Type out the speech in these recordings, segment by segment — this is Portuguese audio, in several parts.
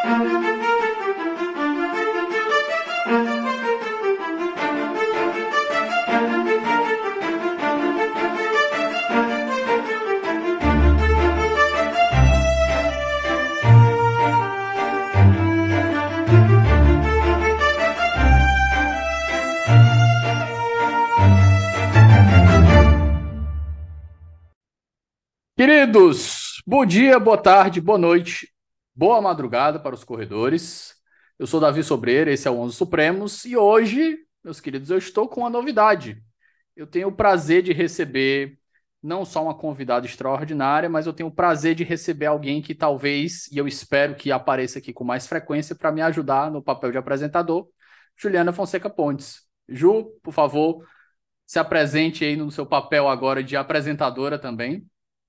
Queridos, bom dia, boa tarde, boa noite, boa madrugada para os corredores. Eu sou Davi Sobreira, esse é o Onze Supremos e hoje, meus queridos, eu estou com uma novidade. Eu tenho o prazer de receber não só uma convidada extraordinária, mas eu tenho o prazer de receber alguém que talvez, e eu espero que apareça aqui com mais frequência para me ajudar no papel de apresentador, Juliana Fonseca Pontes. Ju, por favor, se apresente aí no seu papel agora de apresentadora também.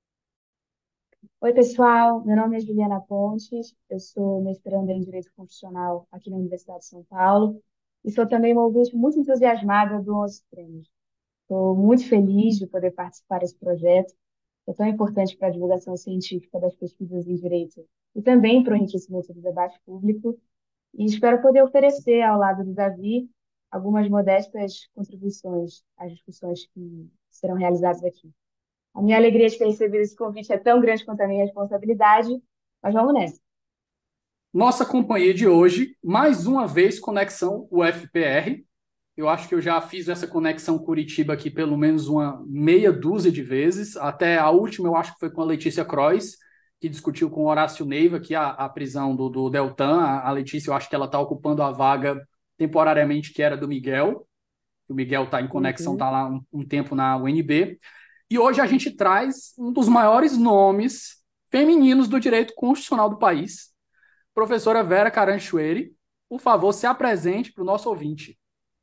Oi, pessoal. Meu nome é Juliana Pontes. Eu sou mestranda em Direito Constitucional aqui na Universidade de São Paulo e sou também uma ouvinte muito entusiasmada do 11 Prêmios. Estou muito feliz de poder participar desse projeto, que é tão importante para a divulgação científica das pesquisas em direito e também para o enriquecimento do debate público. E espero poder oferecer, ao lado do Davi, algumas modestas contribuições às discussões que serão realizadas aqui. A minha alegria de ter recebido esse convite é tão grande quanto a minha responsabilidade, mas vamos nessa. Nossa companhia de hoje, mais uma vez, conexão UFPR. Eu acho que eu já fiz essa conexão Curitiba aqui pelo menos uma meia dúzia de vezes. Até a última, eu acho que foi com a Letícia Crois, que discutiu com o Horácio Neiva aqui a prisão do Deltan. A Letícia, eu acho que ela está ocupando a vaga temporariamente que era do Miguel. O Miguel está em conexão, Uhum. está lá um tempo na UNB. E hoje a gente traz um dos maiores nomes femininos do direito constitucional do país, professora Vera Caranchueri. Por favor, se apresente para o nosso ouvinte.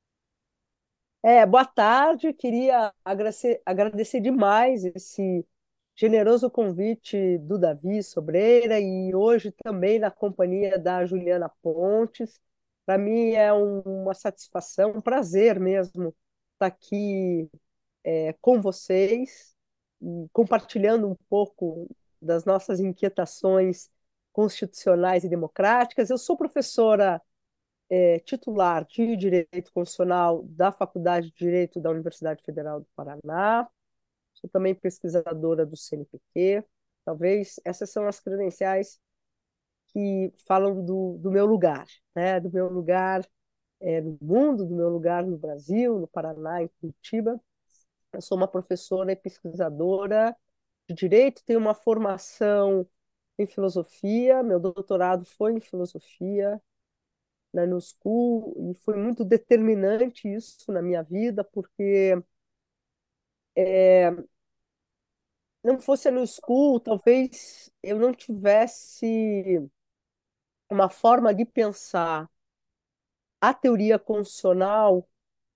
Boa tarde, queria agradecer demais esse generoso convite do Davi Sobreira e hoje também na companhia da Juliana Pontes. Para mim é uma satisfação, um prazer mesmo estar aqui com vocês e compartilhando um pouco das nossas inquietações constitucionais e democráticas. Eu sou professora titular de Direito Constitucional da Faculdade de Direito da Universidade Federal do Paraná. Sou também pesquisadora do CNPq. Talvez essas são as credenciais que falam do meu lugar, né? Do meu lugar no mundo, do meu lugar no Brasil, no Paraná, em Curitiba. Eu sou uma professora e pesquisadora de Direito, tenho uma formação em filosofia, meu doutorado foi em filosofia, né, no School, e foi muito determinante isso na minha vida, porque não fosse no School, talvez eu não tivesse uma forma de pensar a teoria constitucional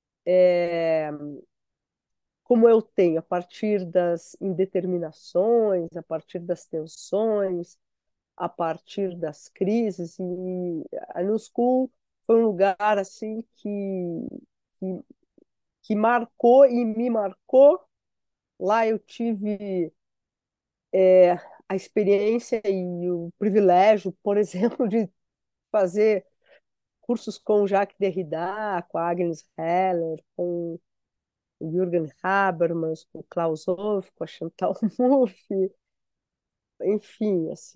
como eu tenho, a partir das indeterminações, a partir das tensões, a partir das crises. E a New School foi um lugar assim que, que marcou e me marcou. Lá eu tive a experiência e o privilégio, por exemplo, de fazer cursos com Jacques Derrida, com a Agnes Heller, com o Jürgen Habermas, com o Klaus Hoff, com a Chantal Mouffe, enfim, assim,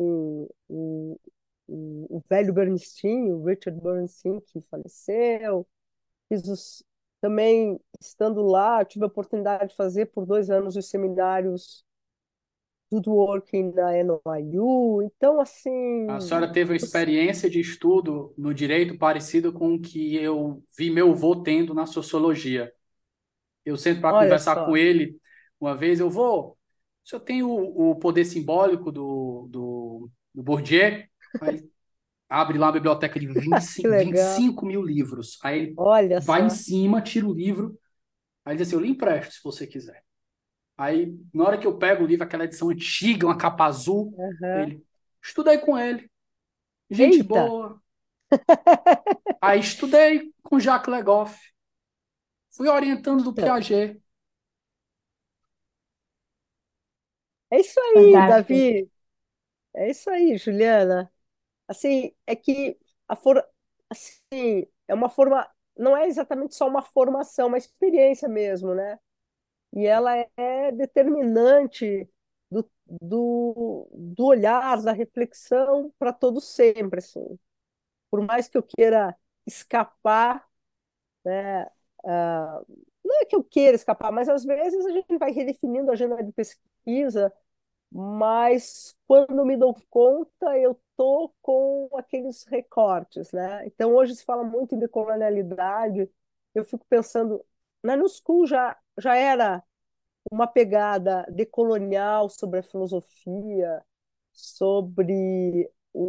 o velho Bernstein, o Richard Bernstein, que faleceu. Também, estando lá, tive a oportunidade de fazer por 2 anos os seminários Woodworking na NYU. Então, A assim, senhora teve uma experiência de estudo no direito parecido com o que eu vi meu avô tendo na sociologia. Eu sento para olha conversar com só. ele uma vez, eu vou. O senhor tem o poder simbólico do Bourdieu? Aí abre lá uma biblioteca de Que 25, legal. 25 mil livros. Aí ele Olha vai em só. cima, tira o livro, aí diz assim: eu lhe empresto se você quiser. Aí, na hora que eu pego o livro, aquela edição antiga, uma capa azul, Aham. ele. Estudei com ele, gente Eita! boa. Aí estudei com Jacques Legoff, fui orientando do Então, Piaget. é isso aí, Fantástico. Davi. É isso aí, Juliana. Assim, é que a for, assim, é uma forma, não é exatamente só uma formação, uma experiência mesmo, né? E ela é determinante do olhar, da reflexão para todo sempre, assim. Por mais que eu queira escapar, né? ah, não é que eu queira escapar, mas às vezes a gente vai redefinindo a agenda de pesquisa, mas quando me dou conta, eu tô com aqueles recortes, né? Então hoje se fala muito em decolonialidade, eu fico pensando, na New School já era uma pegada decolonial sobre a filosofia, sobre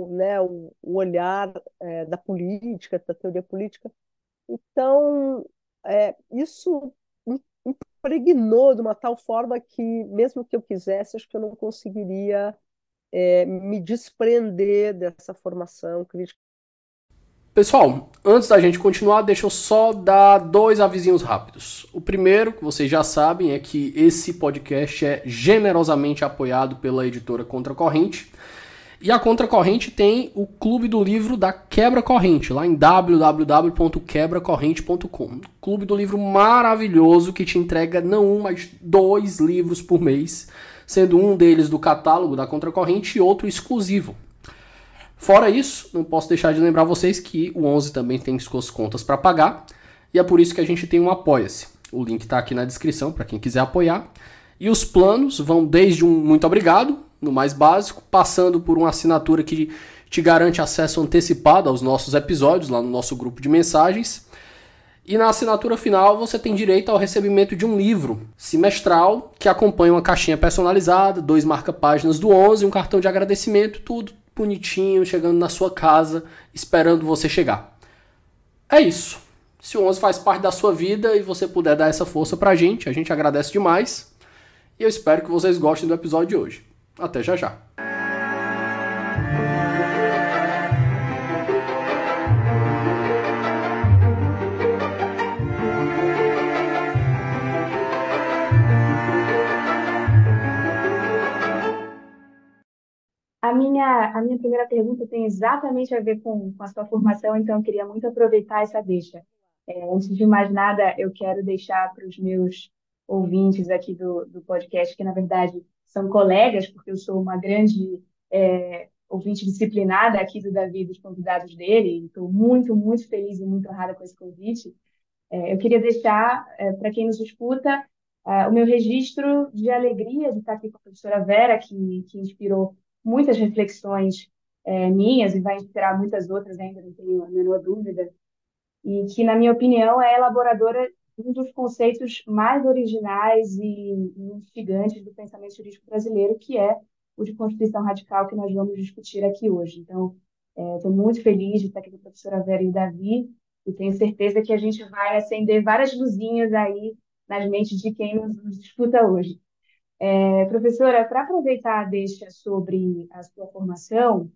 o olhar da política, da teoria política. Então, isso impregnou de uma tal forma que, mesmo que eu quisesse, acho que eu não conseguiria me desprender dessa formação crítica. Pessoal, antes da gente continuar, deixa eu só dar dois avisinhos rápidos. O primeiro, que vocês já sabem, é que esse podcast é generosamente apoiado pela editora Contracorrente. E a Contracorrente tem o Clube do Livro da Quebra Corrente, lá em www.quebracorrente.com. Clube do Livro maravilhoso que te entrega não um, mas dois livros por mês, sendo um deles do catálogo da Contracorrente e outro exclusivo. Fora isso, não posso deixar de lembrar vocês que o 11 também tem suas contas para pagar, e é por isso que a gente tem um Apoia-se. O link está aqui na descrição para quem quiser apoiar. E os planos vão desde um muito obrigado, no mais básico, passando por uma assinatura que te garante acesso antecipado aos nossos episódios lá no nosso grupo de mensagens. E na assinatura final você tem direito ao recebimento de um livro semestral que acompanha uma caixinha personalizada, 2 marca-páginas do 11, um cartão de agradecimento, tudo bonitinho, chegando na sua casa, esperando você chegar. É isso. Se o 11 faz parte da sua vida e você puder dar essa força pra gente, a gente agradece demais. E eu espero que vocês gostem do episódio de hoje. Até já já. A minha primeira pergunta tem exatamente a ver com a sua formação, então eu queria muito aproveitar essa deixa. Antes de mais nada, eu quero deixar para os meus ouvintes aqui do podcast, que na verdade são colegas, porque eu sou uma grande ouvinte disciplinada aqui do Davi e dos convidados dele, estou muito, muito feliz e muito honrada com esse convite. Eu queria deixar para quem nos escuta o meu registro de alegria de estar aqui com a professora Vera, que inspirou muitas reflexões minhas e vai inspirar muitas outras ainda, não tenho a menor dúvida, e que, na minha opinião, é elaboradora de um dos conceitos mais originais e instigantes do pensamento jurídico brasileiro, que é o de Constituição Radical, que nós vamos discutir aqui hoje. Então, estou muito feliz de estar aqui com a professora Vera e o Davi, e tenho certeza que a gente vai acender várias luzinhas aí nas mentes de quem nos escuta hoje. Professora, para aproveitar a deixa sobre a sua formação,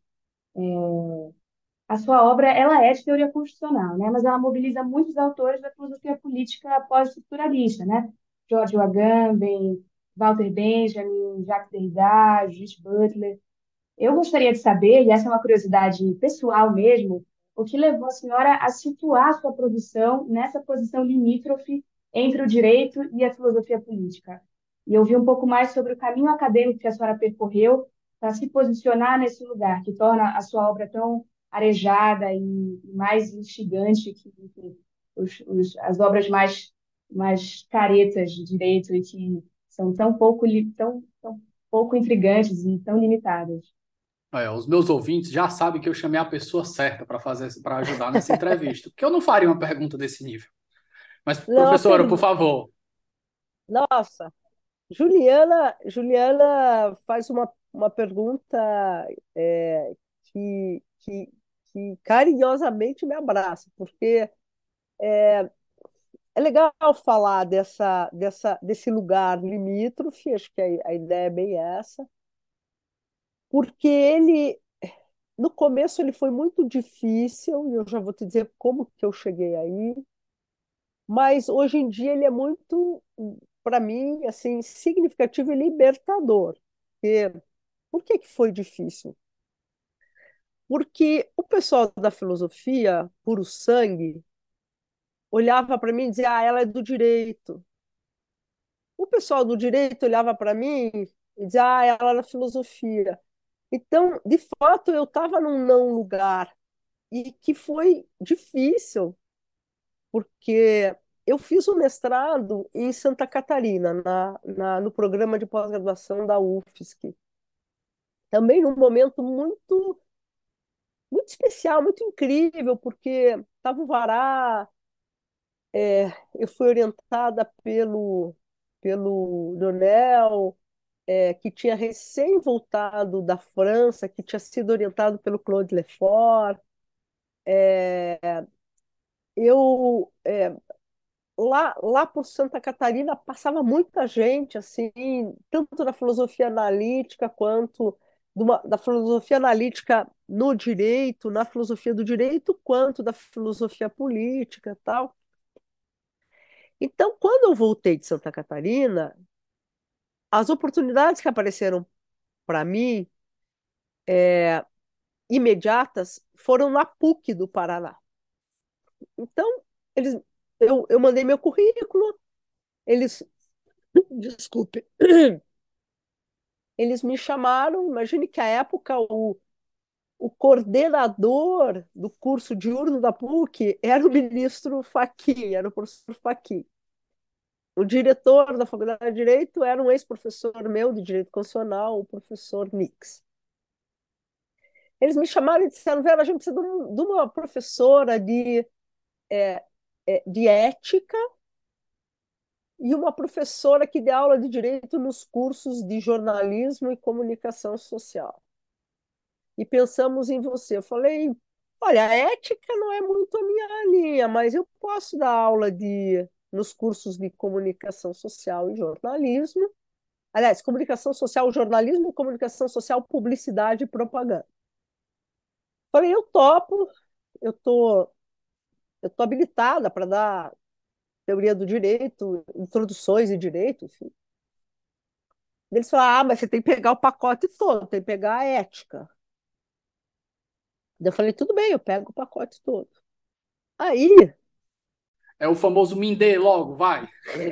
a sua obra ela é de teoria constitucional, né? Mas ela mobiliza muitos autores da filosofia política pós-estruturalista, né? George Agamben, Walter Benjamin, Jacques Derrida, Judith Butler. Eu gostaria de saber, e essa é uma curiosidade pessoal mesmo, o que levou a senhora a situar sua produção nessa posição limítrofe entre o direito e a filosofia política. E ouvir um pouco mais sobre o caminho acadêmico que a senhora percorreu para se posicionar nesse lugar, que torna a sua obra tão arejada e mais instigante que, enfim, as obras mais caretas de direito e que são tão pouco intrigantes e tão limitadas. Os meus ouvintes já sabem que eu chamei a pessoa certa para ajudar nessa entrevista, porque eu não faria uma pergunta desse nível. Mas, Não, professora, por favor. nossa, Juliana faz uma pergunta é, que, que, que carinhosamente me abraça, porque é legal falar desse lugar limítrofe, acho que a ideia é bem essa, porque no começo ele foi muito difícil, e eu já vou te dizer como que eu cheguei aí, mas hoje em dia ele é muito, para mim, assim, significativo e libertador. Porque, por que que foi difícil? Porque o pessoal da filosofia, puro sangue, olhava para mim e dizia, ah, ela é do direito. O pessoal do direito olhava para mim e dizia, ah, ela é da filosofia. Então, de fato, eu estava num não lugar e que foi difícil, porque eu fiz o mestrado em Santa Catarina, no programa de pós-graduação da UFSC. Também num momento muito especial, muito incrível, porque estava o Vará, eu fui orientada pelo Leonel, que tinha recém voltado da França, que tinha sido orientado pelo Claude Lefort. Eu, lá por Santa Catarina passava muita gente, assim, tanto da filosofia analítica quanto da filosofia analítica no direito, na filosofia do direito, quanto da filosofia política, tal. Então, quando eu voltei de Santa Catarina, as oportunidades que apareceram para mim, imediatas, foram na PUC do Paraná. Então, eles, eu mandei meu currículo, eles, desculpe, eles me chamaram. Imagine que à época o coordenador do curso diurno da PUC era o ministro Fachin, era o professor Fachin. O diretor da Faculdade de Direito era um ex-professor meu de Direito Constitucional, o professor Nix. Eles me chamaram e disseram, Vera, a gente precisa de uma professora de ética e uma professora que dê aula de direito nos cursos de jornalismo e comunicação social. E pensamos em você. Eu falei, olha, a ética não é muito a minha linha, mas eu posso dar aula nos cursos de comunicação social e jornalismo. Aliás, comunicação social, jornalismo, comunicação social, publicidade e propaganda. Falei, eu topo, eu tô, eu tô habilitada para dar teoria do direito, introduções em direito, enfim. Eles falaram, ah, mas você tem que pegar o pacote todo, tem que pegar a ética. Eu falei, tudo bem, eu pego o pacote todo. Aí, É o famoso me dê logo, vai.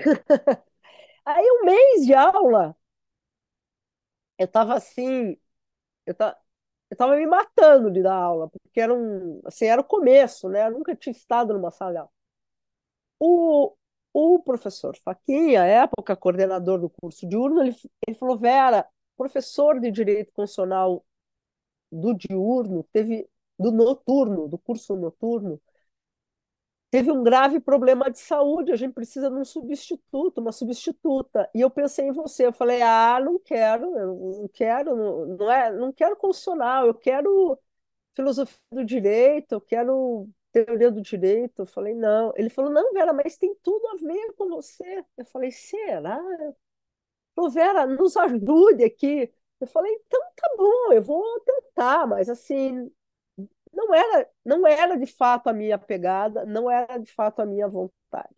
aí um mês de aula, eu estava assim, eu tava, eu tava me matando de dar aula, porque assim, era o começo, né? Eu nunca tinha estado numa sala de aula. O, o professor Faquinha, à época coordenador do curso diurno, ele falou, Vera, professor de Direito Constitucional do diurno, do noturno, do curso noturno, teve um grave problema de saúde, a gente precisa de um substituto, uma substituta. E eu pensei em você, eu falei, ah, não quero, eu não quero, não quero constitucional, eu quero filosofia do direito, eu quero teoria do direito. Eu falei, não. Ele falou, não, Vera, mas tem tudo a ver com você. Eu falei, será? Ele falou, Vera, nos ajude aqui. Eu falei, então tá bom, eu vou tentar, mas assim, não era de fato a minha pegada, não era de fato a minha vontade.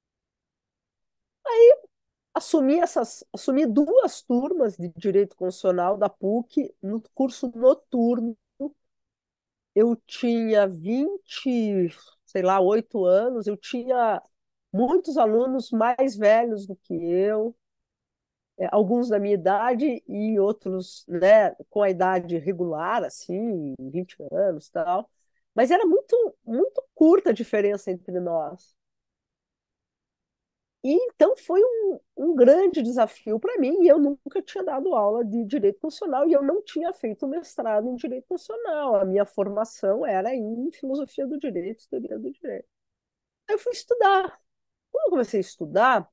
Assumi duas turmas de direito constitucional da PUC no curso noturno. Eu tinha 20, sei lá, 8 anos, eu tinha muitos alunos mais velhos do que eu, alguns da minha idade e outros, né, com a idade regular, assim, 20 anos, tal. Mas era muito curta a diferença entre nós. E então foi um grande desafio para mim, e eu nunca tinha dado aula de direito constitucional e eu não tinha feito mestrado em direito constitucional. A minha formação era em filosofia do direito, teoria do direito. Aí eu fui estudar. Quando eu comecei a estudar,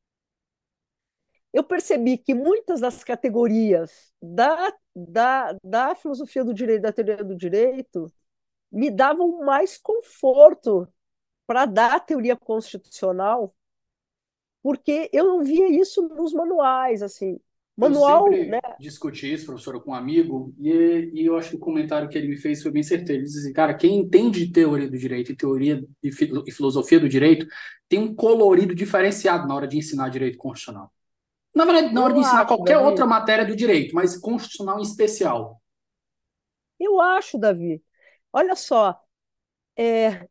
eu percebi que muitas das categorias da filosofia do direito, da teoria do direito, me davam mais conforto para dar a teoria constitucional, porque eu não via isso nos manuais, assim. Eu Manual, né? sempre discuti isso, professora, com um amigo, e eu acho que o comentário que ele me fez foi bem certeiro. Ele disse assim, cara, quem entende de teoria do direito e teoria e filosofia do direito tem um colorido diferenciado na hora de ensinar direito constitucional. Na verdade, na hora de Eu ensinar acho, qualquer outra Davi. matéria do direito, mas constitucional em especial. Eu acho, Davi. Olha só, é,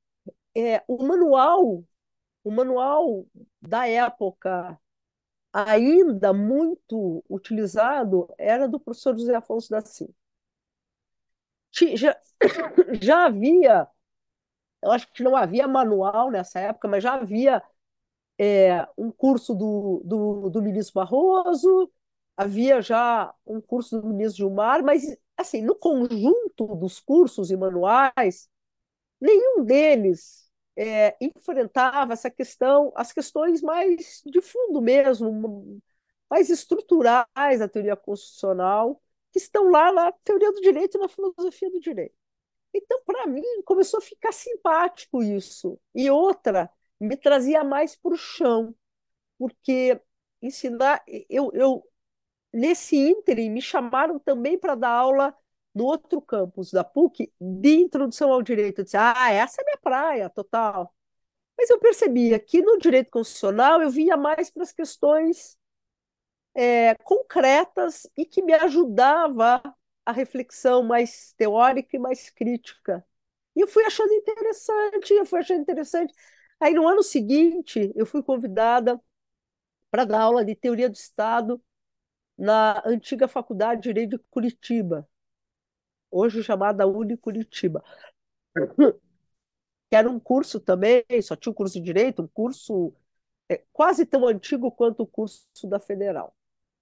o manual da época ainda muito utilizado era do professor José Afonso da Silva. Já, já havia, eu acho que não havia manual nessa época, mas já havia um curso do ministro Barroso, havia já um curso do ministro Gilmar, mas, assim, no conjunto dos cursos e manuais, nenhum deles enfrentava essa questão, as questões mais de fundo mesmo, mais estruturais da teoria constitucional, que estão lá na teoria do direito e na filosofia do direito. Então, para mim, começou a ficar simpático isso. E outra, me trazia mais para o chão, porque ensinar, nesse ínterim me chamaram também para dar aula no outro campus da PUC de introdução ao direito. Eu disse, essa é minha praia, total. Mas eu percebia que no direito constitucional eu vinha mais para as questões concretas e que me ajudava a reflexão mais teórica e mais crítica. E eu fui achando interessante. Aí no ano seguinte, eu fui convidada para dar aula de teoria do Estado na antiga Faculdade de Direito de Curitiba, hoje chamada Curitiba, que era um curso também, só tinha um curso de Direito, um curso quase tão antigo quanto o curso da Federal.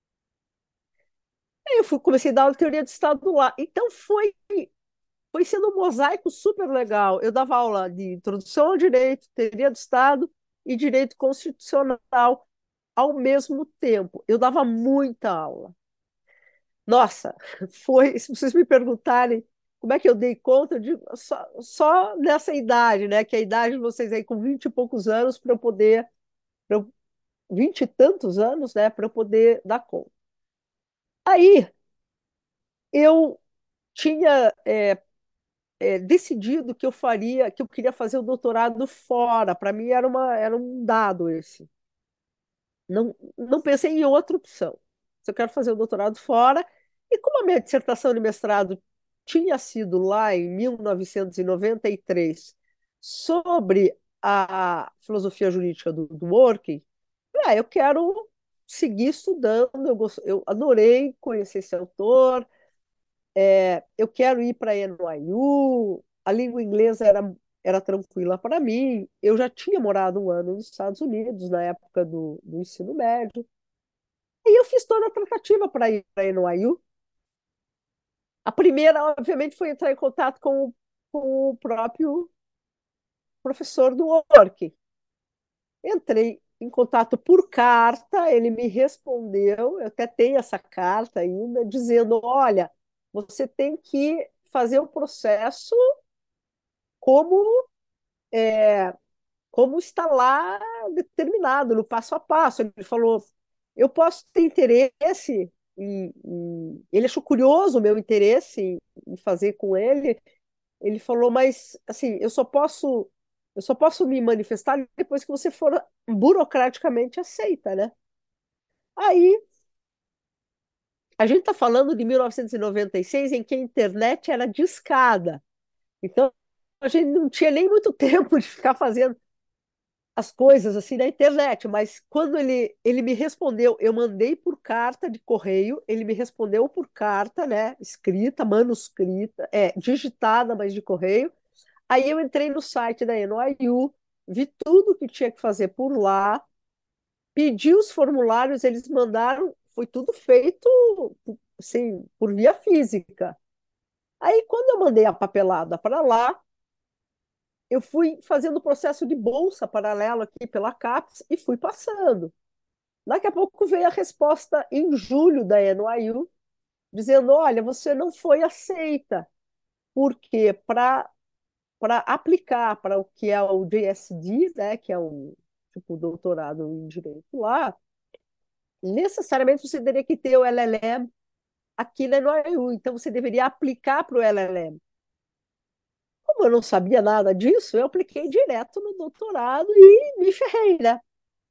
Aí comecei a dar aula de teoria do Estado lá. Então foi sendo um mosaico super legal. Eu dava aula de introdução ao direito, teoria do Estado e direito constitucional ao mesmo tempo. Eu dava muita aula. Nossa, se vocês me perguntarem como é que eu dei conta, eu digo, só nessa idade, né? Que é a idade de vocês aí com 20 e poucos anos para eu poder, 20 e tantos anos, né? Para eu poder dar conta. Aí eu tinha decidido que que eu queria fazer o doutorado fora. Para mim era um dado esse. Não pensei em outra opção. Se eu quero fazer o doutorado fora, e como a minha dissertação de mestrado tinha sido lá em 1993 sobre a filosofia jurídica do working, eu quero seguir estudando. Eu adorei conhecer esse autor, eu quero ir para a NYU, a língua inglesa era tranquila para mim. Eu já tinha morado um ano nos Estados Unidos na época do ensino médio. E eu fiz toda a tratativa para ir para a NYU. A primeira, obviamente, foi entrar em contato com o próprio professor do Work. Entrei em contato por carta, ele me respondeu, eu até tenho essa carta ainda, dizendo: olha, você tem que fazer o processo como, como está lá determinado, no passo a passo. Ele falou: eu posso ter interesse, ele achou curioso o meu interesse em fazer com ele. Ele falou, mas assim, eu só posso me manifestar depois que você for burocraticamente aceita, né? Aí a gente está falando de 1996, em que a internet era discada. Então a gente não tinha nem muito tempo de ficar fazendo as coisas assim na internet, mas quando ele me respondeu, eu mandei por carta de correio, ele me respondeu por carta, né, escrita, manuscrita, digitada, mas de correio. Aí eu entrei no site da NYU, vi tudo que tinha que fazer por lá, pedi os formulários, eles mandaram, foi tudo feito assim, por via física. Aí quando eu mandei a papelada para lá, eu fui fazendo o processo de bolsa paralelo aqui pela CAPES e fui passando. Daqui a pouco veio a resposta em julho da NYU, dizendo: olha, você não foi aceita, porque para aplicar para o que é o JSD, né, que é o tipo doutorado em direito lá, necessariamente você teria que ter o LLM aqui na NYU, então você deveria aplicar para o LLM. Como eu não sabia nada disso, eu apliquei direto no doutorado e me ferrei, né?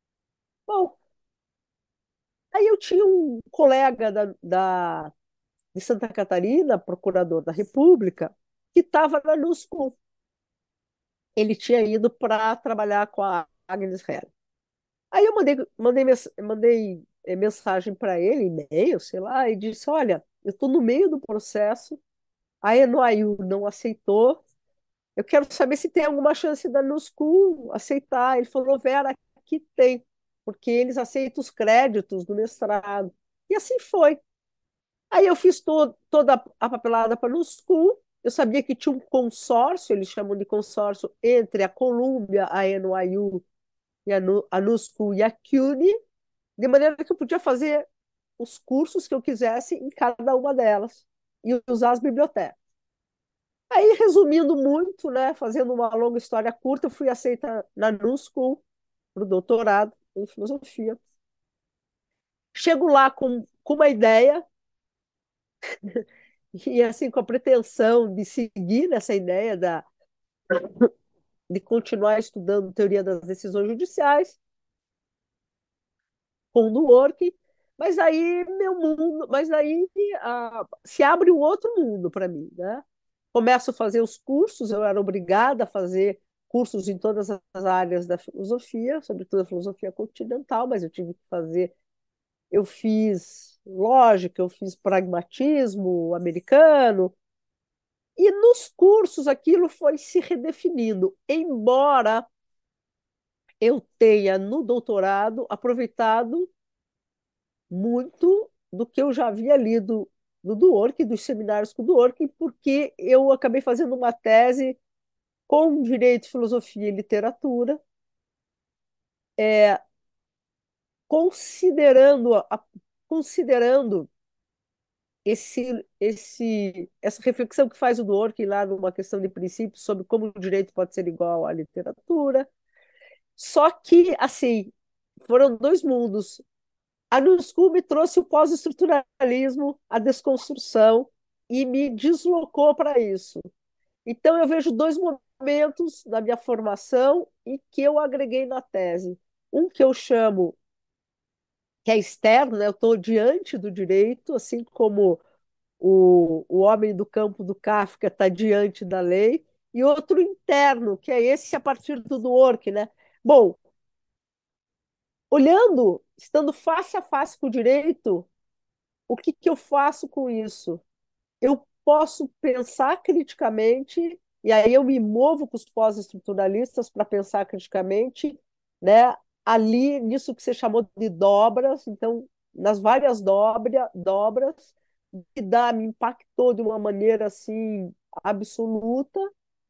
Bom, aí eu tinha um colega de Santa Catarina, procurador da República, que estava na New School. Ele tinha ido para trabalhar com a Agnes Heller. Aí eu mandei mensagem para ele, e-mail, sei lá, e disse: Olha, eu estou no meio do processo, a NYU não aceitou, eu quero saber se tem alguma chance da Nuscu aceitar. Ele falou: Vera, aqui tem, porque eles aceitam os créditos do mestrado. E assim foi. Aí eu fiz toda a papelada para a Nuscu. Eu sabia que tinha um consórcio, eles chamam de consórcio, entre a Columbia, a NYU e a NUSCU e a CUNY, de maneira que eu podia fazer os cursos que eu quisesse em cada uma delas e usar as bibliotecas. Aí, resumindo muito, né, fazendo uma longa história curta, eu fui aceita na New School para o doutorado em filosofia. Chego lá com uma ideia e assim com a pretensão de seguir nessa ideia de continuar estudando teoria das decisões judiciais com o work, mas aí meu mundo, mas aí se abre um outro mundo para mim, né? Começo a fazer os cursos, eu era obrigada a fazer cursos em todas as áreas da filosofia, sobretudo a filosofia continental, mas eu tive que fazer, eu fiz lógica, eu fiz pragmatismo americano, e nos cursos aquilo foi se redefinindo, embora eu tenha no doutorado aproveitado muito do que eu já havia lido do Dworkin, dos seminários com o Dworkin, porque eu acabei fazendo uma tese com direito, filosofia e literatura, é, considerando, considerando essa reflexão que faz o Dworkin lá numa questão de princípio sobre como o direito pode ser igual à literatura. Só que, assim, foram dois mundos. A New School me trouxe o pós-estruturalismo, a desconstrução, e me deslocou para isso. Então, eu vejo dois momentos da minha formação e que eu agreguei na tese. Um que eu chamo, que é externo, né? Eu estou diante do direito, assim como o homem do campo do Kafka está diante da lei, e outro interno, que é esse a partir do Dworkin, né? Bom, olhando, estando face a face com o direito, o que, que eu faço com isso? Eu posso pensar criticamente, e aí eu me movo com os pós-estruturalistas para pensar criticamente, né? Ali, nisso que você chamou de dobras, então, nas várias dobras, me impactou de uma maneira assim absoluta.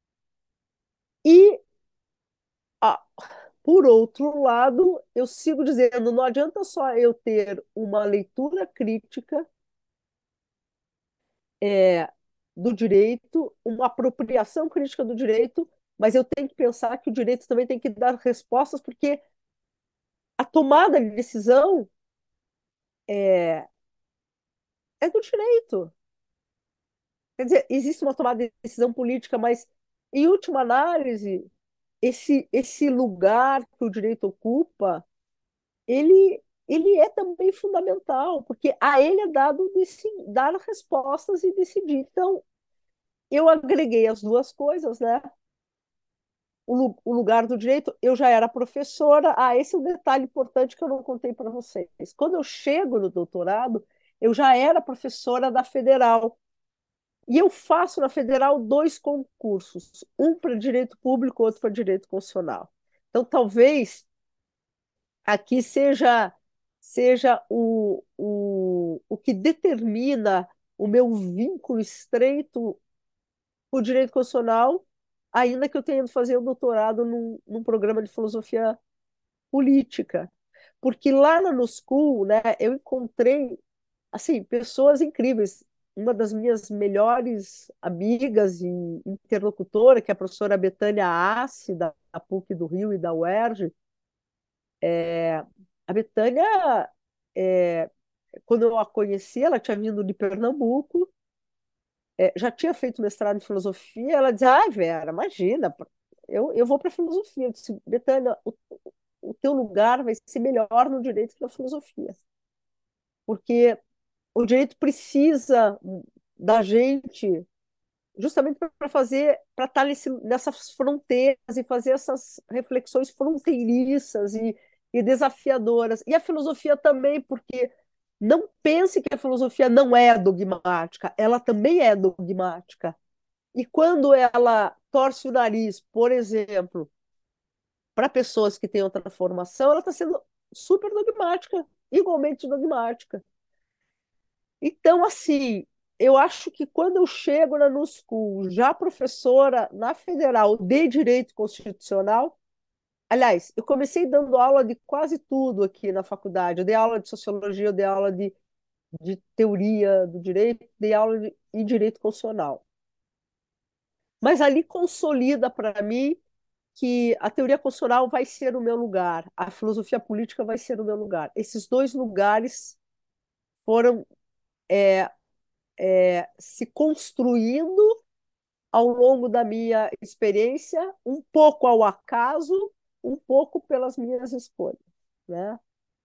E, ah, por outro lado, eu sigo dizendo, não adianta só eu ter uma leitura crítica é, do direito, uma apropriação crítica do direito, mas eu tenho que pensar que o direito também tem que dar respostas, porque a tomada de decisão é, é do direito. Quer dizer, existe uma tomada de decisão política, mas, em última análise, esse lugar que o direito ocupa, ele é também fundamental, porque a ele é dado dar respostas e decidir. Então, eu agreguei as duas coisas, né? O lugar do direito, eu já era professora. Ah, esse é um detalhe importante que eu não contei para vocês. Quando eu chego no doutorado, eu já era professora da Federal. E eu faço na Federal dois concursos, um para direito público, outro para direito constitucional. Então, talvez aqui seja o que determina o meu vínculo estreito com o direito constitucional, ainda que eu tenha ido fazer um doutorado num programa de filosofia política. Porque lá na No School, né, eu encontrei assim, pessoas incríveis. Uma das minhas melhores amigas e interlocutora, que é a professora Betânia Assi, da PUC do Rio e da UERJ, a Betânia, é, quando eu a conheci, ela tinha vindo de Pernambuco, já tinha feito mestrado em filosofia. Ela dizia: Ai, Vera, imagina, eu vou para filosofia. Eu disse: Betânia, o teu lugar vai ser melhor no direito que na filosofia, porque o direito precisa da gente justamente para fazer, para estar nessas fronteiras e fazer essas reflexões fronteiriças e desafiadoras. E a filosofia também, porque não pense que a filosofia não é dogmática, ela também é dogmática. E quando ela torce o nariz, por exemplo, para pessoas que têm outra formação, ela está sendo super dogmática, igualmente dogmática. Então, assim, eu acho que quando eu chego na NUSCHOOL, já professora na Federal de Direito Constitucional, aliás, eu comecei dando aula de quase tudo aqui na faculdade. Eu dei aula de sociologia, eu dei aula de teoria do direito, dei aula de direito constitucional. Mas ali consolida para mim que a teoria constitucional vai ser o meu lugar, a filosofia política vai ser o meu lugar. Esses dois lugares foram se construindo ao longo da minha experiência, um pouco ao acaso, um pouco pelas minhas escolhas, né?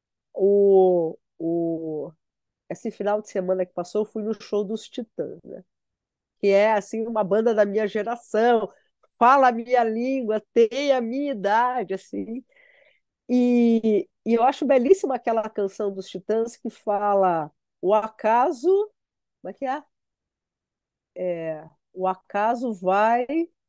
Esse final de semana que passou, eu fui no show dos Titãs, né? Que é assim uma banda da minha geração, fala a minha língua, tem a minha idade, assim. E eu acho belíssima aquela canção dos Titãs que fala o acaso, como é que é? O acaso vai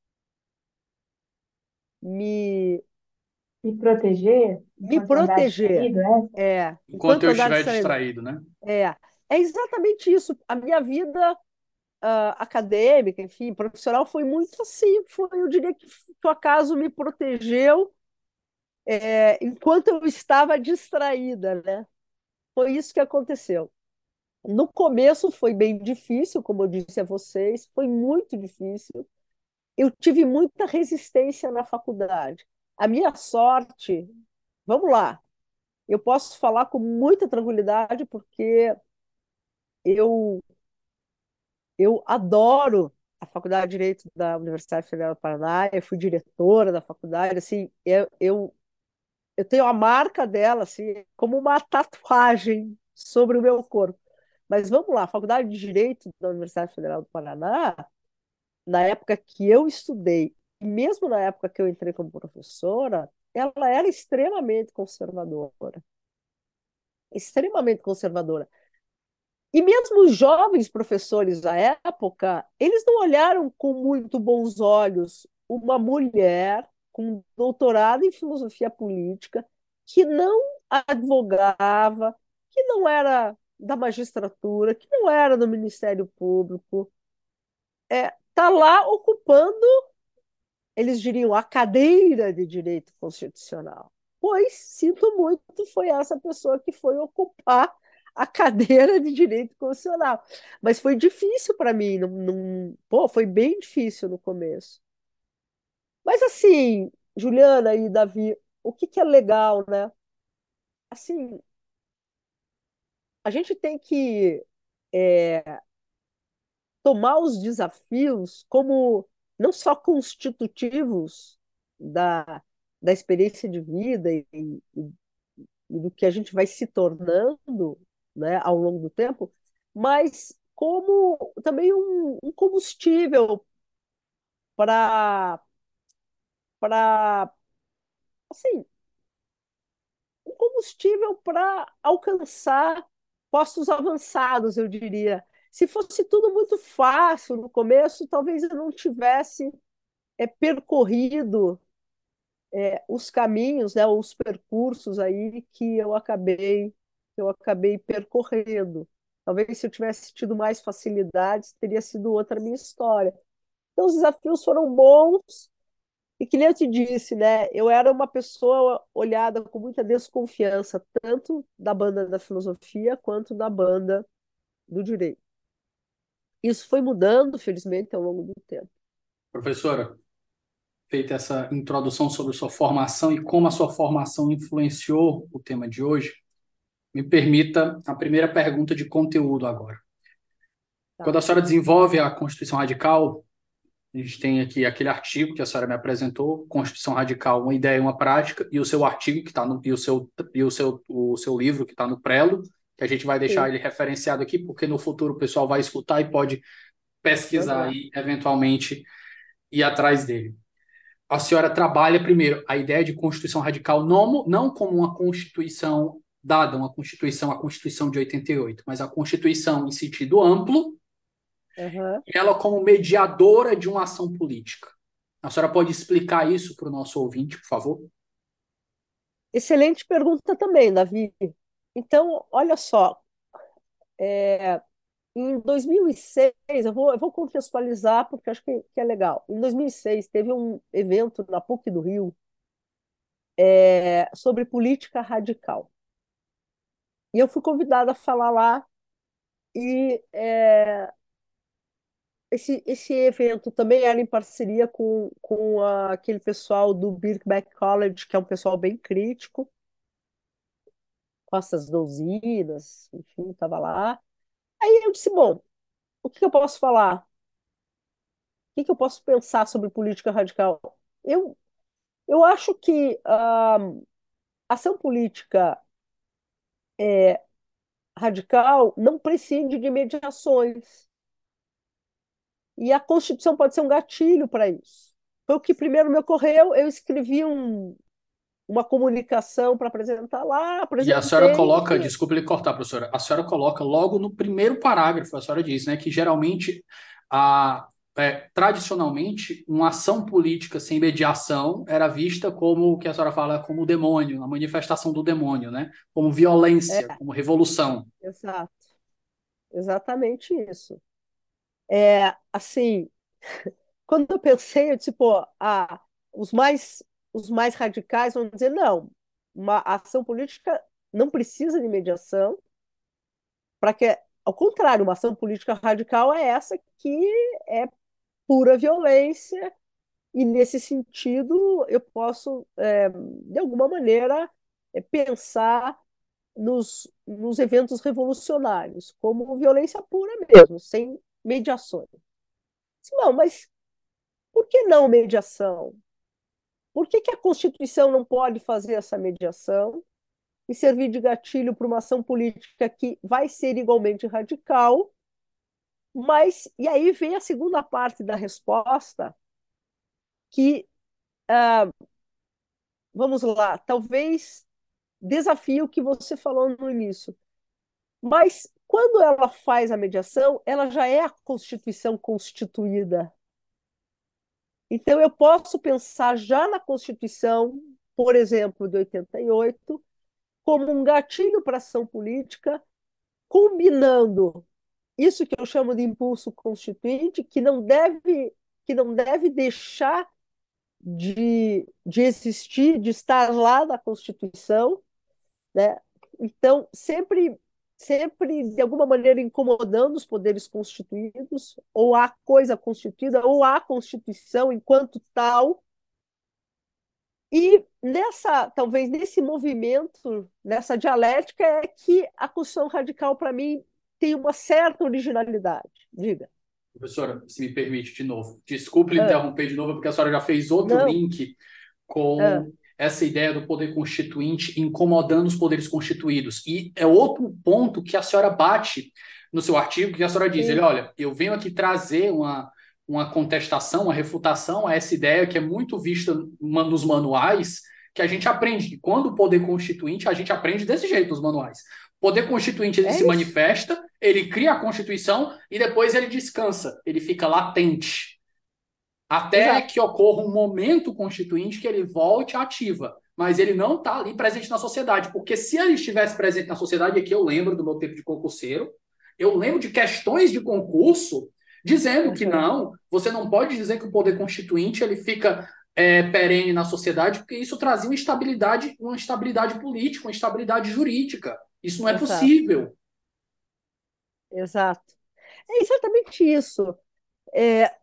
me, Me proteger me enquanto andar proteger. distraído, é? Enquanto Enquanto eu andar estiver distraído. distraído, né? É, é exatamente isso. A minha vida acadêmica, enfim, profissional foi muito assim. Eu diria que o acaso me protegeu enquanto eu estava distraída, né? Foi isso que aconteceu. No começo foi bem difícil, como eu disse a vocês, foi muito difícil. Eu tive muita resistência na faculdade. A minha sorte, vamos lá, eu posso falar com muita tranquilidade porque eu, eu adoro a Faculdade de Direito da Universidade Federal do Paraná, eu fui diretora da faculdade, assim, eu tenho a marca dela, assim, como uma tatuagem sobre o meu corpo. Mas vamos lá, a Faculdade de Direito da Universidade Federal do Paraná, na época que eu estudei, e mesmo na época que eu entrei como professora, ela era extremamente conservadora. Extremamente conservadora. E mesmo os jovens professores da época, eles não olharam com muito bons olhos uma mulher com doutorado em filosofia política que não advogava, que não era da magistratura, que não era do Ministério Público, tá lá ocupando, eles diriam, a cadeira de direito constitucional. Pois, sinto muito, foi essa pessoa que foi ocupar a cadeira de direito constitucional. Mas foi difícil para mim, pô, foi bem difícil no começo. Mas assim, Juliana e Davi, o que que é legal, né? Assim, a gente tem que tomar os desafios como não só constitutivos da experiência de vida e do que a gente vai se tornando, né, ao longo do tempo, mas como também um combustível para para assim, um combustível para alcançar postos avançados, eu diria. Se fosse tudo muito fácil no começo, talvez eu não tivesse percorrido os caminhos, né, os percursos aí que eu acabei percorrendo. Talvez se eu tivesse tido mais facilidades, teria sido outra minha história. Então os desafios foram bons e que nem eu te disse, né, eu era uma pessoa olhada com muita desconfiança, tanto da banda da filosofia quanto da banda do direito. Isso foi mudando, felizmente, ao longo do tempo. Professora, feita essa introdução sobre sua formação e como a sua formação influenciou o tema de hoje, me permita a primeira pergunta de conteúdo agora. Tá. Quando a senhora desenvolve a Constituição Radical, a gente tem aqui aquele artigo que a senhora me apresentou, Constituição Radical, uma ideia e uma prática, e o seu artigo que está no e o seu livro que está no prelo, que que a gente vai deixar sim. ele referenciado aqui, porque no futuro o pessoal vai escutar e pode pesquisar Aham. e, eventualmente, ir atrás dele. A senhora trabalha, primeiro, a ideia de Constituição Radical não como uma Constituição dada, a Constituição de 88, mas a Constituição em sentido amplo, Aham. e ela como mediadora de uma ação política. A senhora pode explicar isso para o nosso ouvinte, por favor? Excelente pergunta também, Davi. Então, olha só, em 2006, eu vou contextualizar porque acho que é legal. Em 2006, teve um evento na PUC do Rio, sobre política radical. E eu fui convidada a falar lá, e esse evento também era em parceria com aquele pessoal do Birkbeck College, que é um pessoal bem crítico, Costas Douzinas, enfim, estava lá. Aí eu disse, bom, o que eu posso falar? O que eu posso pensar sobre política radical? Eu, eu acho que a ação política radical não prescinde de mediações. E a Constituição pode ser um gatilho para isso. Foi o que primeiro me ocorreu. Eu escrevi uma comunicação para apresentar lá, E a senhora apresentei. coloca, desculpe lhe cortar, professora, a senhora coloca logo no primeiro parágrafo, a senhora diz, né, que geralmente, tradicionalmente, uma ação política sem mediação era vista como, o que a senhora fala, como o demônio, a manifestação do demônio, né, como violência, É, como revolução. exato, exatamente isso. Assim, quando eu pensei, eu disse, pô, os mais, os mais radicais vão dizer, não, uma ação política não precisa de mediação, para que, ao contrário, uma ação política radical é essa que é pura violência, e nesse sentido eu posso, de alguma maneira, pensar nos eventos revolucionários como violência pura mesmo, sem mediações. Não, mas por que não mediação? Por que a Constituição não pode fazer essa mediação e servir de gatilho para uma ação política que vai ser igualmente radical? Mas, e aí vem a segunda parte da resposta, que, vamos lá, talvez desafie o que você falou no início. Mas quando ela faz a mediação, ela já é a Constituição constituída. Então, eu posso pensar já na Constituição, por exemplo, de 88, como um gatilho para ação política, combinando isso que eu chamo de impulso constituinte, que não deve deixar de existir, de estar lá na Constituição, né? Então, sempre, de alguma maneira, incomodando os poderes constituídos, ou a coisa constituída, ou a Constituição enquanto tal. E talvez nesse movimento, nessa dialética, é que a Constituição radical, para mim, tem uma certa originalidade. Diga. Professora, se me permite de novo, desculpe lhe Ah, interromper de novo, porque a senhora já fez outro não. link Ah, com essa ideia do poder constituinte incomodando os poderes constituídos. E é outro ponto que a senhora bate no seu artigo, que a senhora diz, ele, sim. olha, eu venho aqui trazer uma contestação, uma refutação a essa ideia que é muito vista nos manuais, que a gente aprende, que quando o poder constituinte, a gente aprende desse jeito nos manuais. O poder constituinte, ele É se isso. manifesta, ele cria a Constituição e depois ele descansa, ele fica latente até Exato. que ocorra um momento constituinte que ele volte ativa. Mas ele não está ali presente na sociedade, porque se ele estivesse presente na sociedade, aqui eu lembro do meu tempo de concurseiro, eu lembro de questões de concurso dizendo que Uhum. não, você não pode dizer que o poder constituinte ele fica perene na sociedade, porque isso trazia uma instabilidade política, uma instabilidade jurídica. Isso não é Exato. possível. Exato. É exatamente isso. É,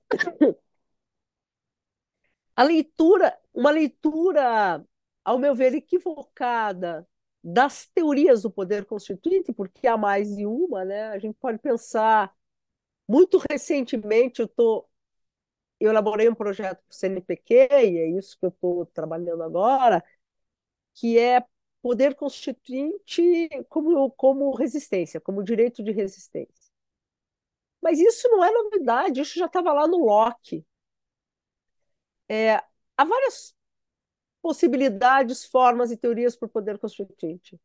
uma leitura, ao meu ver, equivocada das teorias do poder constituinte, porque há mais de uma, né? A gente pode pensar, muito recentemente eu elaborei um projeto para o CNPq, e é isso que eu estou trabalhando agora, que é poder constituinte como resistência, como direito de resistência. Mas isso não é novidade, isso já estava lá no Locke. Há várias possibilidades, formas e teorias para o poder constituinte.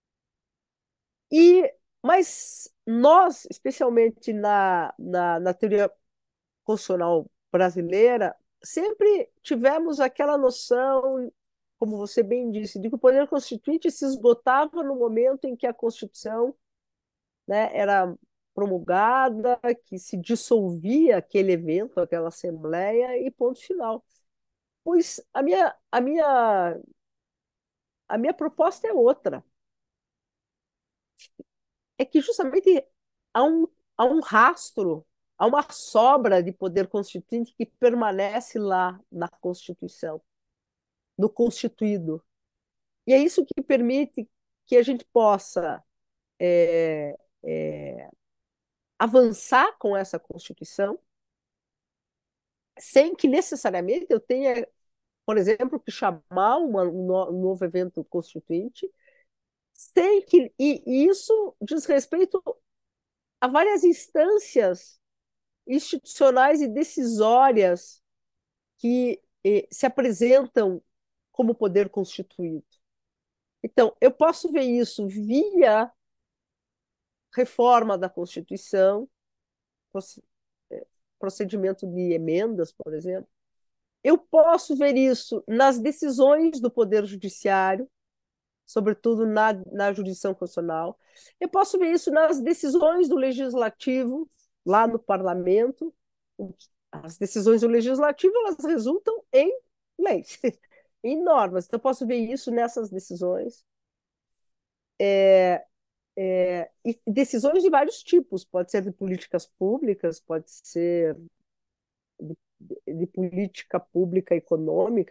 Mas nós, especialmente na teoria constitucional brasileira, sempre tivemos aquela noção, como você bem disse, de que o poder constituinte se esgotava no momento em que a Constituição, né, era promulgada, que se dissolvia aquele evento, aquela assembleia e ponto final. Pois a minha proposta é outra. É que justamente há um, há um rastro, há uma sobra de poder constituinte que permanece lá na Constituição, no Constituído. E é isso que permite que a gente possa é, é, avançar com essa Constituição sem que necessariamente eu tenha, por exemplo, que chamar um novo evento constituinte, sem que e isso diz respeito a várias instâncias institucionais e decisórias que se apresentam como poder constituído. Então, eu posso ver isso via reforma da Constituição, procedimento de emendas, por exemplo. Eu posso ver isso nas decisões do Poder Judiciário, sobretudo na jurisdição constitucional. Eu posso ver isso nas decisões do Legislativo, lá no Parlamento. As decisões do Legislativo elas resultam em leis, em normas. Então, eu posso ver isso nessas decisões. E decisões de vários tipos. Pode ser de políticas públicas, pode ser de política pública econômica,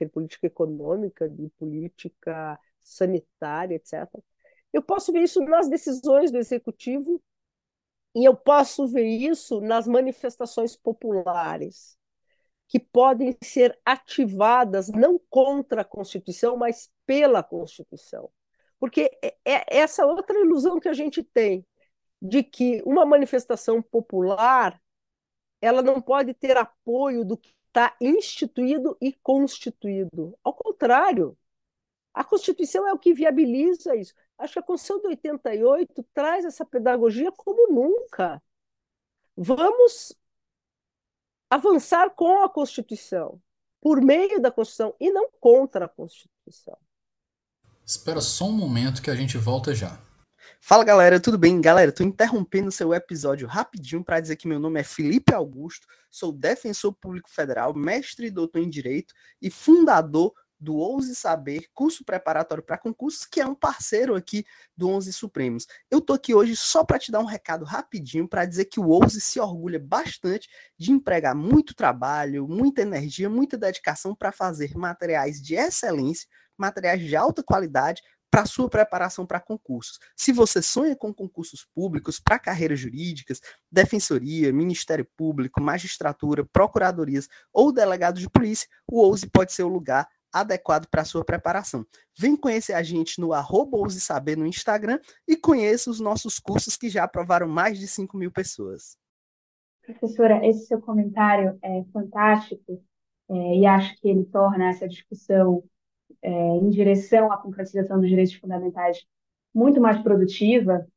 de política sanitária, etc. Eu posso ver isso nas decisões do executivo e eu posso ver isso nas manifestações populares, que podem ser ativadas não contra a Constituição, mas pela Constituição. Porque é essa outra ilusão que a gente tem de que uma manifestação popular ela não pode ter apoio do que está instituído e constituído. Ao contrário, a Constituição é o que viabiliza isso. Acho que a Constituição de 88 traz essa pedagogia como nunca. Vamos avançar com a Constituição, por meio da Constituição e não contra a Constituição. Espera só um momento que a gente volta já. Fala galera, tudo bem? Galera, tô interrompendo seu episódio rapidinho para dizer que meu nome é Felipe Augusto, sou defensor público federal, mestre e doutor em Direito e fundador do Ouse Saber, curso preparatório para concursos, que é um parceiro aqui do 11 Supremos. Eu tô aqui hoje só para te dar um recado rapidinho para dizer que o Ouse se orgulha bastante de empregar muito trabalho, muita energia, muita dedicação para fazer materiais de excelência, materiais de alta qualidade para sua preparação para concursos. Se você sonha com concursos públicos para carreiras jurídicas, defensoria, Ministério Público, magistratura, procuradorias ou delegado de polícia, o Ouse pode ser o lugar adequado para a sua preparação. Vem conhecer a gente no @ousesaber no Instagram e conheça os nossos cursos que já aprovaram mais de 5.000 pessoas. Professora, esse seu comentário é fantástico, e acho que ele torna essa discussão em direção à concretização dos direitos fundamentais muito mais produtiva,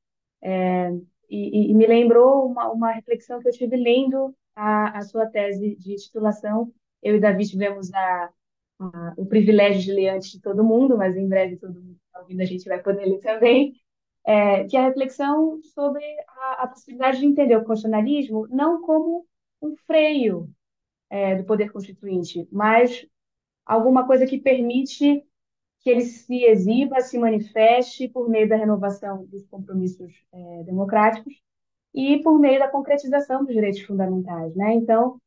e me lembrou uma reflexão que eu tive lendo a sua tese de titulação. Eu e Davi tivemos o privilégio de ler antes de todo mundo, mas em breve todo mundo que está ouvindo a gente vai poder ler também, que é a reflexão sobre a possibilidade de entender o constitucionalismo não como um freio do poder constituinte, mas alguma coisa que permite que ele se exiba, se manifeste por meio da renovação dos compromissos democráticos e por meio da concretização dos direitos fundamentais, né? Então,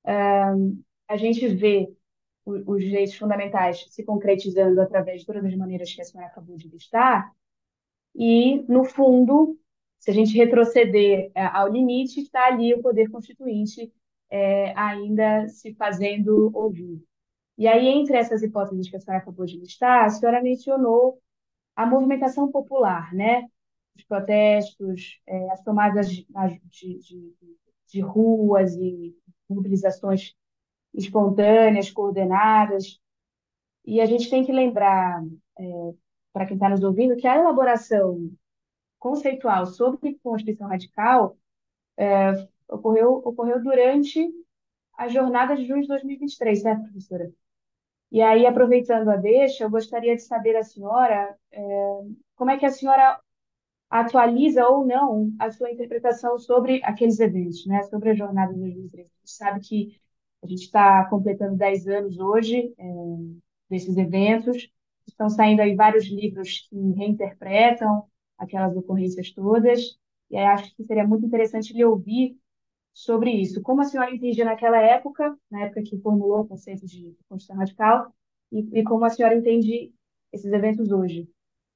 a gente vê os direitos fundamentais se concretizando através de todas as maneiras que a senhora acabou de listar, e, no fundo, se a gente retroceder ao limite, está ali o poder constituinte ainda se fazendo ouvir. E aí, entre essas hipóteses que a senhora acabou de listar, a senhora mencionou a movimentação popular, né? Os protestos, as tomadas de ruas e mobilizações espontâneas, coordenadas. E a gente tem que lembrar, para quem está nos ouvindo, que a elaboração conceitual sobre Constituição Radical ocorreu durante a jornada de junho de 2023, certo, professora? E aí, aproveitando a deixa, eu gostaria de saber da senhora como é que a senhora atualiza ou não a sua interpretação sobre aqueles eventos, né? Sobre a jornada de 2023. A gente sabe que a gente está completando 10 anos hoje desses eventos. Estão saindo aí vários livros que reinterpretam aquelas ocorrências todas. E aí acho que seria muito interessante lhe ouvir sobre isso. Como a senhora entendia naquela época, na época que formulou o conceito de Constituição Radical, e como a senhora entende esses eventos hoje.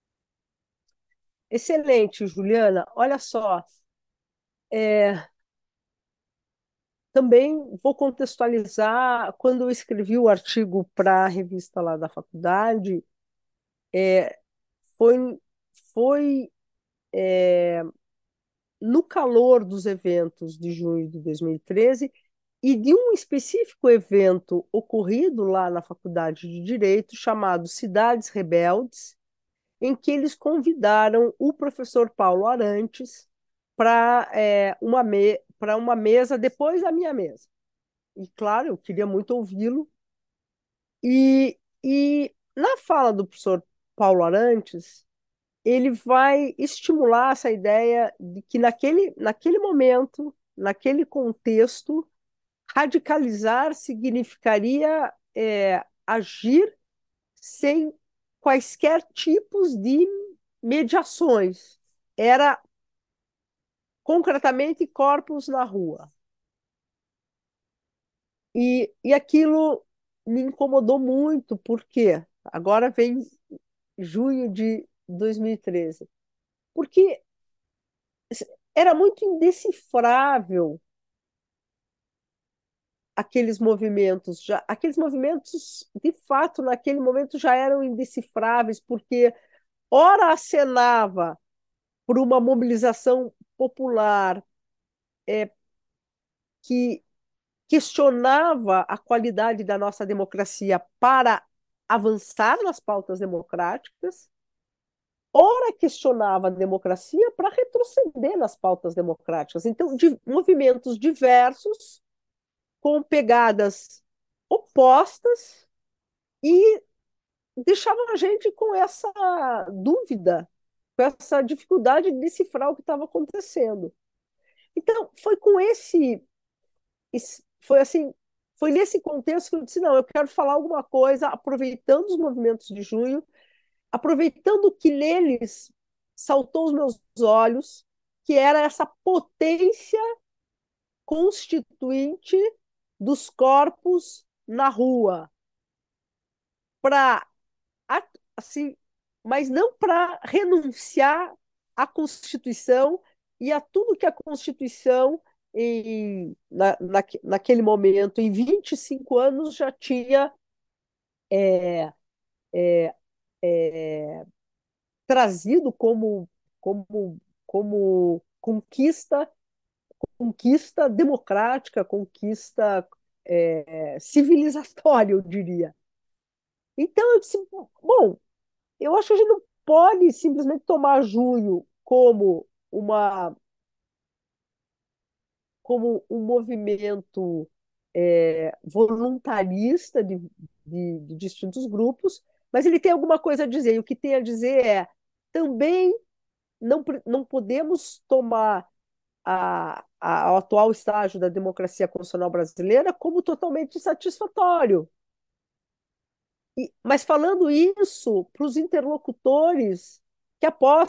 Excelente, Juliana. Olha só, é, também vou contextualizar. Quando eu escrevi o artigo para a revista lá da faculdade, foi, foi no calor dos eventos de junho de 2013 e de um específico evento ocorrido lá na Faculdade de Direito, chamado Cidades Rebeldes, em que eles convidaram o professor Paulo Arantes para uma mesa depois da minha mesa. E, claro, eu queria muito ouvi-lo. E na fala do professor Paulo Arantes, ele vai estimular essa ideia de que naquele momento, naquele contexto, radicalizar significaria agir sem quaisquer tipos de mediações. Era concretamente corpos na rua. E aquilo me incomodou muito, porque agora vem junho de 2013, porque era muito indecifrável aqueles movimentos, de fato, naquele momento já eram indecifráveis, porque ora acenava por uma mobilização popular que questionava a qualidade da nossa democracia para avançar nas pautas democráticas, ora questionava a democracia para retroceder nas pautas democráticas. Então, de movimentos diversos, com pegadas opostas, e deixavam a gente com essa dúvida, com essa dificuldade de decifrar o que estava acontecendo. Então, foi assim, foi nesse contexto que eu disse, não, eu quero falar alguma coisa aproveitando os movimentos de junho, aproveitando que neles saltou os meus olhos, que era essa potência constituinte dos corpos na rua, para assim, mas não para renunciar à Constituição e a tudo que a Constituição, naquele momento, em 25 anos, já tinha é, é, é, trazido como, como conquista democrática, conquista civilizatória, eu diria. Então, eu disse, bom, eu acho que a gente não pode simplesmente tomar junho como um movimento voluntarista de distintos grupos, mas ele tem alguma coisa a dizer. E o que tem a dizer é também não podemos tomar o atual estágio da democracia constitucional brasileira como totalmente satisfatório. Mas falando isso para os interlocutores que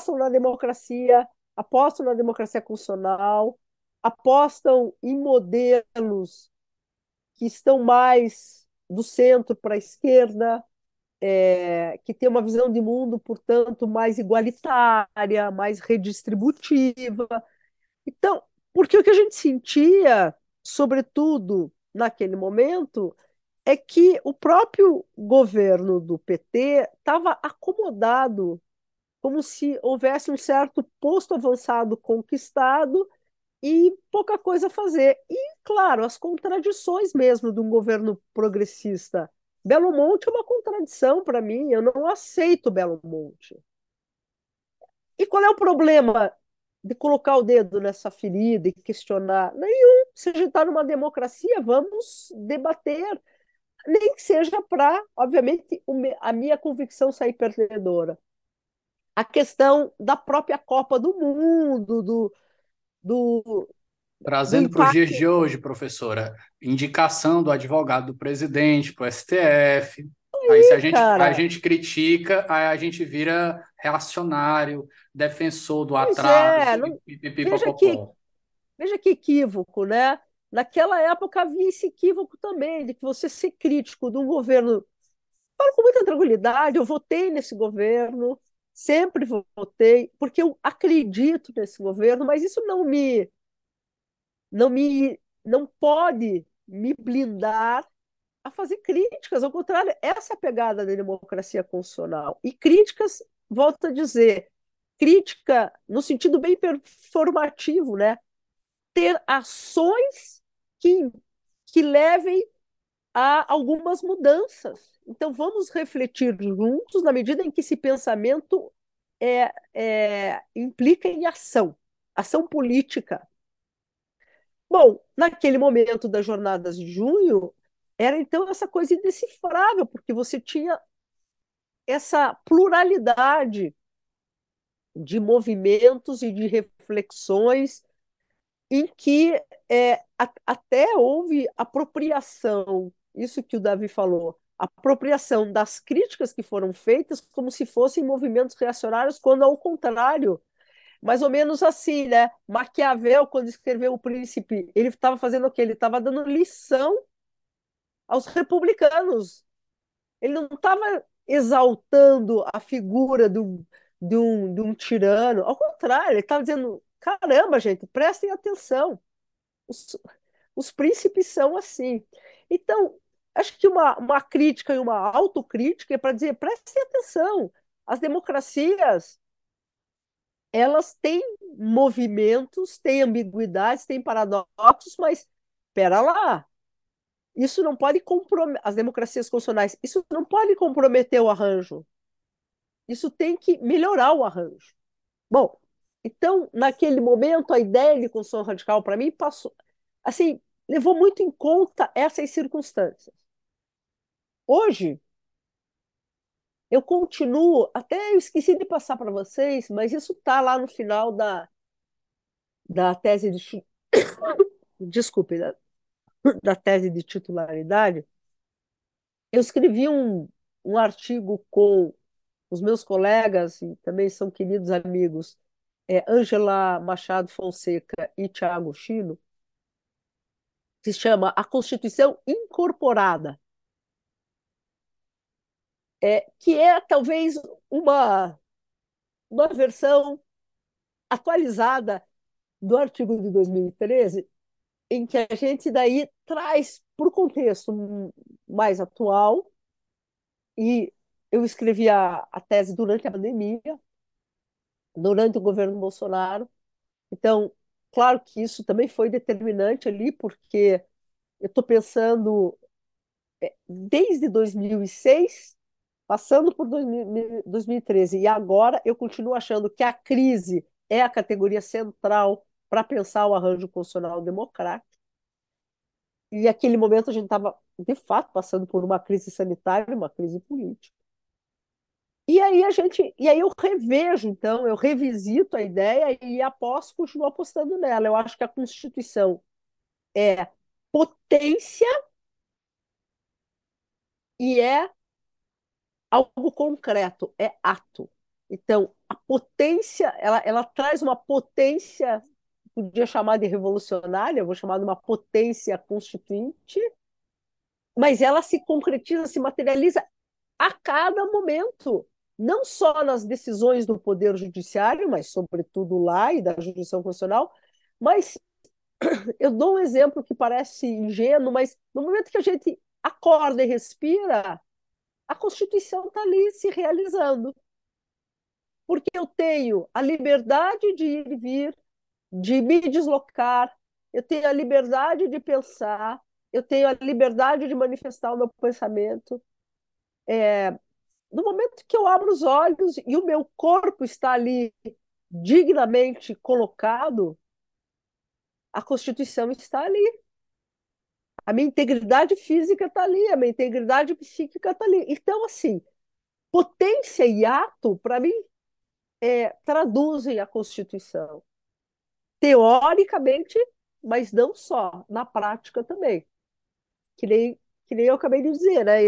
apostam na democracia constitucional, apostam em modelos que estão mais do centro para a esquerda, que tem uma visão de mundo, portanto, mais igualitária, mais redistributiva. Então, porque o que a gente sentia, sobretudo naquele momento, é que o próprio governo do PT estava acomodado como se houvesse um certo posto avançado conquistado e pouca coisa a fazer. E, claro, as contradições mesmo de um governo progressista. Belo Monte é uma contradição para mim, eu não aceito Belo Monte. E qual é o problema de colocar o dedo nessa ferida e questionar? Nenhum. Se a gente está numa democracia, vamos debater, nem que seja para, obviamente, a minha convicção sair perdedora. A questão da própria Copa do Mundo, do, do Trazendo para os dias impacto. de hoje, professora, indicação do advogado do presidente para o STF. Aí, se E, a cara, gente critica, aí a gente vira reacionário, defensor do pois atraso é, e veja que, pipipipopopó. veja que equívoco, né? Naquela época havia esse equívoco também, de que você ser crítico de um governo. Falo com muita tranquilidade, eu votei nesse governo, sempre votei, porque eu acredito nesse governo, mas isso não pode me blindar a fazer críticas. Ao contrário, essa é a pegada da democracia constitucional. E críticas, volto a dizer, crítica no sentido bem performativo, né? Ter ações que, que levem a algumas mudanças. Então, vamos refletir juntos na medida em que esse pensamento implica em ação, ação política. Bom, naquele momento das jornadas de junho, era então essa coisa indecifrável, porque você tinha essa pluralidade de movimentos e de reflexões em que até houve apropriação, isso que o Davi falou, apropriação das críticas que foram feitas como se fossem movimentos reacionários, quando ao contrário, mais ou menos assim, né? Maquiavel, quando escreveu O Príncipe, ele estava fazendo o quê? Ele estava dando lição aos republicanos. Ele não estava exaltando a figura de um tirano. Ao contrário, ele estava dizendo: caramba, gente, prestem atenção. Os, os príncipes são assim. Então, acho que uma crítica e uma autocrítica é para dizer: prestem atenção. As democracias, elas têm movimentos, têm ambiguidades, têm paradoxos, mas espera lá. Isso não pode comprometer as democracias constitucionais. Isso não pode comprometer o arranjo. Isso tem que melhorar o arranjo. Bom, então, naquele momento, a ideia de Constituição Radical, para mim, passou. Assim, levou muito em conta essas circunstâncias. Hoje, eu continuo, até eu esqueci de passar para vocês, mas isso está lá no final da tese de. Desculpe, da tese de titularidade. Eu escrevi um artigo com os meus colegas, e também são queridos amigos, Ângela Machado Fonseca e Tiago Chino, que se chama A Constituição Incorporada, que é talvez uma versão atualizada do artigo de 2013, em que a gente daí traz para o contexto mais atual, e eu escrevi a tese durante a pandemia, durante o governo Bolsonaro. Então, claro que isso também foi determinante ali, porque eu estou pensando desde 2006, passando por 2013, e agora eu continuo achando que a crise é a categoria central para pensar o arranjo constitucional democrático. E naquele momento a gente estava, de fato, passando por uma crise sanitária, uma crise política. E aí eu revejo, então, eu revisito a ideia e continuo apostando nela. Eu acho que a Constituição é potência e é algo concreto, é ato. Então, a potência, ela traz uma potência, podia chamar de revolucionária, eu vou chamar de uma potência constituinte, mas ela se concretiza, se materializa a cada momento, não só nas decisões do Poder Judiciário, mas sobretudo lá e da jurisdição constitucional, mas eu dou um exemplo que parece ingênuo, mas no momento que a gente acorda e respira, a Constituição está ali se realizando. porque eu tenho a liberdade de ir e vir, de me deslocar, eu tenho a liberdade de pensar, eu tenho a liberdade de manifestar o meu pensamento. No momento que eu abro os olhos e o meu corpo está ali dignamente colocado, a Constituição está ali. A minha integridade física está ali, a minha integridade psíquica está ali. Então, assim, potência e ato, para mim, traduzem a Constituição. Teoricamente, mas não só, na prática também. Que nem, que nem eu acabei de dizer, né?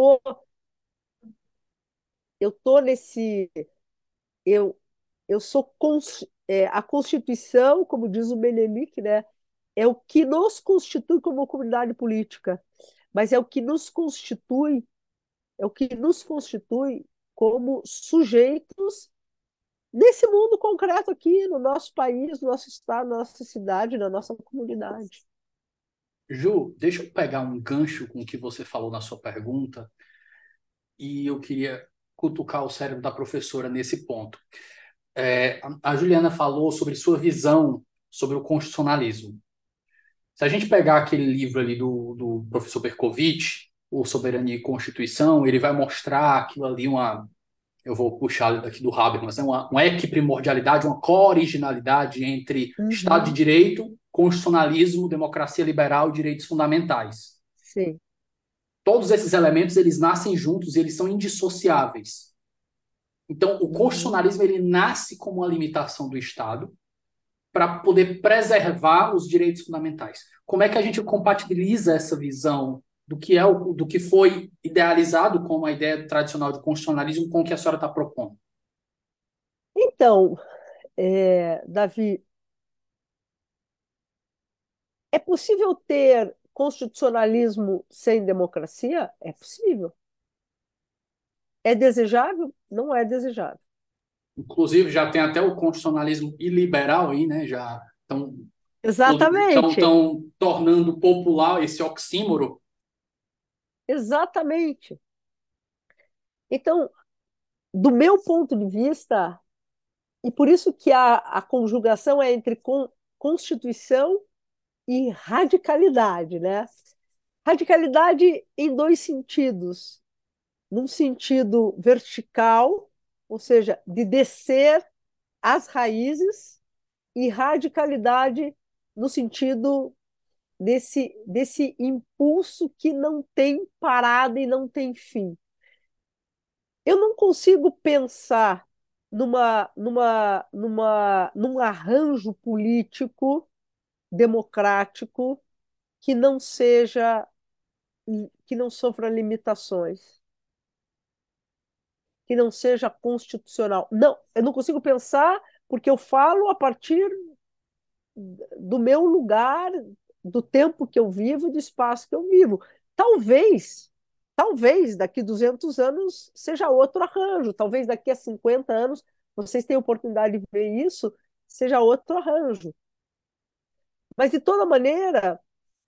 Eu tô nesse. Eu, eu sou. A Constituição, como diz o Menelik, né? É o que nos constitui como comunidade política, mas é o que nos constitui como sujeitos nesse mundo concreto aqui, no nosso país, no nosso estado, na nossa cidade, na nossa comunidade. Ju, deixa eu pegar um gancho com o que você falou na sua pergunta e eu queria cutucar o cérebro da professora nesse ponto. A Juliana falou sobre sua visão sobre o constitucionalismo. Se a gente pegar aquele livro ali do professor Berkovitch, O Soberania e Constituição, ele vai mostrar aquilo ali eu vou puxar aqui do Habermas, né? Uma equiprimordialidade, uma co-originalidade entre Estado de Uhum, Direito, constitucionalismo, democracia liberal e direitos fundamentais. sim. Todos esses elementos, eles nascem juntos e eles são indissociáveis. Então, o Uhum. constitucionalismo, ele nasce como uma limitação do Estado para poder preservar os direitos fundamentais. Como é que a gente compatibiliza essa visão do que foi idealizado como a ideia tradicional de constitucionalismo com o que a senhora está propondo? Então, Davi, é possível ter constitucionalismo sem democracia? É possível. É desejável? Não é desejável. Inclusive, já tem até o constitucionalismo iliberal aí, né? Já Exatamente, estão tornando popular esse oxímoro. exatamente. Então, do meu ponto de vista, e por isso que a conjugação é entre constituição e radicalidade, né? Radicalidade em dois sentidos. Num sentido vertical, ou seja, de descer às raízes, e radicalidade no sentido desse impulso que não tem parada e não tem fim. Eu não consigo pensar num arranjo político democrático que não seja, que não sofra limitações, que não seja constitucional. Não, eu não consigo pensar porque eu falo a partir do meu lugar, do tempo que eu vivo, do espaço que eu vivo. Talvez, talvez daqui 200 anos seja outro arranjo, talvez daqui a 50 anos vocês tenham oportunidade de ver isso, seja outro arranjo. Mas, de toda maneira,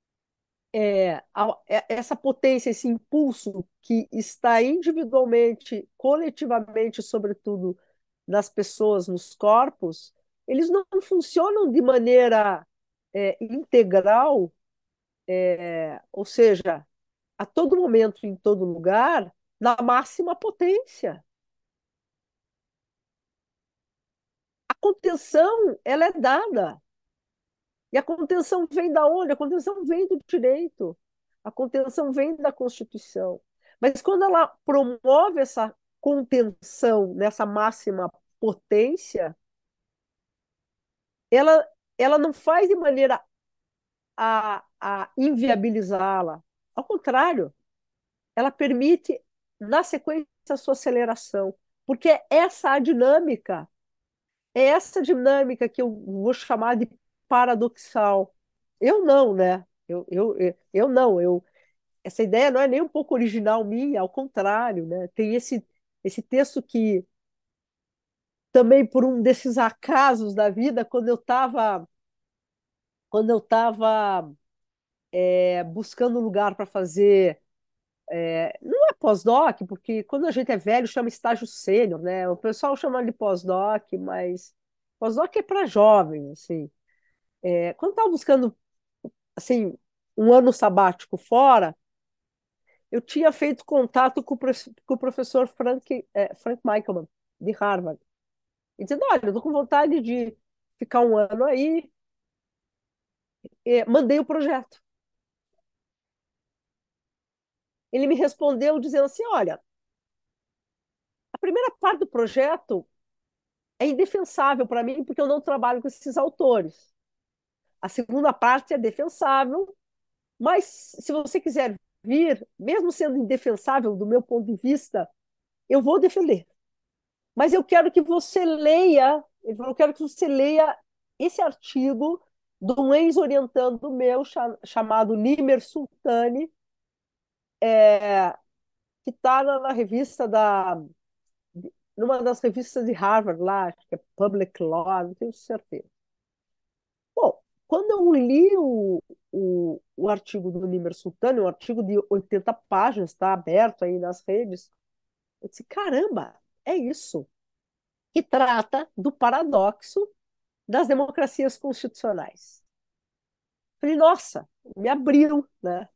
essa potência, esse impulso que está individualmente, coletivamente, sobretudo nas pessoas, nos corpos, eles não funcionam de maneira integral, ou seja, a todo momento, em todo lugar, na máxima potência. A contenção, ela é dada. E a contenção vem da onde? A contenção vem do direito. A contenção vem da Constituição. Mas quando ela promove essa contenção nessa máxima potência, ela, ela não faz de maneira a inviabilizá-la. Ao contrário, ela permite, na sequência, a sua aceleração. Porque é essa dinâmica que eu vou chamar de paradoxal. Eu não, né? Eu não, essa ideia não é nem um pouco original minha, ao contrário, né? Tem esse texto que, também por um desses acasos da vida, quando eu estava buscando um lugar para fazer, não é pós-doc, porque quando a gente é velho chama estágio sênior, né? O pessoal chama de pós-doc, mas pós-doc é para jovens, assim. Quando estava buscando, assim, um ano sabático fora, eu tinha feito contato com o professor Frank Michelman, de Harvard, e dizendo, olha, eu estou com vontade de ficar um ano aí, mandei o projeto. Ele me respondeu dizendo assim, olha, a primeira parte do projeto é indefensável para mim, porque eu não trabalho com esses autores. A segunda parte é defensável, mas se você quiser vir, mesmo sendo indefensável do meu ponto de vista, eu vou defender. Mas eu quero que você leia, ele falou, eu quero que você leia esse artigo de um ex-orientando meu chamado Nimer Sultani, que está na revista numa das revistas de Harvard lá, acho que é Public Law, não tenho certeza. Bom, quando eu li o artigo do Nimer Sultani, um artigo de 80 páginas, está aberto aí nas redes, eu disse, caramba, é isso. Que trata do paradoxo das democracias constitucionais. Falei, nossa, me abriu, né?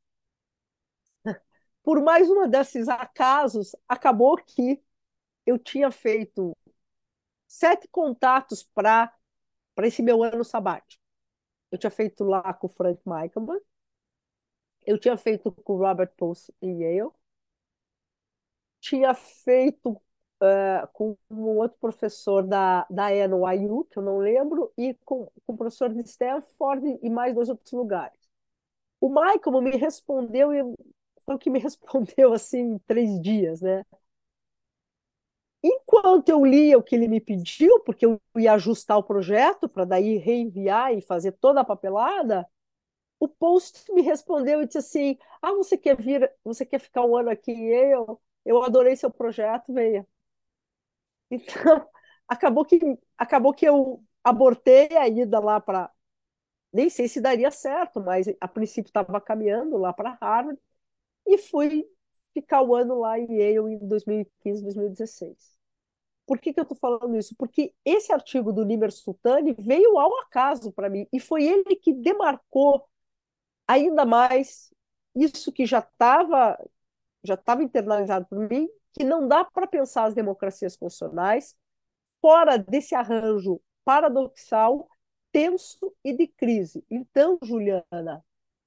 Por mais um desses acasos, acabou que eu tinha feito 7 contatos para esse meu ano sabático. Eu tinha feito lá com o Frank Michelman, eu tinha feito com o Robert Post em Yale, tinha feito com um outro professor da NYU, que eu não lembro, e com o professor de Stanford e mais 2 outros lugares. O Michael me respondeu, e foi o que me respondeu assim em 3 dias, né? Enquanto eu lia o que ele me pediu, porque eu ia ajustar o projeto para daí reenviar e fazer toda a papelada, o Post me respondeu e disse assim: Ah, você quer vir, você quer ficar um ano aqui? Eu adorei seu projeto, venha. Então, acabou que eu abortei a ida lá para. Nem sei se daria certo, mas a princípio estava caminhando lá para Harvard e fui ficar o ano lá em Yale em 2015, 2016. Por que eu estou falando isso? Porque esse artigo do Nimer Sultani veio ao acaso para mim e foi ele que demarcou ainda mais isso que já estava internalizado por mim, que não dá para pensar as democracias constitucionais fora desse arranjo paradoxal, tenso e de crise. Então, Juliana,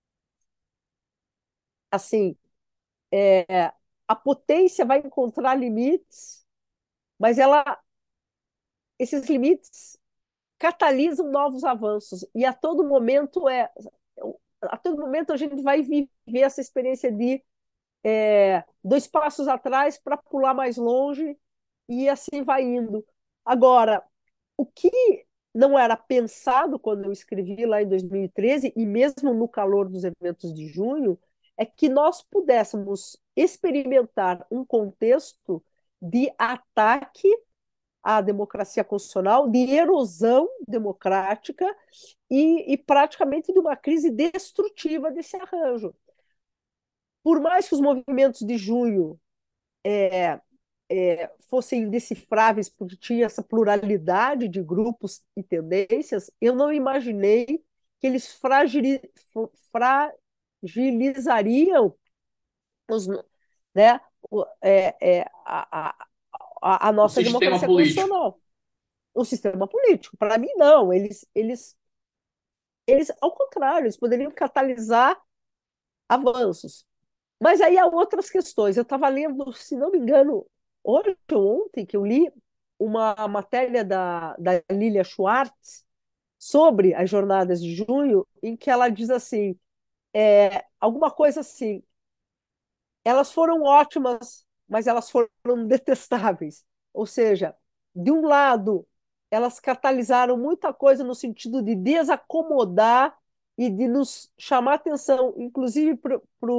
assim, a potência vai encontrar limites, mas esses limites catalisam novos avanços e a todo momento a gente vai viver essa experiência de 2 passos atrás para pular mais longe e assim vai indo. Agora, o que não era pensado quando eu escrevi lá em 2013, e mesmo no calor dos eventos de junho, é que nós pudéssemos experimentar um contexto de ataque à democracia constitucional, de erosão democrática e praticamente de uma crise destrutiva desse arranjo. Por mais que os movimentos de junho fossem indecifráveis, porque tinha essa pluralidade de grupos e tendências, eu não imaginei que eles fragilizariam os, né, a O nossa sistema democracia político. constitucional, o sistema político. Para mim, não. Eles, ao contrário, eles poderiam catalisar avanços. Mas aí há outras questões. Eu estava lendo, se não me engano, hoje ou ontem, que eu li uma matéria da Lilia Schwartz sobre as jornadas de junho, em que ela diz assim, alguma coisa assim, elas foram ótimas, mas elas foram detestáveis. Ou seja, de um lado, elas catalisaram muita coisa no sentido de desacomodar e de nos chamar atenção, inclusive para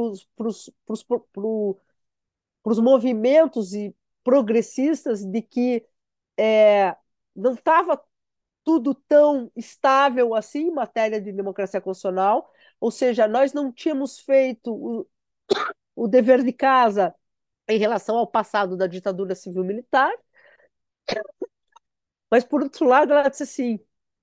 os movimentos e progressistas, de que não estava tudo tão estável assim em matéria de democracia constitucional, ou seja, nós não tínhamos feito o dever de casa em relação ao passado da ditadura civil-militar, mas, por outro lado, ela disse assim: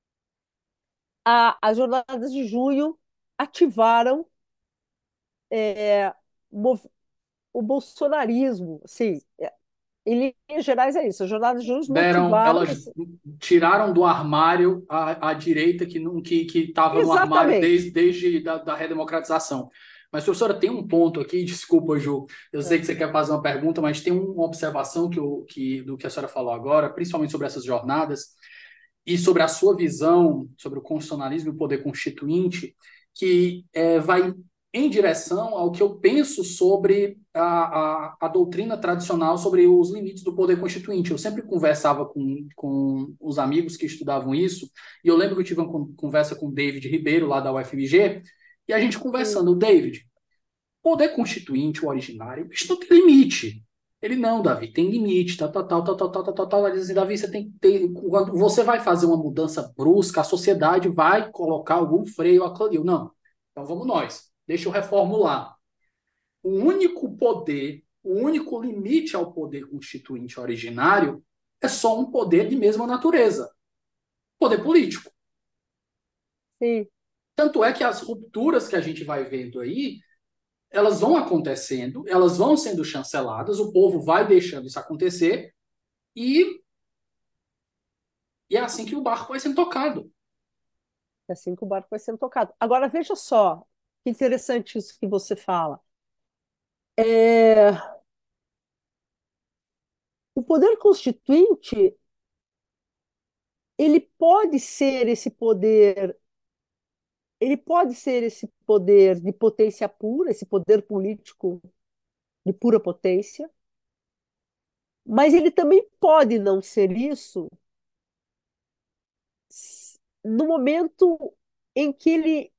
as jornadas de junho ativaram é, mov- o bolsonarismo. Assim, em linhas gerais, é isso. As jornadas de junho motivaram. Elas tiraram do armário a direita que não que estava no armário Exatamente. desde da redemocratização. Mas, professora, tem um ponto aqui, desculpa, Ju, eu sei É, que você quer fazer uma pergunta, mas tem uma observação do que a senhora falou agora, principalmente sobre essas jornadas, e sobre a sua visão sobre o constitucionalismo e o poder constituinte, que vai em direção ao que eu penso sobre a doutrina tradicional sobre os limites do poder constituinte. Eu sempre conversava com os amigos que estudavam isso, e eu lembro que eu tive uma conversa com o David Ribeiro, lá da UFMG, e a gente sim, conversando, o David, o poder constituinte, o originário, isso não tem limite. Ele não, Davi, tem limite, tal, tal, tal, tal, tal, tal, tal, tal, tal. Ele diz assim, Davi, você tem que ter, quando você vai fazer uma mudança brusca, a sociedade vai colocar algum freio a Clanil. Não. Então vamos nós. Deixa eu reformular. O único poder, o único limite ao poder constituinte originário é só um poder de mesma natureza, poder político. sim, Tanto é que as rupturas que a gente vai vendo aí, elas vão acontecendo, elas vão sendo chanceladas, o povo vai deixando isso acontecer e, e é assim que o barco vai sendo tocado. é assim que o barco vai sendo tocado. Agora, veja só, que interessante isso que você fala. É, o poder constituinte, ele pode ser esse poder, ele pode ser esse poder de potência pura, esse poder político de pura potência, mas ele também pode não ser isso no momento em que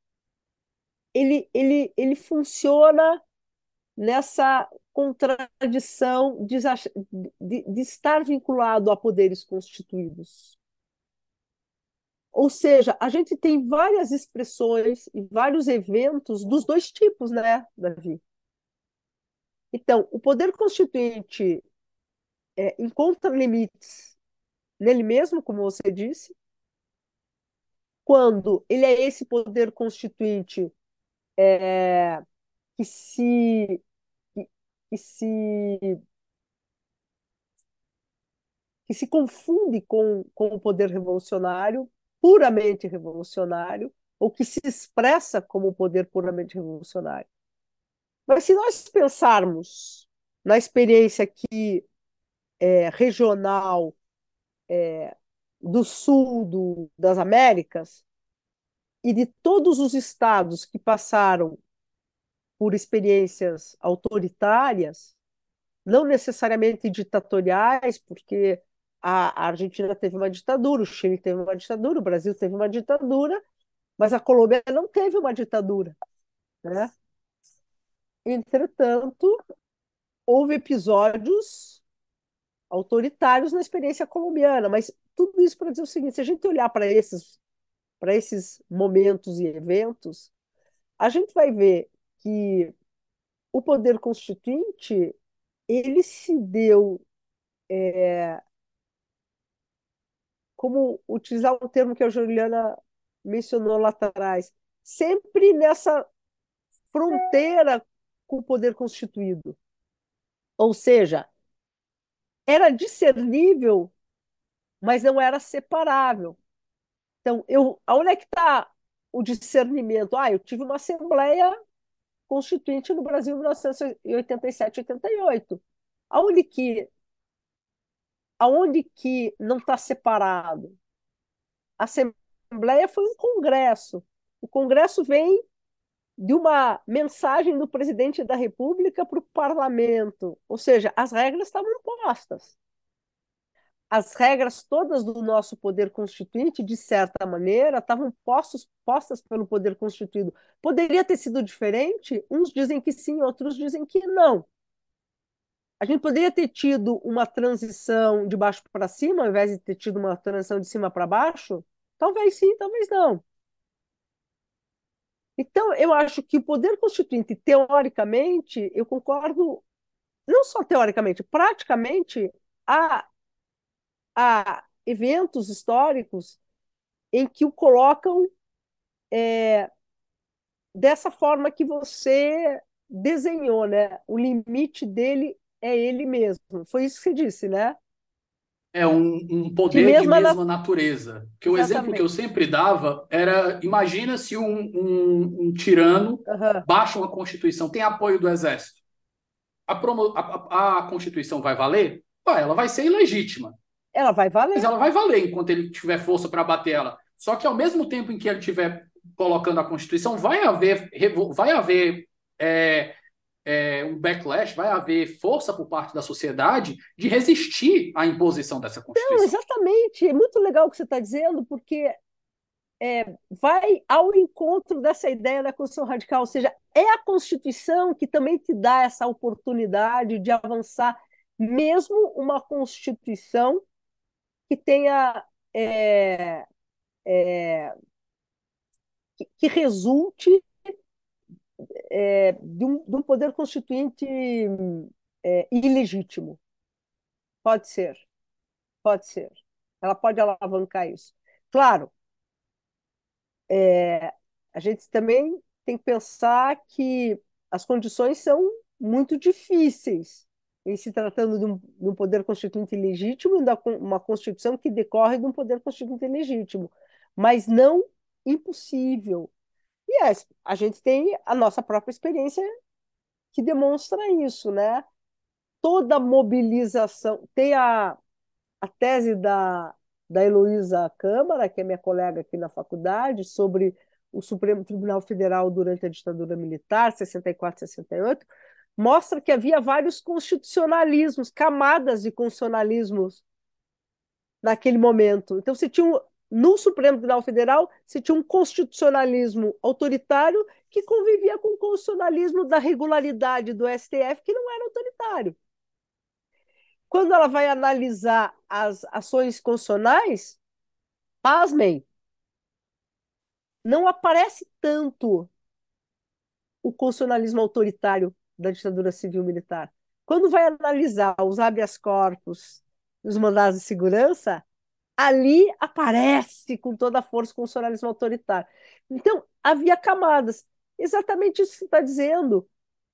ele funciona nessa contradição de estar vinculado a poderes constituídos. Ou seja, a gente tem várias expressões e vários eventos dos dois tipos, né, Davi? Então, o poder constituinte encontra limites nele mesmo, como você disse, quando ele é esse poder constituinte que se, que, que se, que se confunde com o poder revolucionário, puramente revolucionário, ou que se expressa como o poder puramente revolucionário. Mas se nós pensarmos na experiência aqui regional do sul das Américas e de todos os estados que passaram por experiências autoritárias, não necessariamente ditatoriais, porque a Argentina teve uma ditadura, o Chile teve uma ditadura, o Brasil teve uma ditadura, mas a Colômbia não teve uma ditadura, né? Entretanto, houve episódios autoritários na experiência colombiana, mas tudo isso para dizer o seguinte: se a gente olhar para esses momentos e eventos, a gente vai ver que o poder constituinte ele se deu, como utilizar um termo que a Juliana mencionou lá atrás, sempre nessa fronteira com o poder constituído. Ou seja, era discernível, mas não era separável. Então, aonde é que está o discernimento? Eu tive uma Assembleia Constituinte no Brasil em 1987, 88. Aonde que, aonde que não está separado? A Assembleia foi um congresso. O congresso vem de uma mensagem do presidente da República para o parlamento. Ou seja, as regras estavam postas. As regras todas do nosso poder constituinte, de certa maneira, estavam postas pelo poder constituído. Poderia ter sido diferente? Uns dizem que sim, outros dizem que não. A gente poderia ter tido uma transição de baixo para cima, ao invés de ter tido uma transição de cima para baixo? Talvez sim, talvez não. Então, eu acho que o poder constituinte, teoricamente, eu concordo não só teoricamente, praticamente, há, há eventos históricos em que o colocam dessa forma que você desenhou, né? O limite dele é ele mesmo. Foi isso que você disse, né? É um Que poder de mesmo ela... mesma natureza. Que o exemplo que eu Exatamente. sempre dava era: imagina se um tirano Aham. baixa uma Constituição, tem apoio do Exército. A Constituição vai valer? Vai, ela vai ser ilegítima, Ela vai mas valer. ela vai valer enquanto ele tiver força para bater ela. Só que ao mesmo tempo em que ele estiver colocando a Constituição, vai haver é, um backlash, vai haver força por parte da sociedade de resistir à imposição dessa Não, Constituição. exatamente. É muito legal o que você está dizendo, porque vai ao encontro dessa ideia da Constituição radical, ou seja, é a Constituição que também te dá essa oportunidade de avançar, mesmo uma Constituição que tenha é, que resulte de um poder constituinte ilegítimo. Pode ser, pode ser. Ela pode alavancar isso. Claro, a gente também tem que pensar que as condições são muito difíceis em se tratando de um poder constituinte legítimo e uma Constituição que decorre de um poder constituinte legítimo, mas não impossível. E a gente tem a nossa própria experiência que demonstra isso, né? Toda mobilização. Tem a tese da Heloísa Câmara, que é minha colega aqui na faculdade, sobre o Supremo Tribunal Federal durante a ditadura militar, 64, 68, mostra que havia vários constitucionalismos, camadas de constitucionalismos naquele momento. Então, no Supremo Tribunal Federal, se tinha um constitucionalismo autoritário que convivia com o constitucionalismo da regularidade do STF, que não era autoritário. Quando ela vai analisar as ações constitucionais, pasmem, não aparece tanto o constitucionalismo autoritário da ditadura civil-militar. Quando vai analisar os habeas corpus, os mandados de segurança, ali aparece com toda a força o constitucionalismo autoritário. Então, havia camadas. Exatamente isso que você está dizendo.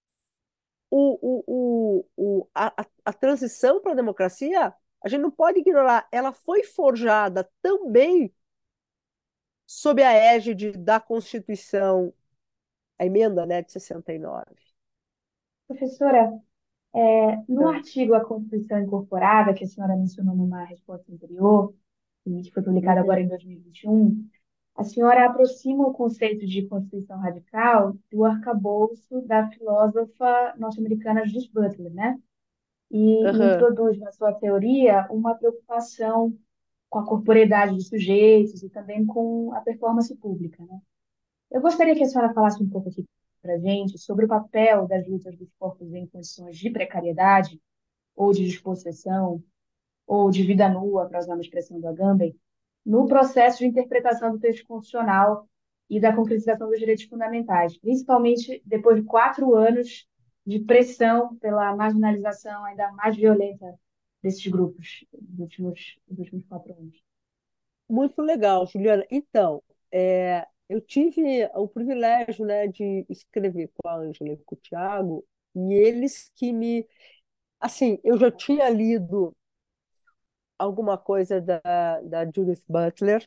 A transição para a democracia, a gente não pode ignorar, ela foi forjada também sob a égide da Constituição, a emenda, né, de 69. Professora, no artigo A Constituição Incorporada, que a senhora mencionou numa resposta anterior, e que foi publicado agora Uhum. em 2021, a senhora aproxima o conceito de Constituição Radical do arcabouço da filósofa norte-americana Judith Butler, né? E Uhum. introduz na sua teoria uma preocupação com a corporeidade dos sujeitos e também com a performance pública, né? Eu gostaria que a senhora falasse um pouco aqui para a gente sobre o papel das lutas dos corpos em condições de precariedade ou de dispossessão ou de vida nua, para usar uma expressão do Agamben, no processo de interpretação do texto constitucional e da concretização dos direitos fundamentais, principalmente depois de 4 anos de pressão pela marginalização ainda mais violenta desses grupos nos últimos 4 anos. Muito legal, Juliana. Então, eu tive o privilégio, né, de escrever com a Ângela e com o Tiago, e eles que me. Assim, eu já tinha lido alguma coisa da Judith Butler,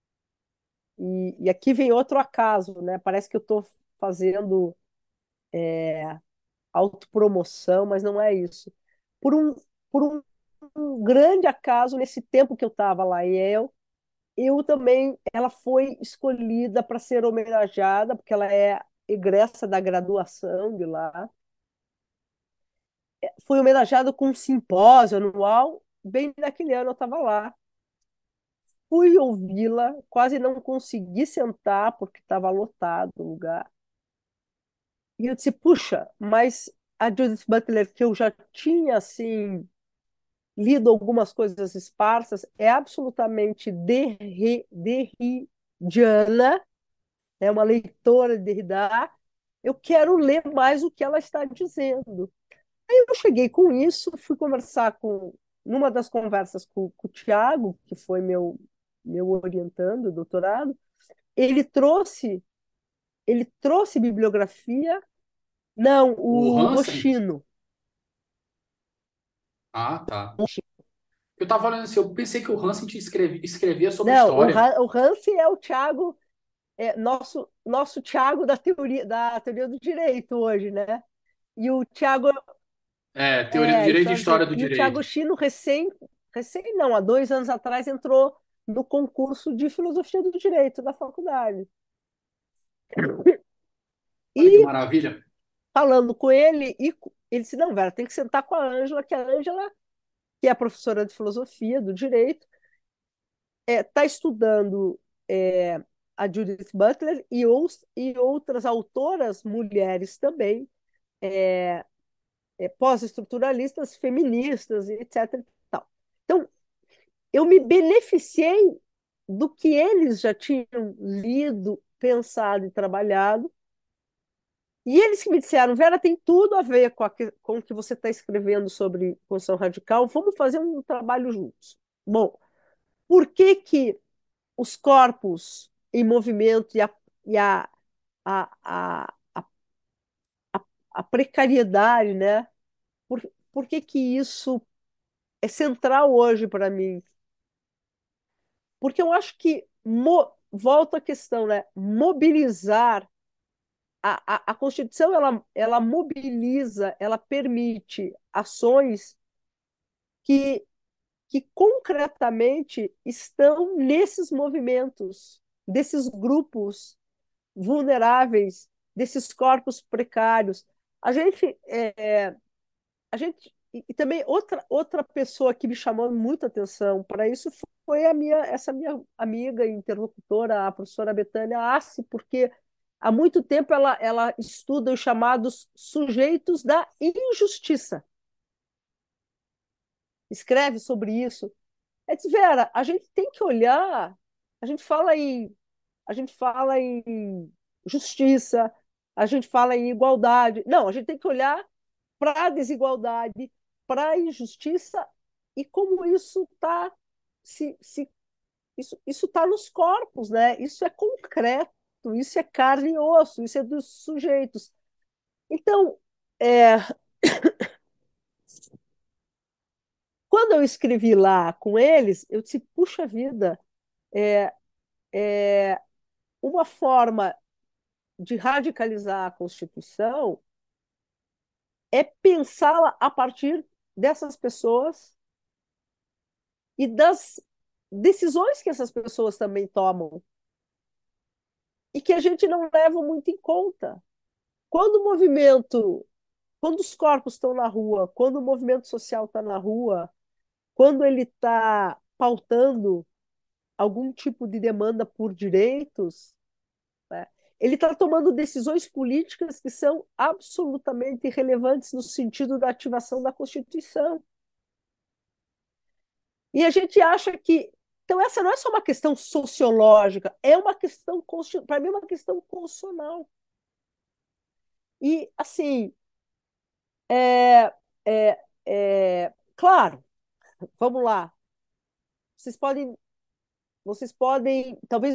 e aqui vem outro acaso, né? Parece que eu estou fazendo autopromoção, mas não é isso. Por um, por um grande acaso, nesse tempo que eu estava lá em Yale, eu também, ela foi escolhida para ser homenageada, porque ela é egressa da graduação de lá. Foi homenageada com um simpósio anual, bem naquele ano eu estava lá. Fui ouvi-la, quase não consegui sentar, porque estava lotado o lugar. E eu disse, puxa, mas a Judith Butler, que eu já tinha, assim, lido algumas coisas esparsas, é absolutamente derridiana, é uma leitora de Derrida. Eu quero ler mais o que ela está dizendo. Eu cheguei com isso, fui conversar numa das conversas com o Tiago, que foi meu orientando, o doutorado, ele trouxe, ele trouxe bibliografia, não, O o Hansen? Hoshino. Ah, tá. Eu tava olhando assim, eu pensei que o Hansen escrevia sobre Não, história. O Hansen é o Tiago, nosso Tiago da teoria do direito hoje, né? E o Tiago, É, teoria do direito e história do e o Tiago direito. Chino recém não, há 2 anos atrás entrou no concurso de filosofia do direito da faculdade. Olha que E maravilha. falando com ele, ele disse, não, Vera, tem que sentar com a Ângela, que a Ângela, que é a professora de filosofia do direito, está estudando é, a Judith Butler e outras autoras mulheres também, pós-estruturalistas, feministas, etc. E tal. Então, eu me beneficiei do que eles já tinham lido, pensado e trabalhado. E eles que me disseram, Vera, tem tudo a ver com o que você está escrevendo sobre construção radical, vamos fazer um trabalho juntos. Bom, por que que os corpos em movimento e a, a, a, a precariedade, né? Por que que isso é central hoje para mim? Porque eu acho que, volta à questão, né? Mobilizar a Constituição, ela mobiliza, ela permite ações que, que concretamente estão nesses movimentos, desses grupos vulneráveis, desses corpos precários. A gente, e também outra pessoa que me chamou muita atenção para isso foi essa minha amiga e interlocutora, a professora Betânia Assi, porque há muito tempo ela estuda os chamados sujeitos da injustiça. Escreve sobre isso. É diz, Vera, a gente tem que olhar, a gente fala em, a gente fala em justiça, a gente fala em igualdade. Não, a gente tem que olhar para a desigualdade, para a injustiça e como isso está isso está nos corpos, né? Isso é concreto, isso é carne e osso, isso é dos sujeitos. Então, é, quando eu escrevi lá com eles, eu disse, puxa vida, é, é uma forma de radicalizar a Constituição é pensá-la a partir dessas pessoas e das decisões que essas pessoas também tomam e que a gente não leva muito em conta. Quando o movimento, quando os corpos estão na rua, quando o movimento social está na rua, quando ele está pautando algum tipo de demanda por direitos, né, ele está tomando decisões políticas que são absolutamente relevantes no sentido da ativação da Constituição. E a gente acha que. Então, essa não é só uma questão sociológica, é uma questão, para mim, é uma questão constitucional. E, assim, é, claro, vamos lá. Vocês podem, talvez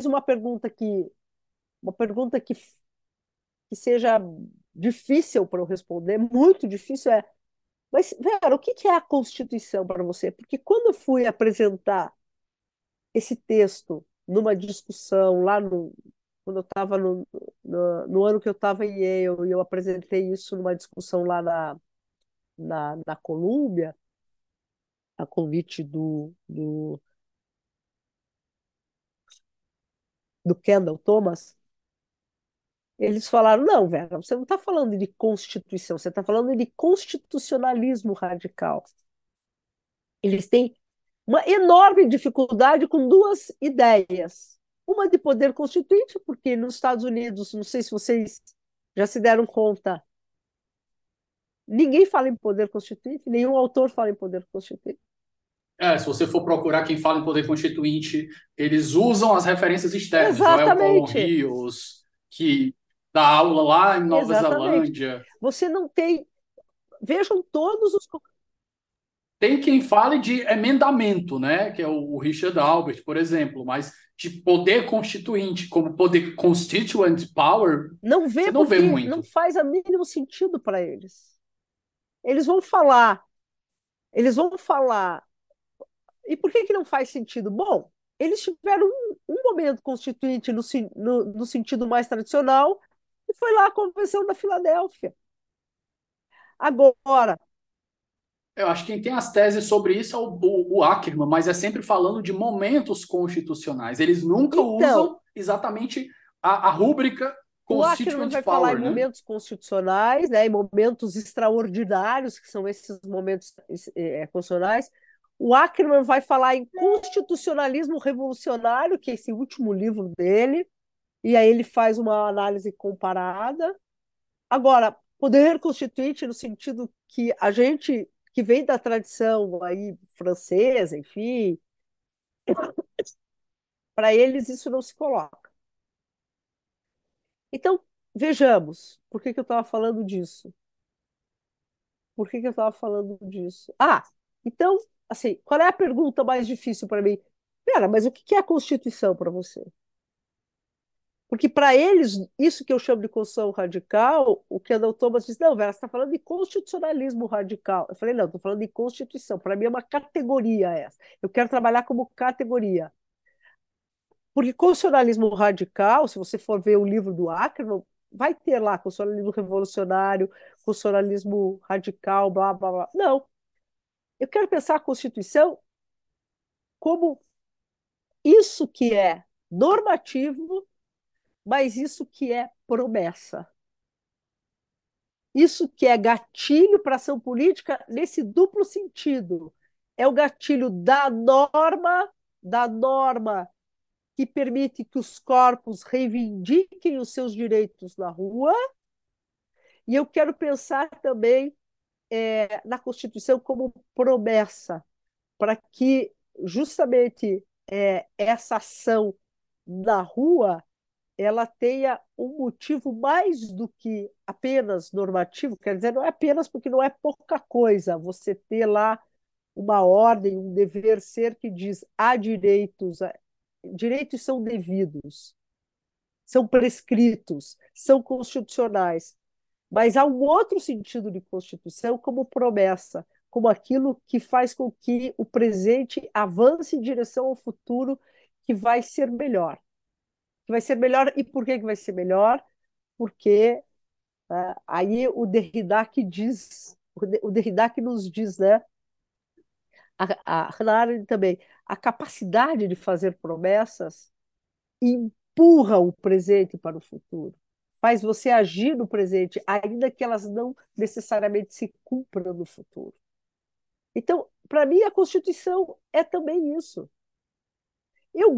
uma pergunta que seja difícil para eu responder, muito difícil mas, Vera, o que é a Constituição para você? Porque quando eu fui apresentar esse texto numa discussão quando eu estava no ano que eu estava em Yale, e eu apresentei isso numa discussão lá na Colômbia, a convite do Kendall Thomas, eles falaram, não, Vera, você não está falando de Constituição, você está falando de constitucionalismo radical. Eles têm uma enorme dificuldade com duas ideias. Uma de poder constituinte, porque nos Estados Unidos, não sei se vocês já se deram conta, ninguém fala em poder constituinte, nenhum autor fala em poder constituinte. É, se você for procurar quem fala em poder constituinte, eles usam as referências externas. Joel Colon Exatamente, Rios, que dá aula lá em Nova exatamente. Zelândia. Você não tem. vejam todos os. Tem quem fale de emendamento, né? Que é o Richard Albert, por exemplo, mas de poder constituinte, como poder constituent power, Não você vê não vê porque não muito. faz o mínimo sentido para eles. Eles vão falar, eles vão falar. E por que que não faz sentido? Bom, eles tiveram um momento constituinte no sentido mais tradicional, e foi lá a Convenção da Filadélfia. Agora, Eu acho que quem tem as teses sobre isso é o Ackerman, mas é sempre falando de momentos constitucionais. Eles nunca então, usam exatamente a rúbrica o Ackerman constituent vai falar em power, né? momentos constitucionais, né, em momentos extraordinários, que são esses momentos constitucionais. O Ackerman vai falar em constitucionalismo revolucionário, que é esse último livro dele, e aí ele faz uma análise comparada. Agora, poder constituinte no sentido que a gente que vem da tradição aí francesa, enfim, para eles isso não se coloca. Então, vejamos, por que que eu estava falando disso? Por que que eu estava falando disso? Ah, então, assim, qual é a pergunta mais difícil para mim? Pera, mas o que que é a Constituição para você? Porque para eles, isso que eu chamo de Constituição radical, o Kendall Thomas diz, não, Vera, você está falando de constitucionalismo radical. Eu falei, não, estou falando de Constituição. Para mim é uma categoria essa. Eu quero trabalhar como categoria. Porque constitucionalismo radical, se você for ver o livro do Ackerman, vai ter lá constitucionalismo revolucionário, constitucionalismo radical, blá, blá, blá. Não. Eu quero pensar a Constituição como isso que é normativo, mas isso que é promessa. Isso que é gatilho para ação política nesse duplo sentido. É o gatilho da norma que permite que os corpos reivindiquem os seus direitos na rua, e eu quero pensar também na Constituição como promessa, para que justamente essa ação na rua ela tenha um motivo mais do que apenas normativo, quer dizer, não é apenas porque não é pouca coisa você ter lá uma ordem, um dever ser que diz há direitos, direitos são devidos, são prescritos, são constitucionais, mas há um outro sentido de Constituição como promessa, como aquilo que faz com que o presente avance em direção ao futuro que vai ser melhor. Que vai ser melhor, e por que vai ser melhor? Porque aí o Derrida que diz, o Derrida que nos diz, né? A Hannah Arendt também, a capacidade de fazer promessas empurra o presente para o futuro. Faz você agir no presente, ainda que elas não necessariamente se cumpram no futuro. Então, para mim, a Constituição é também isso. Eu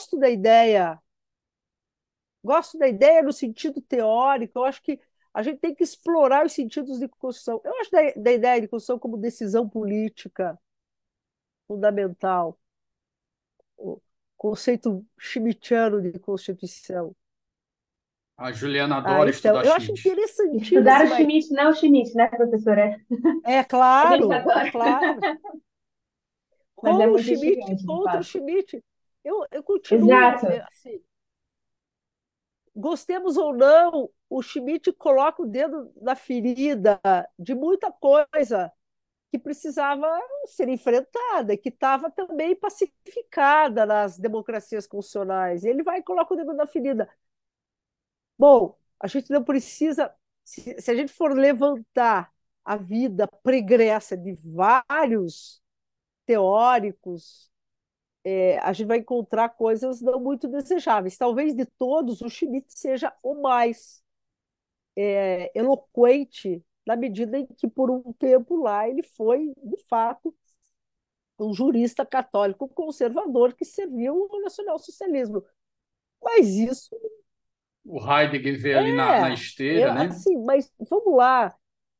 gosto da ideia no sentido teórico, eu acho que a gente tem que explorar os sentidos de Constituição. Eu acho da ideia de Constituição como decisão política fundamental, o conceito schmittiano de Constituição. A Juliana Ah, adora então, estudar eu acho Schmidt. Estudar o interessantíssima. Schmitt, não o Schmitt, né, professora? É A gente claro, é adora. claro. Mas é Com o muito Schmitt, instigante, de contra o fato. Schmitt. Eu continuo, Exato. assim, gostemos ou não, o Schmitt coloca o dedo na ferida de muita coisa que precisava ser enfrentada, que estava também pacificada nas democracias constitucionais. Ele vai e coloca o dedo na ferida. Bom, a gente não precisa, se a gente for levantar a vida pregressa de vários teóricos, a gente vai encontrar coisas não muito desejáveis. Talvez de todos, o Schmitt seja o mais eloquente, na medida em que, por um tempo lá, ele foi, de fato, um jurista católico conservador que serviu o nacionalsocialismo. Mas isso O Heidegger vê ali na esteira, né? assim, mas vamos lá,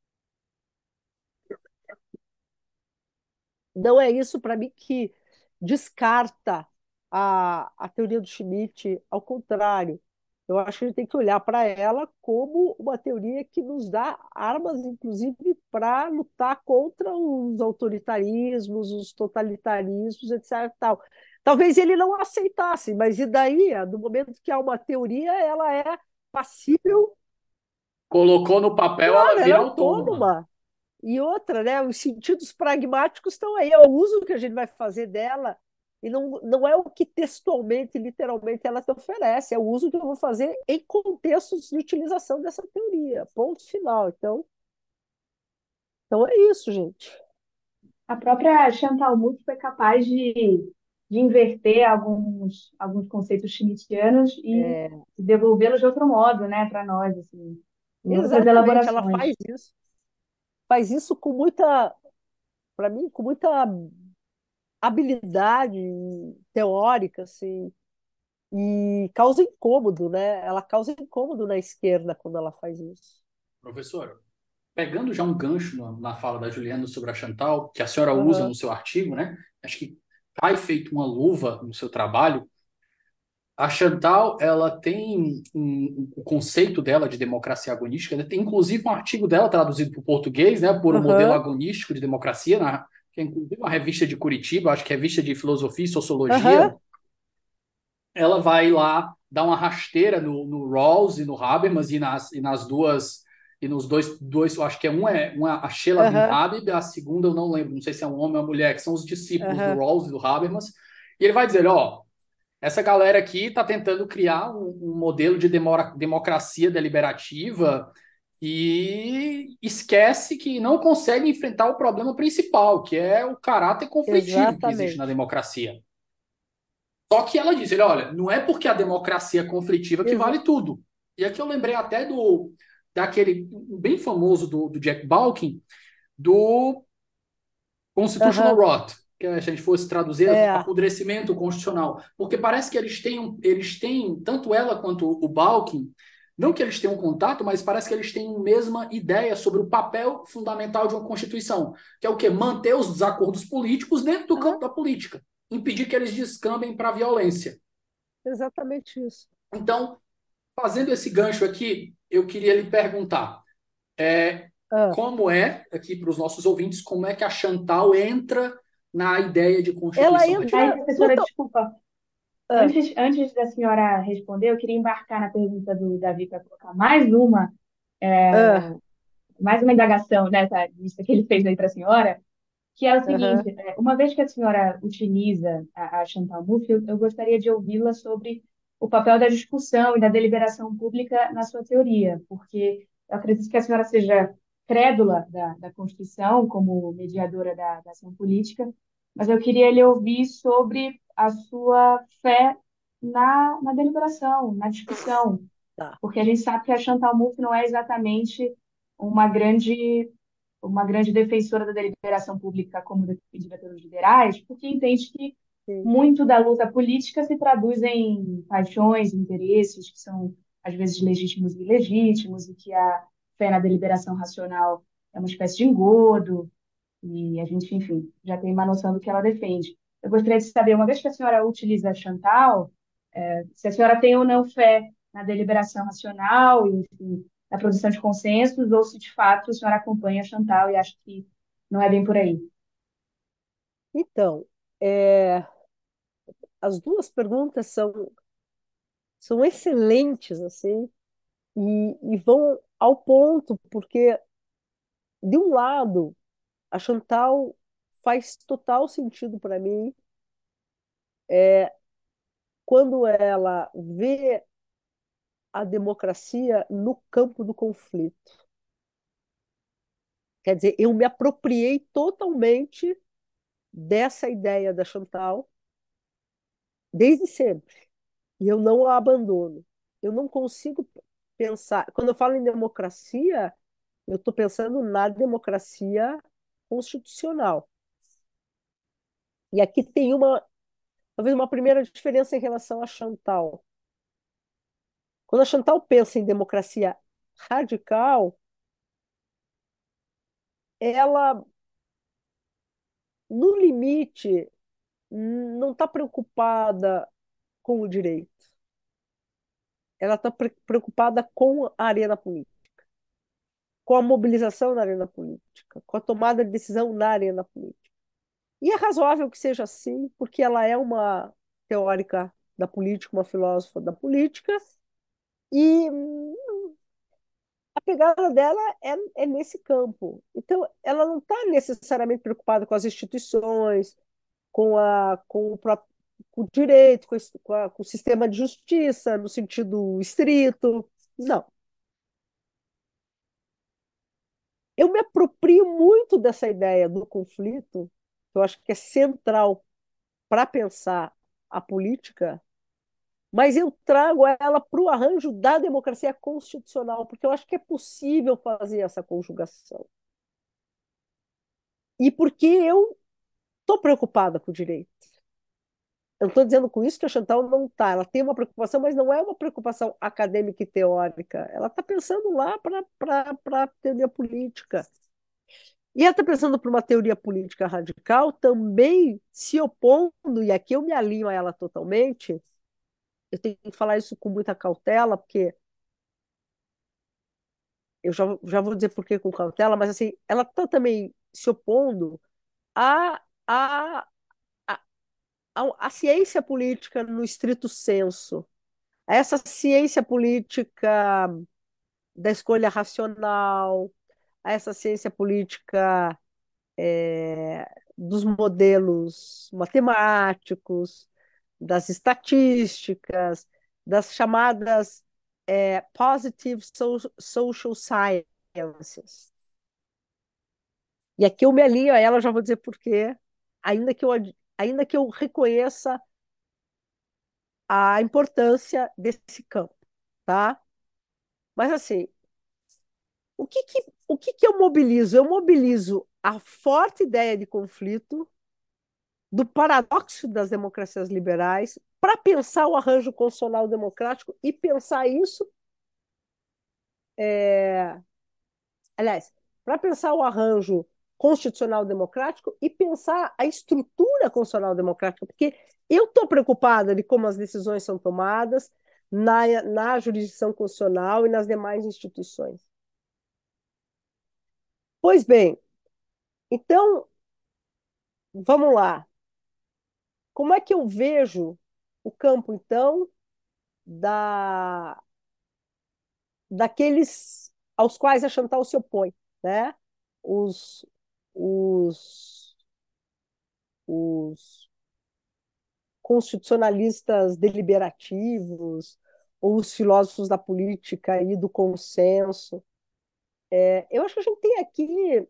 não é isso para mim que descarta a teoria do Schmitt, ao contrário. Eu acho que a gente tem que olhar para ela como uma teoria que nos dá armas, inclusive, para lutar contra os autoritarismos, os totalitarismos, etc. Tal. Talvez ele não aceitasse, mas e daí? No momento que há uma teoria, ela é passível, Colocou no papel, ela claro, ela é vira autônoma. autônoma. E outra, né? Os sentidos pragmáticos estão aí, é o uso que a gente vai fazer dela. E não é o que textualmente, literalmente, ela te oferece, é o uso que eu vou fazer em contextos de utilização dessa teoria. Ponto final. Então é isso, gente. A própria Chantal Mouffe foi capaz de inverter alguns conceitos schmittianos e É, devolvê-los de outro modo, né, para nós, assim, em outras exatamente, ela elaborações. faz isso. Faz isso com muita, para mim, com muita habilidade teórica, assim, e causa incômodo, né? Ela causa incômodo na esquerda quando ela faz isso. Professor, pegando já um gancho na fala da Juliana sobre a Chantal, que a senhora usa Aham, no seu artigo, né? Acho que cai feito uma luva no seu trabalho. A Chantal, ela tem o conceito dela de democracia agonística, né? Tem inclusive um artigo dela traduzido para o português, né, por um modelo aham, agonístico de democracia, que é inclusive uma revista de Curitiba, acho que é revista de filosofia e sociologia. aham, Ela vai lá dar uma rasteira no Rawls e no Habermas e nas duas e nos dois, eu acho que uma a Sheila bin aham, Habib, a segunda eu não lembro, não sei se é um homem ou uma mulher, que são os discípulos do aham. Rawls e do Habermas. E ele vai dizer, ó, essa galera aqui está tentando criar um modelo de democracia deliberativa e esquece que não consegue enfrentar o problema principal, que é o caráter conflitivo que existe na Exatamente. democracia. Só que ela diz, ele, olha, não é porque a democracia é conflitiva que Exa vale tudo. E aqui eu lembrei até daquele bem famoso do Jack Balkin, do Constitutional aham. Rot, que a gente fosse traduzir como É, apodrecimento constitucional, porque parece que eles têm, tanto ela quanto o Balkin, não que eles tenham contato, mas parece que eles têm a mesma ideia sobre o papel fundamental de uma Constituição, que é o quê? Manter os desacordos políticos dentro do campo aham. da política, impedir que eles descambem para a violência. Exatamente isso. Então, fazendo esse gancho aqui, eu queria lhe perguntar, é, Ah. como é, aqui para os nossos ouvintes, como é que a Chantal entra na ideia de Ela Constituição Aí, entra Federal? professora, total. desculpa, Ah, antes da senhora responder, eu queria embarcar na pergunta do Davi para colocar ah, mais uma indagação nessa lista que ele fez aí para a senhora, que é o aham, seguinte: uma vez que a senhora utiliza a Chantal Mouffe, eu gostaria de ouvi-la sobre o papel da discussão e da deliberação pública na sua teoria, porque eu acredito que a senhora seja crédula da Constituição como mediadora da ação política, mas eu queria lhe ouvir sobre a sua fé na deliberação, na discussão, tá. porque a gente sabe que a Chantal Mouffe não é exatamente uma grande uma grande defensora da deliberação pública como defendida pelos liberais, porque entende que Sim. muito da luta política se traduz em paixões, interesses que são às vezes legítimos e ilegítimos, e que a fé na deliberação racional é uma espécie de engodo, e a gente, enfim, já tem uma noção do que ela defende. Eu gostaria de saber, uma vez que a senhora utiliza a Chantal, se a senhora tem ou não fé na deliberação racional e, enfim, na produção de consensos, ou se de fato a senhora acompanha a Chantal e acha que não é bem por aí. Então, é, as duas perguntas são excelentes, assim, e vão ao ponto, porque, de um lado, a Chantal faz total sentido para mim quando ela vê a democracia no campo do conflito. Quer dizer, eu me apropriei totalmente dessa ideia da Chantal desde sempre. E eu não a abandono. Eu não consigo pensar. Quando eu falo em democracia, eu estou pensando na democracia constitucional. E aqui tem talvez uma primeira diferença em relação a Chantal. Quando a Chantal pensa em democracia radical, ela, no limite, não está preocupada com o direito. ela está preocupada com a arena política, com a mobilização na arena política, com a tomada de decisão na arena política. E é razoável que seja assim, porque ela é uma teórica da política, uma filósofa da política, e a pegada dela é nesse campo. Então, ela não está necessariamente preocupada com as instituições, com com o direito, com o sistema de justiça, no sentido estrito. Não. Eu me aproprio muito dessa ideia do conflito, que eu acho que é central para pensar a política, mas eu trago ela para o arranjo da democracia constitucional, porque eu acho que é possível fazer essa conjugação. E porque eu estou preocupada com o direito. Eu não estou dizendo com isso que a Chantal não está. Ela tem uma preocupação, mas não é uma preocupação acadêmica e teórica. Ela está pensando lá para a teoria política. E ela está pensando para uma teoria política radical, também se opondo, e aqui eu me alinho a ela totalmente. Eu tenho que falar isso com muita cautela, porque eu já vou dizer por que com cautela, mas assim, ela está também se opondo à, à, à, à ciência política no estrito senso, a essa ciência política da escolha racional, a essa ciência política dos modelos matemáticos, das estatísticas, das chamadas positive social sciences. E aqui eu me alinho a ela, já vou dizer por quê, ainda que eu reconheça a importância desse campo, tá? Mas assim, o que que eu mobilizo? Eu mobilizo a forte ideia de conflito, do paradoxo das democracias liberais, para pensar o arranjo constitucional democrático e pensar isso, aliás, para pensar o arranjo constitucional democrático e pensar a estrutura constitucional democrática, porque eu estou preocupada de como as decisões são tomadas na jurisdição constitucional e nas demais instituições. Pois bem, então, vamos lá. Como é que eu vejo o campo, então, da, daqueles aos quais a Chantal se opõe, né? Os, os, os constitucionalistas deliberativos, ou os filósofos da política e do consenso. Eu acho que a gente tem aqui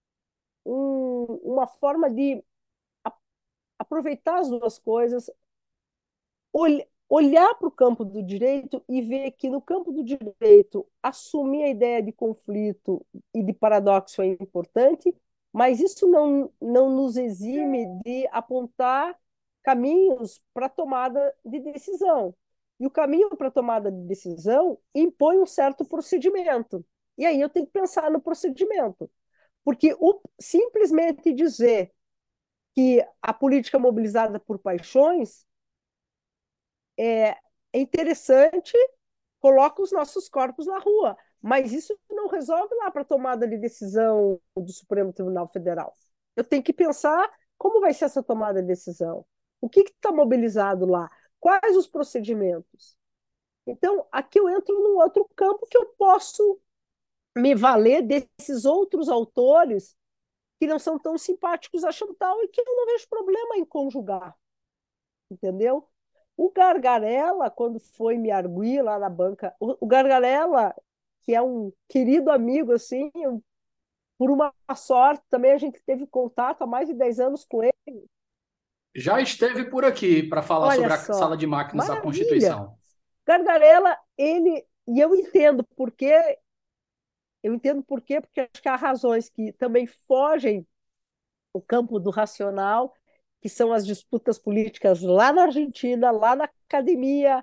uma forma de aproveitar as duas coisas, olhar para o campo do direito e ver que no campo do direito assumir a ideia de conflito e de paradoxo é importante, mas isso não nos exime de apontar caminhos para tomada de decisão. E o caminho para tomada de decisão impõe um certo procedimento. E aí eu tenho que pensar no procedimento. Porque simplesmente dizer que a política é mobilizada por paixões é, é interessante, coloca os nossos corpos na rua, mas isso não resolve lá para a tomada de decisão do Supremo Tribunal Federal. Eu tenho que pensar como vai ser essa tomada de decisão, o que está mobilizado lá, quais os procedimentos. Então, aqui eu entro num outro campo que eu posso me valer desses outros autores que não são tão simpáticos a Chantal e que eu não vejo problema em conjugar, entendeu? O Gargarella, quando foi me arguir lá na banca, o Gargarella, que é um querido amigo, assim, por uma sorte, também a gente teve contato há mais de 10 anos com ele. Já esteve por aqui para falar Olha sobre a sala só, de máquinas da maravilha! Constituição. Gargarella, e eu entendo por quê, porque acho que há razões que também fogem o campo do racional, que são as disputas políticas lá na Argentina, lá na academia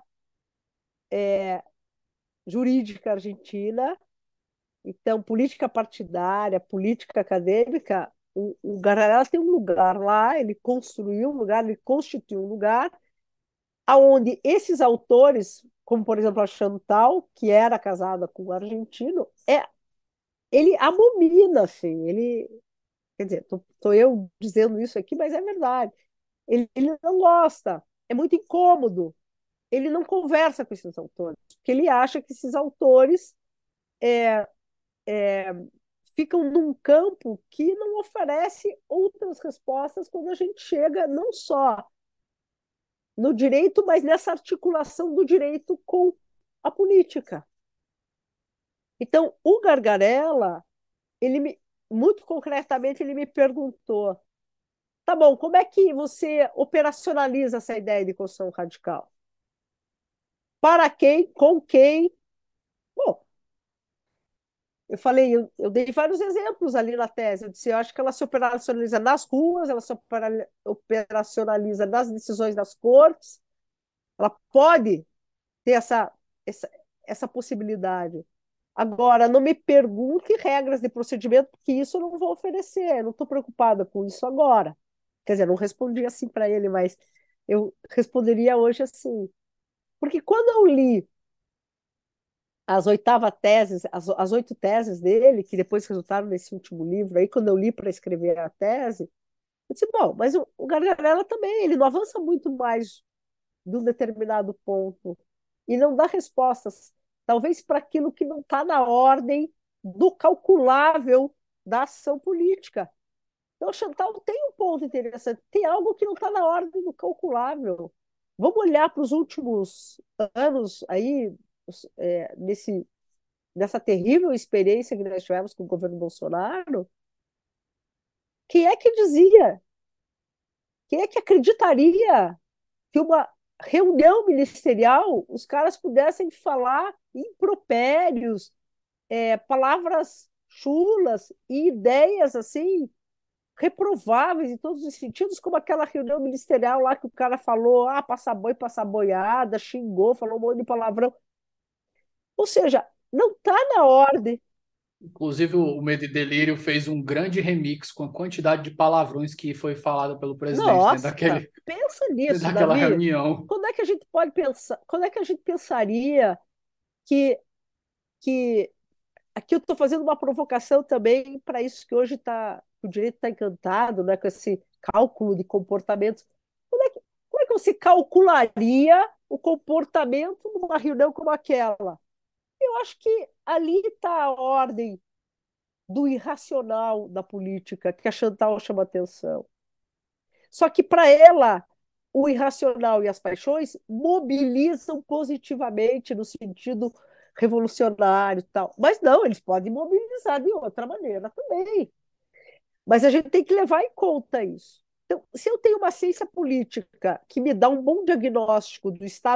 jurídica argentina. Então, política partidária, política acadêmica, o Gararella tem um lugar lá, ele construiu um lugar, ele constituiu um lugar, aonde esses autores, como por exemplo a Chantal, que era casada com um argentino, ele abomina, assim, ele, quer dizer, tô eu dizendo isso aqui, mas é verdade. Ele não gosta, é muito incômodo. Ele não conversa com esses autores, porque ele acha que esses autores ficam num campo que não oferece outras respostas quando a gente chega não só no direito, mas nessa articulação do direito com a política. Então, o Gargarella, muito concretamente, ele me perguntou: tá bom, como é que você operacionaliza essa ideia de construção radical? Para quem? Com quem? Bom, eu falei, eu dei vários exemplos ali na tese. Eu disse, eu acho que ela se operacionaliza nas ruas, ela se operacionaliza nas decisões das cortes, ela pode ter essa, essa possibilidade. Agora, não me pergunte regras de procedimento, porque isso eu não vou oferecer, eu não estou preocupada com isso agora. Quer dizer, não respondi assim para ele, mas eu responderia hoje assim. Porque quando eu li as oitava teses, as oito teses dele, que depois resultaram nesse último livro, aí quando eu li para escrever a tese, eu disse, bom, mas o Gargarella também, ele não avança muito mais de um determinado ponto e não dá respostas, talvez para aquilo que não está na ordem do calculável da ação política. Então, o Chantal tem um ponto interessante, tem algo que não está na ordem do calculável. Vamos olhar para os últimos anos aí, nessa terrível experiência que nós tivemos com o governo Bolsonaro. Quem é que dizia, quem é que acreditaria que uma reunião ministerial os caras pudessem falar impropérios, palavras chulas e ideias assim reprováveis em todos os sentidos, como aquela reunião ministerial lá que o cara falou, passar boi, passar boiada, xingou, falou um monte de palavrão. Ou seja, não está na ordem. Inclusive, o Medo e Delírio fez um grande remix com a quantidade de palavrões que foi falada pelo presidente Nossa, pensa dentro nisso, daquela Davi. reunião. Quando é que a gente pode pensar? Quando é que a gente pensaria que, que aqui eu estou fazendo uma provocação também para isso que hoje o direito está encantado, né, com esse cálculo de comportamentos. Como é que você calcularia o comportamento numa reunião como aquela? Eu acho que ali está a ordem do irracional da política que a Chantal chama atenção. Só que para ela, o irracional e as paixões mobilizam positivamente no sentido revolucionário e tal. Mas não, eles podem mobilizar de outra maneira também. Mas a gente tem que levar em conta isso. Então, se eu tenho uma ciência política que me dá um bom diagnóstico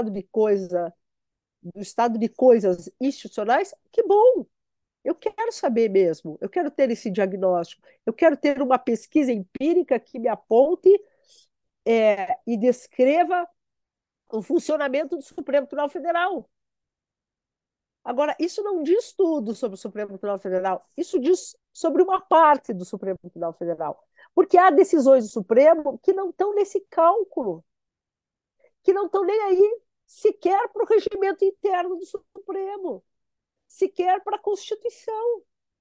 do estado de coisas institucionais, que bom. Eu quero saber mesmo, eu quero ter esse diagnóstico, eu quero ter uma pesquisa empírica que me aponte e descreva o funcionamento do Supremo Tribunal Federal. Agora, isso não diz tudo sobre o Supremo Tribunal Federal, isso diz sobre uma parte do Supremo Tribunal Federal. Porque há decisões do Supremo que não estão nesse cálculo, que não estão nem aí sequer para o regimento interno do Supremo, sequer para a Constituição.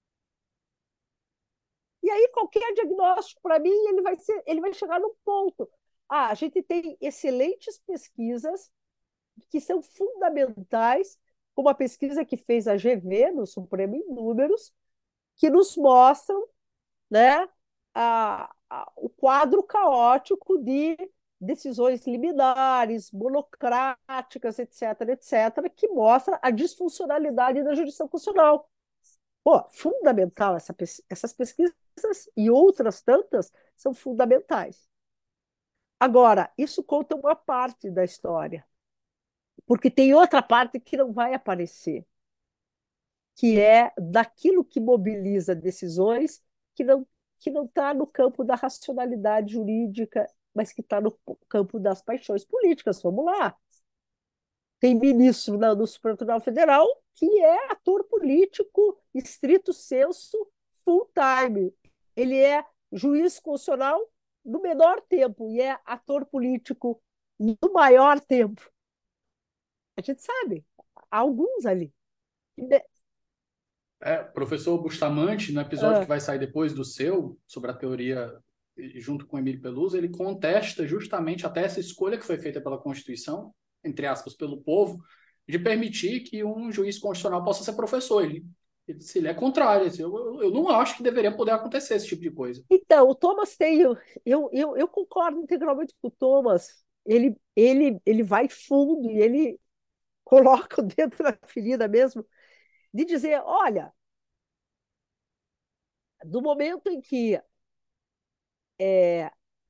E aí, qualquer diagnóstico, para mim, ele vai chegar num ponto. A gente tem excelentes pesquisas que são fundamentais, como a pesquisa que fez a GV no Supremo em Números, que nos mostram, né, o quadro caótico de decisões liminares, monocráticas, etc., etc., que mostra a disfuncionalidade da jurisdição constitucional. Pô, fundamental, essas pesquisas e outras tantas são fundamentais. Agora, isso conta uma parte da história, porque tem outra parte que não vai aparecer, que é daquilo que mobiliza decisões que não está no campo da racionalidade jurídica, mas que está no campo das paixões políticas. Vamos lá. Tem ministro no Supremo Tribunal Federal que é ator político, estrito sensu, full time. Ele é juiz constitucional no menor tempo e é ator político no maior tempo. A gente sabe, há alguns ali. Professor Bustamante, no episódio que Ah, vai sair depois do seu, sobre a teoria, junto com Emílio Peluso, ele contesta justamente até essa escolha que foi feita pela Constituição, entre aspas, pelo povo, de permitir que um juiz constitucional possa ser professor. Ele é contrário. Assim, eu não acho que deveria poder acontecer esse tipo de coisa. então, o Thomas tem. Eu concordo integralmente com o Thomas. Ele vai fundo e ele coloca o dedo na ferida mesmo, de dizer: olha, do momento em que é,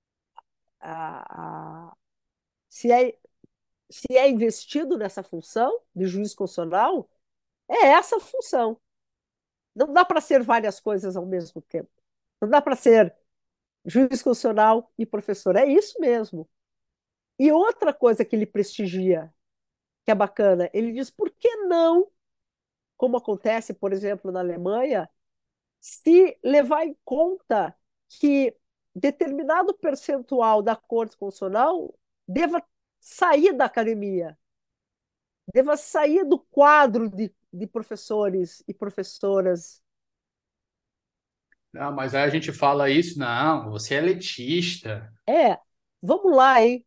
a, a- se, é, se é investido nessa função de juiz constitucional, é essa a função. Não dá para ser várias coisas ao mesmo tempo. Não dá para ser juiz constitucional e professor. É isso mesmo. E outra coisa que ele prestigia, que é bacana, ele diz: por que não, como acontece, por exemplo, na Alemanha, se levar em conta que determinado percentual da Corte Constitucional deva sair da academia, deva sair do quadro de professores e professoras. Ah, mas aí a gente fala isso, não, você é elitista. É, vamos lá, hein?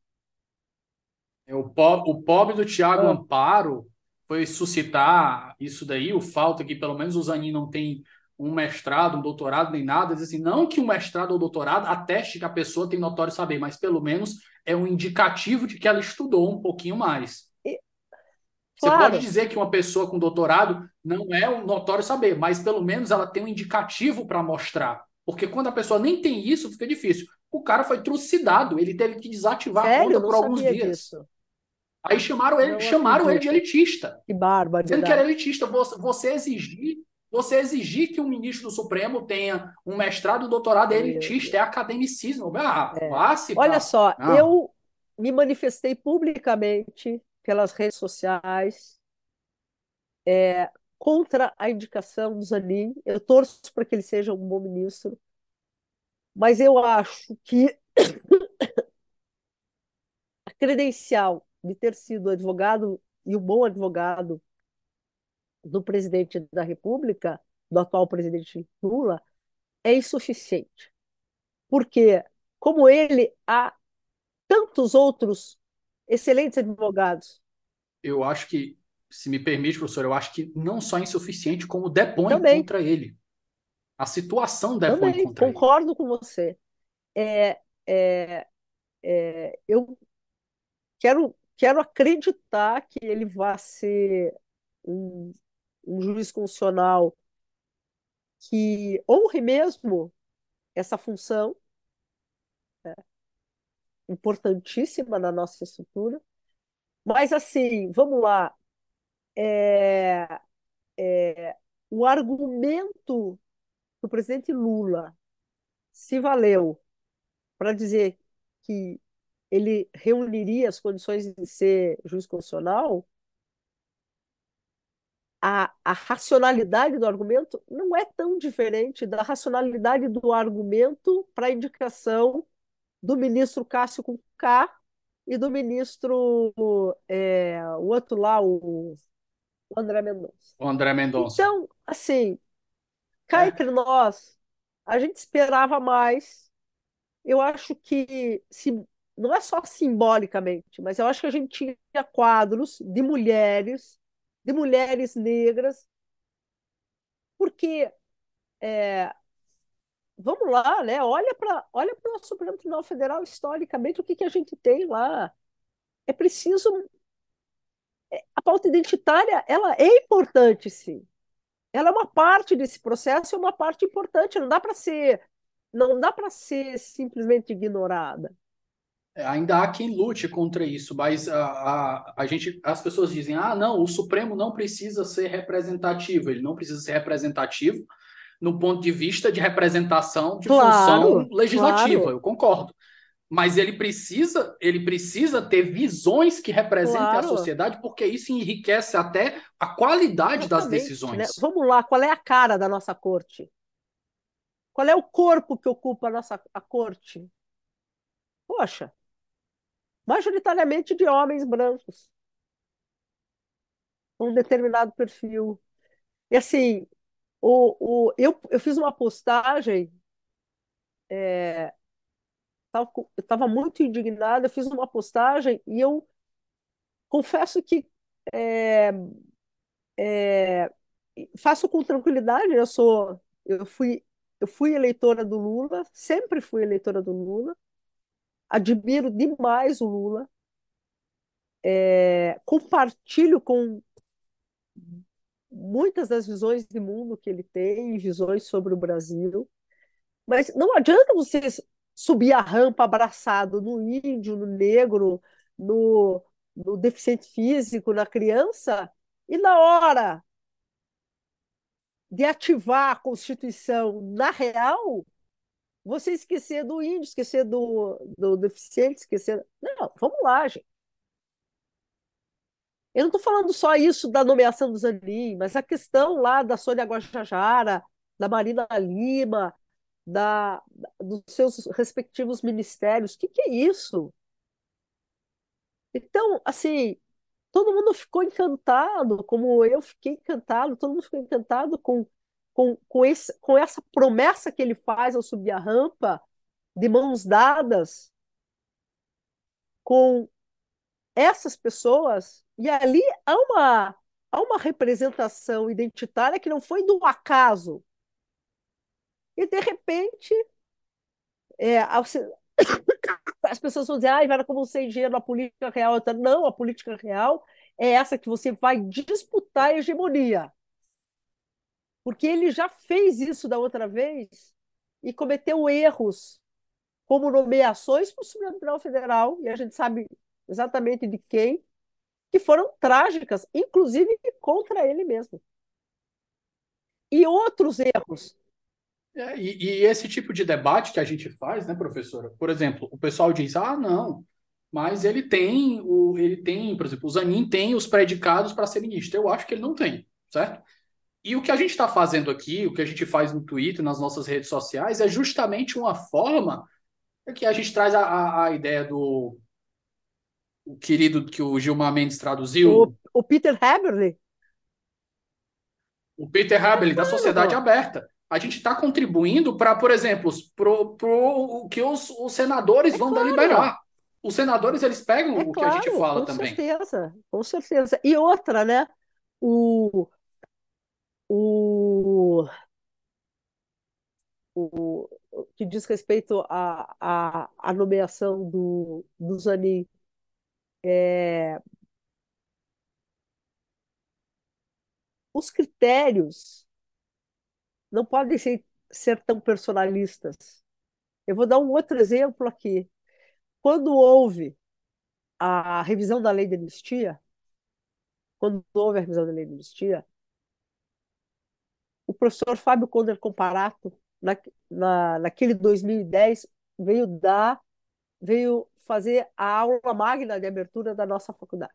O pobre do Tiago Ah, Amparo foi suscitar isso daí, o fato que pelo menos o Zanin não tem um mestrado, um doutorado, nem nada. Diz assim, não que um mestrado ou doutorado ateste que a pessoa tem notório saber, mas pelo menos é um indicativo de que ela estudou um pouquinho mais. e, Você pode claro, dizer que uma pessoa com doutorado não é um notório saber, mas pelo menos ela tem um indicativo para mostrar. Porque quando a pessoa nem tem isso, fica difícil. O cara foi trucidado, ele teve que desativar a sério, conta não por alguns sabia dias. disso. Aí Não chamaram ele de acredito. elitista, Que dizendo que era barbaridade. elitista. Você exigir que um ministro do Supremo tenha um mestrado, um doutorado é Meu elitista, é Deus. academicismo. Ah, É. vá-se Olha para. só, Não. eu me manifestei publicamente pelas redes sociais contra a indicação do Zanin. Eu torço para que ele seja um bom ministro, mas eu acho que a credencial de ter sido advogado e um bom advogado do presidente da República, do atual presidente Lula, é insuficiente. Porque, como ele, há tantos outros excelentes advogados Eu acho que, se me permite, professor, eu acho que não só é insuficiente, como depõe também. contra ele. A situação depõe Também, contra ele. concordo com você. É, é, eu quero acreditar que ele vai ser um, um juiz constitucional que honre mesmo essa função importantíssima na nossa estrutura. Mas, assim, vamos lá. É, o argumento que o presidente Lula se valeu para dizer que ele reuniria as condições de ser juiz constitucional, a racionalidade do argumento não é tão diferente da racionalidade do argumento para a indicação do ministro Cássio com K e do ministro, o outro lá, o André Mendonça. O André Mendonça. Então, assim, cá É, entre nós, a gente esperava mais. Eu acho que, se, não é só simbolicamente, mas eu acho que a gente tinha quadros de mulheres negras, porque, é, vamos lá, né? Olha para o Supremo Tribunal Federal, historicamente, o que a gente tem lá. É preciso. A pauta identitária, ela é importante, sim. Ela é uma parte desse processo, é uma parte importante. Não dá para ser simplesmente ignorada. ainda há quem lute contra isso, mas as pessoas dizem, ah, não, o Supremo não precisa ser representativo, ele não precisa ser representativo no ponto de vista de representação de função Claro, legislativa, claro, eu concordo. Mas ele precisa ter visões que representem a claro. sociedade, porque isso enriquece até a qualidade das Exatamente, né? decisões. Vamos lá, qual é a cara da nossa corte? Qual é o corpo que ocupa a corte? Poxa, majoritariamente de homens brancos. um determinado perfil. E assim, eu fiz uma postagem, eu estava muito indignada, eu fiz uma postagem e eu confesso que é, é, faço com tranquilidade. Eu fui eleitora do Lula, sempre fui eleitora do Lula, admiro demais o Lula, compartilho com muitas das visões de mundo que ele tem, visões sobre o Brasil, mas não adianta você subir a rampa abraçado no índio, no negro, no, no deficiente físico, na criança, e na hora de ativar a Constituição na real, você esquecer do índio, esquecer do deficiente, esquecer. Não, vamos lá, gente. Eu não estou falando só isso da nomeação do Zanin, mas a questão lá da Sônia Guajajara, da Marina Lima, dos seus respectivos ministérios. O que é isso? Então, assim, todo mundo ficou encantado, como eu fiquei encantado, todo mundo ficou encantado com essa promessa que ele faz ao subir a rampa, de mãos dadas com essas pessoas, e ali há uma representação identitária que não foi do acaso. E, de repente, as pessoas vão dizer, Vera, como você é engenheiro, a política real. Não, a política real é essa que você vai disputar a hegemonia. Porque ele já fez isso da outra vez e cometeu erros, como nomeações para o Supremo Tribunal Federal, e a gente sabe exatamente de quem, que foram trágicas, inclusive contra ele mesmo. E outros erros. E esse tipo de debate que a gente faz, né, professora? Por exemplo, o pessoal diz, ah, não, mas ele tem, por exemplo, o Zanin tem os predicados para ser ministro. Eu acho que ele não tem, certo? E o que a gente está fazendo aqui, o que a gente faz no Twitter, nas nossas redes sociais, é justamente uma forma que a gente traz a ideia do o querido que o Gilmar Mendes traduziu, O Peter Haberle. o Peter Haber, da Sociedade Claro, Aberta. A gente está contribuindo para, por exemplo, o que os senadores é vão claro, deliberar. Os senadores, eles pegam é o que a gente claro, fala com também. certeza, com certeza. E outra, né? O, o, o que diz respeito à nomeação do Zanin, os critérios não podem ser tão personalistas. Eu vou dar um outro exemplo aqui. Quando houve a revisão da lei de anistia, quando houve a revisão da lei de anistia, o professor Fábio Conder Comparato, naquele 2010, veio fazer a aula magna de abertura da nossa faculdade.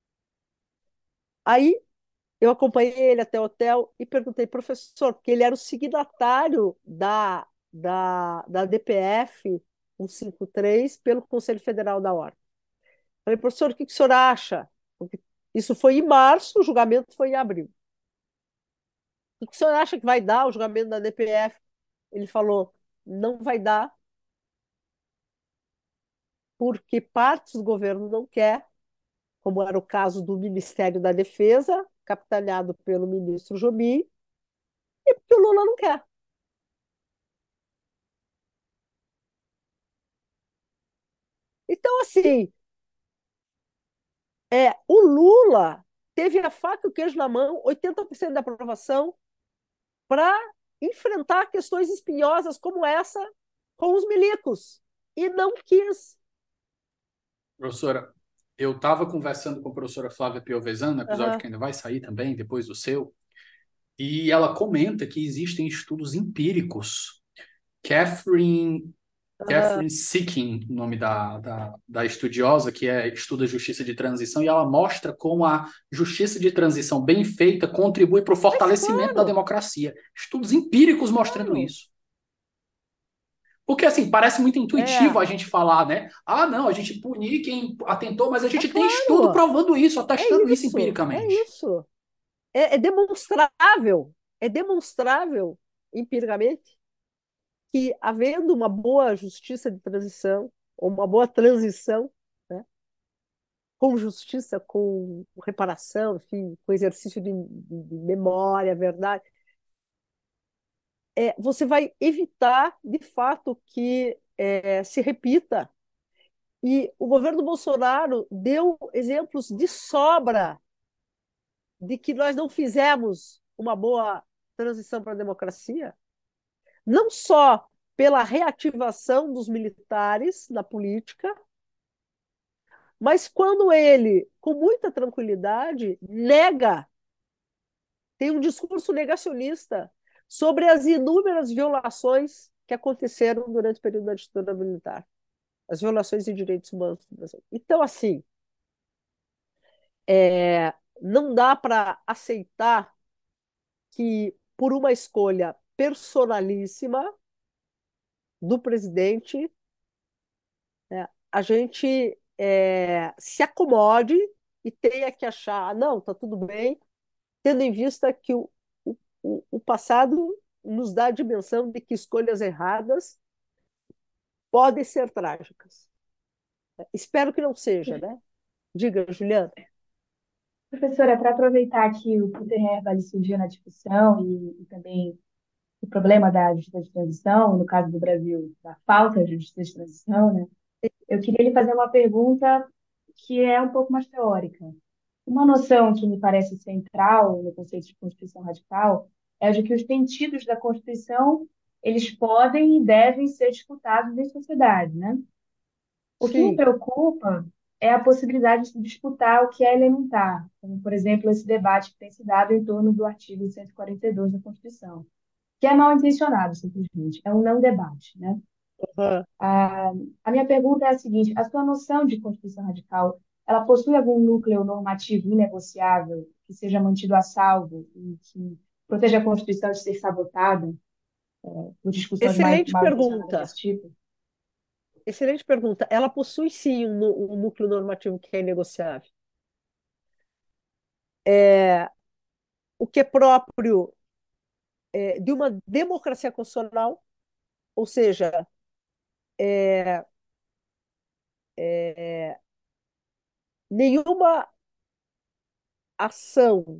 Aí eu acompanhei ele até o hotel e perguntei, professor, porque ele era o signatário da DPF 153 pelo Conselho Federal da Ordem. Falei, professor, o que o senhor acha? Porque isso foi em março, o julgamento foi em abril. O que o senhor acha que vai dar o julgamento da DPF? Ele falou, não vai dar, porque partes do governo não quer, como era o caso do Ministério da Defesa, capitaneado pelo ministro Jobim, e porque o Lula não quer. Então, assim, o Lula teve a faca e o queijo na mão, 80% da aprovação, para enfrentar questões espinhosas como essa com os milicos. E não quis. Professora, eu estava conversando com a professora Flávia Piovesan, no episódio Uhum, que ainda vai sair também, depois do seu, e ela comenta que existem estudos empíricos. Catherine uhum. Catherine Seeking, o nome da estudiosa, que estuda justiça de transição, e ela mostra como a justiça de transição bem feita contribui para o Mas fortalecimento da claro, democracia. Estudos empíricos mostrando claro. isso. Porque, assim, parece muito intuitivo É, a gente falar, né? Ah, não, a gente punir quem atentou, mas a é gente tem estudo claro. provando isso, É atestando isso isso. É empiricamente. isso. é demonstrável empiricamente que, havendo uma boa justiça de transição, ou uma boa transição, né, com justiça, com reparação, enfim, com exercício de memória, verdade, você vai evitar, de fato, que se repita. E o governo Bolsonaro deu exemplos de sobra de que nós não fizemos uma boa transição para a democracia, não só pela reativação dos militares na política, mas quando ele, com muita tranquilidade, tem um discurso negacionista sobre as inúmeras violações que aconteceram durante o período da ditadura militar, as violações de direitos humanos do Brasil. Então, assim, não dá para aceitar que, por uma escolha personalíssima do presidente, a gente se acomode e tenha que achar, não, está tudo bem, tendo em vista que o passado nos dá a dimensão de que escolhas erradas podem ser trágicas. Espero que não seja, né? Diga, Juliana. Professora, para aproveitar que o Peter Herbal surgiu na discussão e também o problema da justiça de transição, no caso do Brasil, da falta de justiça de transição, né? Eu queria lhe fazer uma pergunta que é um pouco mais teórica. Uma noção que me parece central no conceito de Constituição radical é a de que os sentidos da Constituição eles podem e devem ser disputados em sociedade, né? O que me Sim, preocupa é a possibilidade de se disputar o que é elementar, como, por exemplo, esse debate que tem se dado em torno do artigo 142 da Constituição, que é mal intencionado, simplesmente, é um não debate, né? uhum. A minha pergunta é a seguinte: a sua noção de Constituição radical, ela possui algum núcleo normativo inegociável que seja mantido a salvo e que proteja a Constituição de ser sabotada por discussões mais Excelente mal intencionadas pergunta. desse tipo? Excelente pergunta. Ela possui sim um núcleo normativo que é inegociável. O que é próprio de uma democracia constitucional, ou seja, nenhuma ação,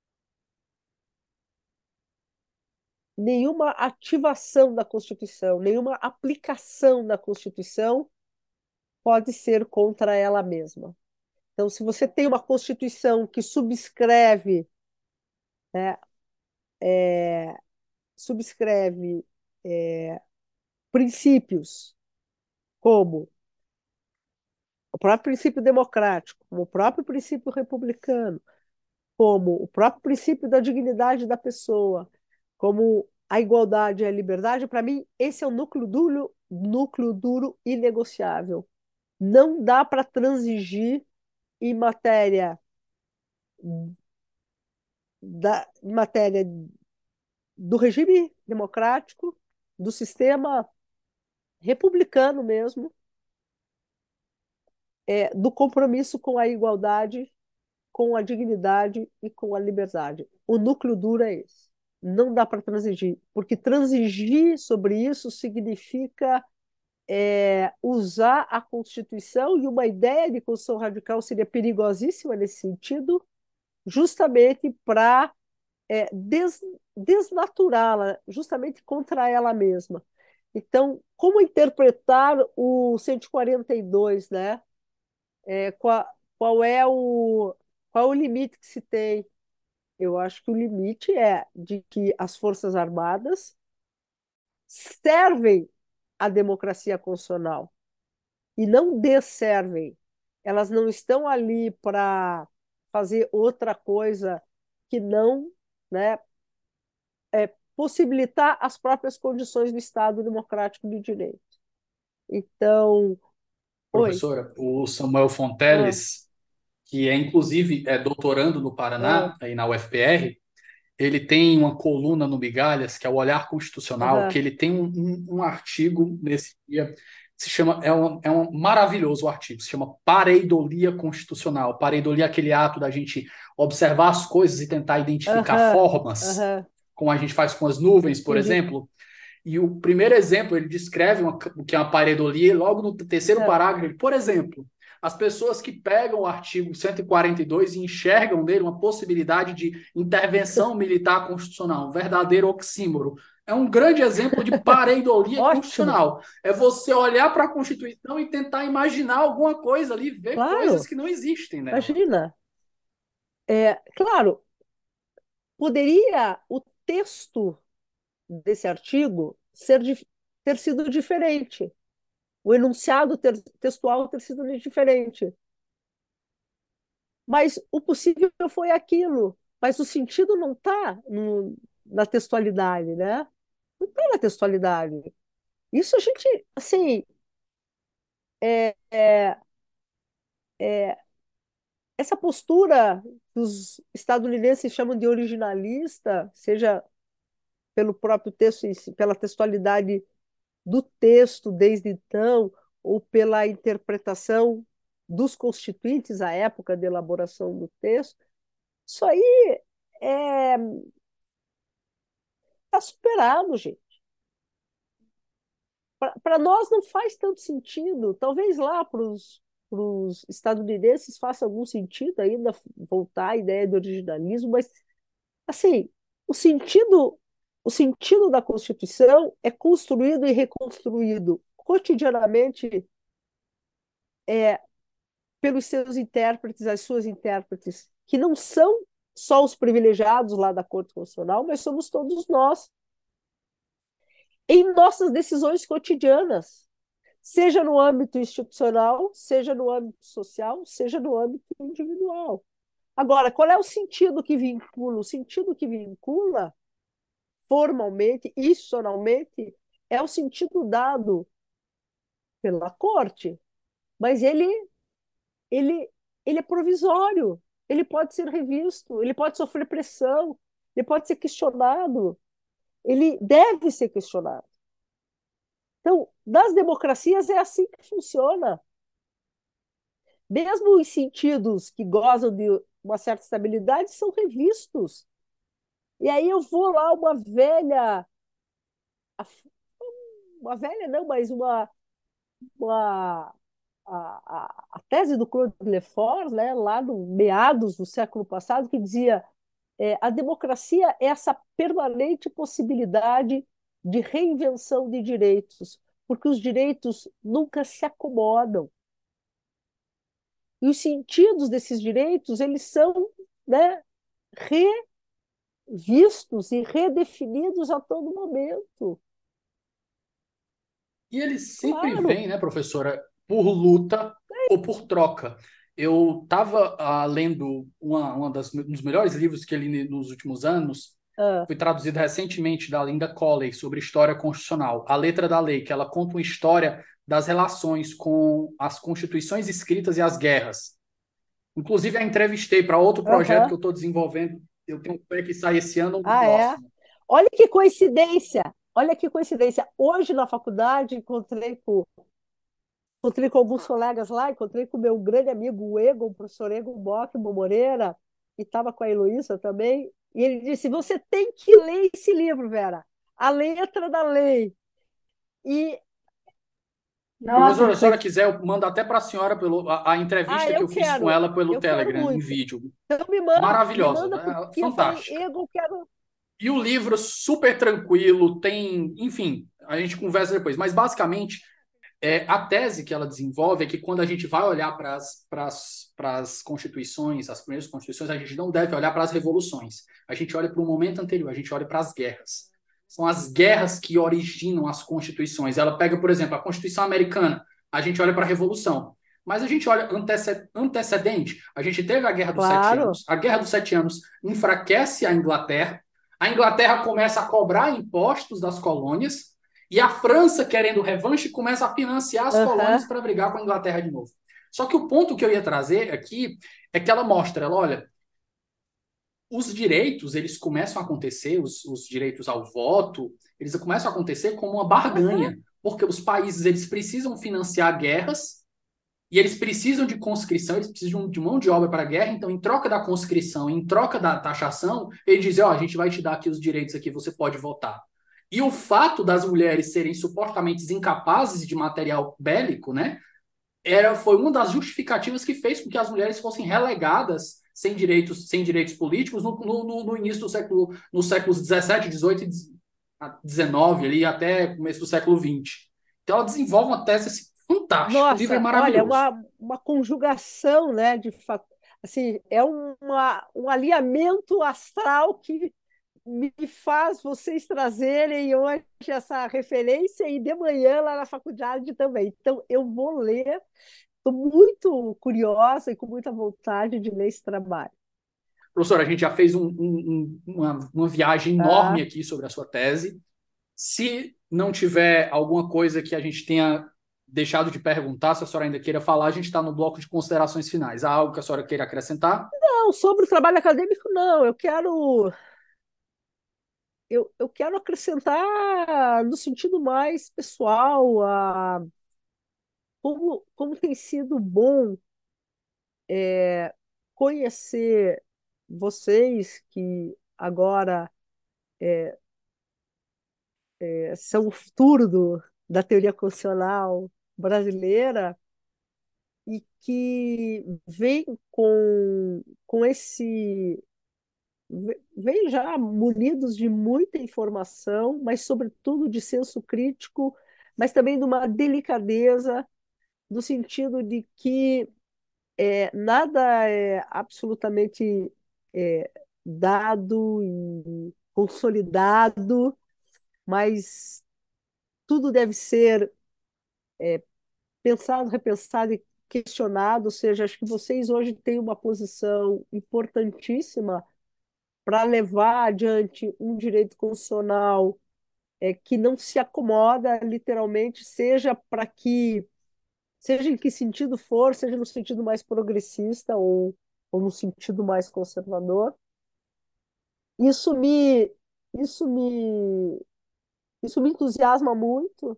nenhuma ativação da Constituição, nenhuma aplicação da Constituição pode ser contra ela mesma. Então, se você tem uma Constituição que né, subscreve princípios como o próprio princípio democrático, como o próprio princípio republicano, como o próprio princípio da dignidade da pessoa, como a igualdade e a liberdade, para mim, esse é o núcleo duro inegociável. Não dá para transigir em em matéria do regime democrático, do sistema republicano mesmo, do compromisso com a igualdade, com a dignidade e com a liberdade. O núcleo duro é esse. Não dá para transigir, porque transigir sobre isso significa usar a Constituição, e uma ideia de Constituição radical seria perigosíssima nesse sentido, justamente para desnaturá-la, justamente contra ela mesma. Então, como interpretar o 142, né? É, qual, qual é qual é o limite que se tem? Eu acho que o limite é de que as Forças Armadas servem à democracia constitucional e não desservem. Elas não estão ali para fazer outra coisa que não, né, possibilitar as próprias condições do Estado democrático de direito. Então, oi. Professora, o Samuel Ah, Fonteles, que é inclusive doutorando no ah, Paraná, aí na UFPR, ele tem uma coluna no Migalhas, que é o Olhar Constitucional, que aham. ele tem um artigo nesse dia é um maravilhoso artigo, se chama Pareidolia Constitucional. Pareidolia é aquele ato da gente observar as coisas e tentar identificar Aham, formas, aham, como a gente faz com as nuvens, por entendi. exemplo. E o primeiro exemplo, ele descreve o que é uma pareidolia, e logo no terceiro Ah, parágrafo, por exemplo, as pessoas que pegam o artigo 142 e enxergam nele uma possibilidade de intervenção militar constitucional, um verdadeiro oxímoro. É um grande exemplo de pareidolia ótimo, constitucional. É você olhar para a Constituição e tentar imaginar alguma coisa ali, ver coisas claro, que não existem nela. imagina. Claro, poderia o texto desse artigo ter sido diferente, o enunciado textual ter sido diferente, mas o possível foi aquilo, mas o sentido não está na textualidade, né? Não está na textualidade. Isso a gente, assim, é, é, é, essa postura que os estadunidenses chamam de originalista, seja pelo próprio texto, pela textualidade do texto desde então, ou pela interpretação dos constituintes à época de elaboração do texto, isso aí está superado, gente. Para nós não faz tanto sentido. Talvez lá para os estadunidenses faça algum sentido ainda voltar à ideia de originalismo, mas assim, o sentido, o sentido da Constituição é construído e reconstruído cotidianamente pelos seus intérpretes, as suas intérpretes, que não são só os privilegiados lá da Corte Constitucional, mas somos todos nós, em nossas decisões cotidianas, seja no âmbito institucional, seja no âmbito social, seja no âmbito individual. Agora, qual é o sentido que vincula? O sentido que vincula formalmente, institucionalmente, é o sentido dado pela corte, mas ele, ele é provisório, ele pode ser revisto, ele pode sofrer pressão, ele pode ser questionado, ele deve ser questionado. Então, nas democracias é assim que funciona. Mesmo os sentidos que gozam de uma certa estabilidade são revistos. E aí eu vou lá, uma velha não, mas uma a tese do Claude Lefort, né, lá no meados do século passado, que dizia a democracia é essa permanente possibilidade de reinvenção de direitos, porque os direitos nunca se acomodam. E os sentidos desses direitos, eles são, né, revistos e redefinidos a todo momento. E eles sempre Claro. vêm, né, professora, por luta ou por troca. Eu estava lendo um dos melhores livros que eu li nos últimos anos, Ah, foi traduzido recentemente da Linda Colley, sobre história constitucional, A Letra da Lei, que ela conta uma história das relações com as constituições escritas e as guerras. Inclusive, a entrevistei para outro projeto que eu aham. estou desenvolvendo. Eu tenho fé que sai esse ano ou no Ah, é? próximo. Olha que coincidência! Olha que coincidência. Hoje na faculdade encontrei com alguns colegas lá, encontrei com o meu grande amigo, o Egon, o professor Egon Bockman Moreira, e estava com a Heloísa também. E ele disse: Você tem que ler esse livro, Vera, A Letra da Lei. E, Nossa, Professora, se a senhora depois. quiser, eu mando até para a senhora a entrevista que eu fiz com ela pelo eu quero Telegram, em muito. vídeo. Então me Maravilhosa, manda né? porque eu falei, Fantástica. Egon, quero. E o livro super tranquilo, tem, enfim, a gente conversa depois. Mas basicamente, a tese que ela desenvolve é que quando a gente vai olhar para as constituições, as primeiras constituições, a gente não deve olhar para as revoluções. A gente olha para o momento anterior, a gente olha para as guerras. São as guerras que originam as constituições. Ela pega, por exemplo, a Constituição Americana, a gente olha para a Revolução. Mas a gente olha antecedente, a gente teve a Guerra dos Sete Claro. Anos. A Guerra dos Sete Anos enfraquece a Inglaterra começa a cobrar impostos das colônias, e a França, querendo revanche, começa a financiar as colônias Aham, para brigar com a Inglaterra de novo. Só que o ponto que eu ia trazer aqui é que ela mostra, olha, os direitos, eles começam a acontecer, os direitos ao voto, eles começam a acontecer como uma aham. barganha. porque os países eles precisam financiar guerras e eles precisam de conscrição, eles precisam de mão de obra para a guerra, então em troca da conscrição, em troca da taxação, eles dizem, ó, a gente vai te dar aqui os direitos aqui, você pode votar. E o fato das mulheres serem supostamente incapazes de material bélico, né, foi uma das justificativas que fez com que as mulheres fossem relegadas sem direitos políticos no início do século, nos séculos 17, 18 e 19, ali até começo do século 20. Então ela desenvolve uma tese assim, fantástica, o livro é Nossa, olha, maravilhoso. uma conjugação, né, assim, é um alinhamento astral que me faz vocês trazerem hoje essa referência e de manhã lá na faculdade também. Então, eu vou ler, estou muito curiosa e com muita vontade de ler esse trabalho. Professor, a gente já fez uma viagem enorme Tá? aqui sobre a sua tese. Se não tiver alguma coisa que a gente tenha deixado de perguntar, se a senhora ainda queira falar, a gente está no bloco de considerações finais. Há algo que a senhora queira acrescentar? Não, sobre o trabalho acadêmico, não. Eu quero acrescentar no sentido mais pessoal, como tem sido bom conhecer vocês que agora são o futuro da teoria constitucional brasileira e que vem com vem já munidos de muita informação, mas sobretudo de senso crítico, mas também de uma delicadeza, no sentido de que nada é absolutamente é, dado e consolidado, mas tudo deve ser pensado, repensado e questionado. Ou seja, acho que vocês hoje têm uma posição importantíssima para levar adiante um direito constitucional que não se acomoda literalmente, seja em que sentido for, seja no sentido mais progressista ou no sentido mais conservador. Isso me, isso me, isso me entusiasma muito.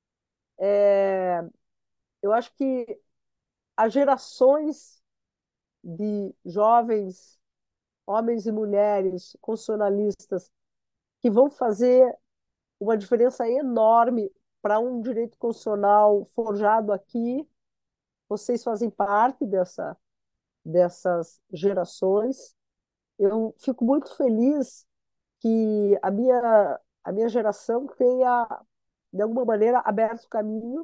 Eu acho que as gerações de jovens, homens e mulheres constitucionalistas, que vão fazer uma diferença enorme para um direito constitucional forjado aqui. Vocês fazem parte dessas gerações. Eu fico muito feliz que a minha geração tenha, de alguma maneira, aberto o caminho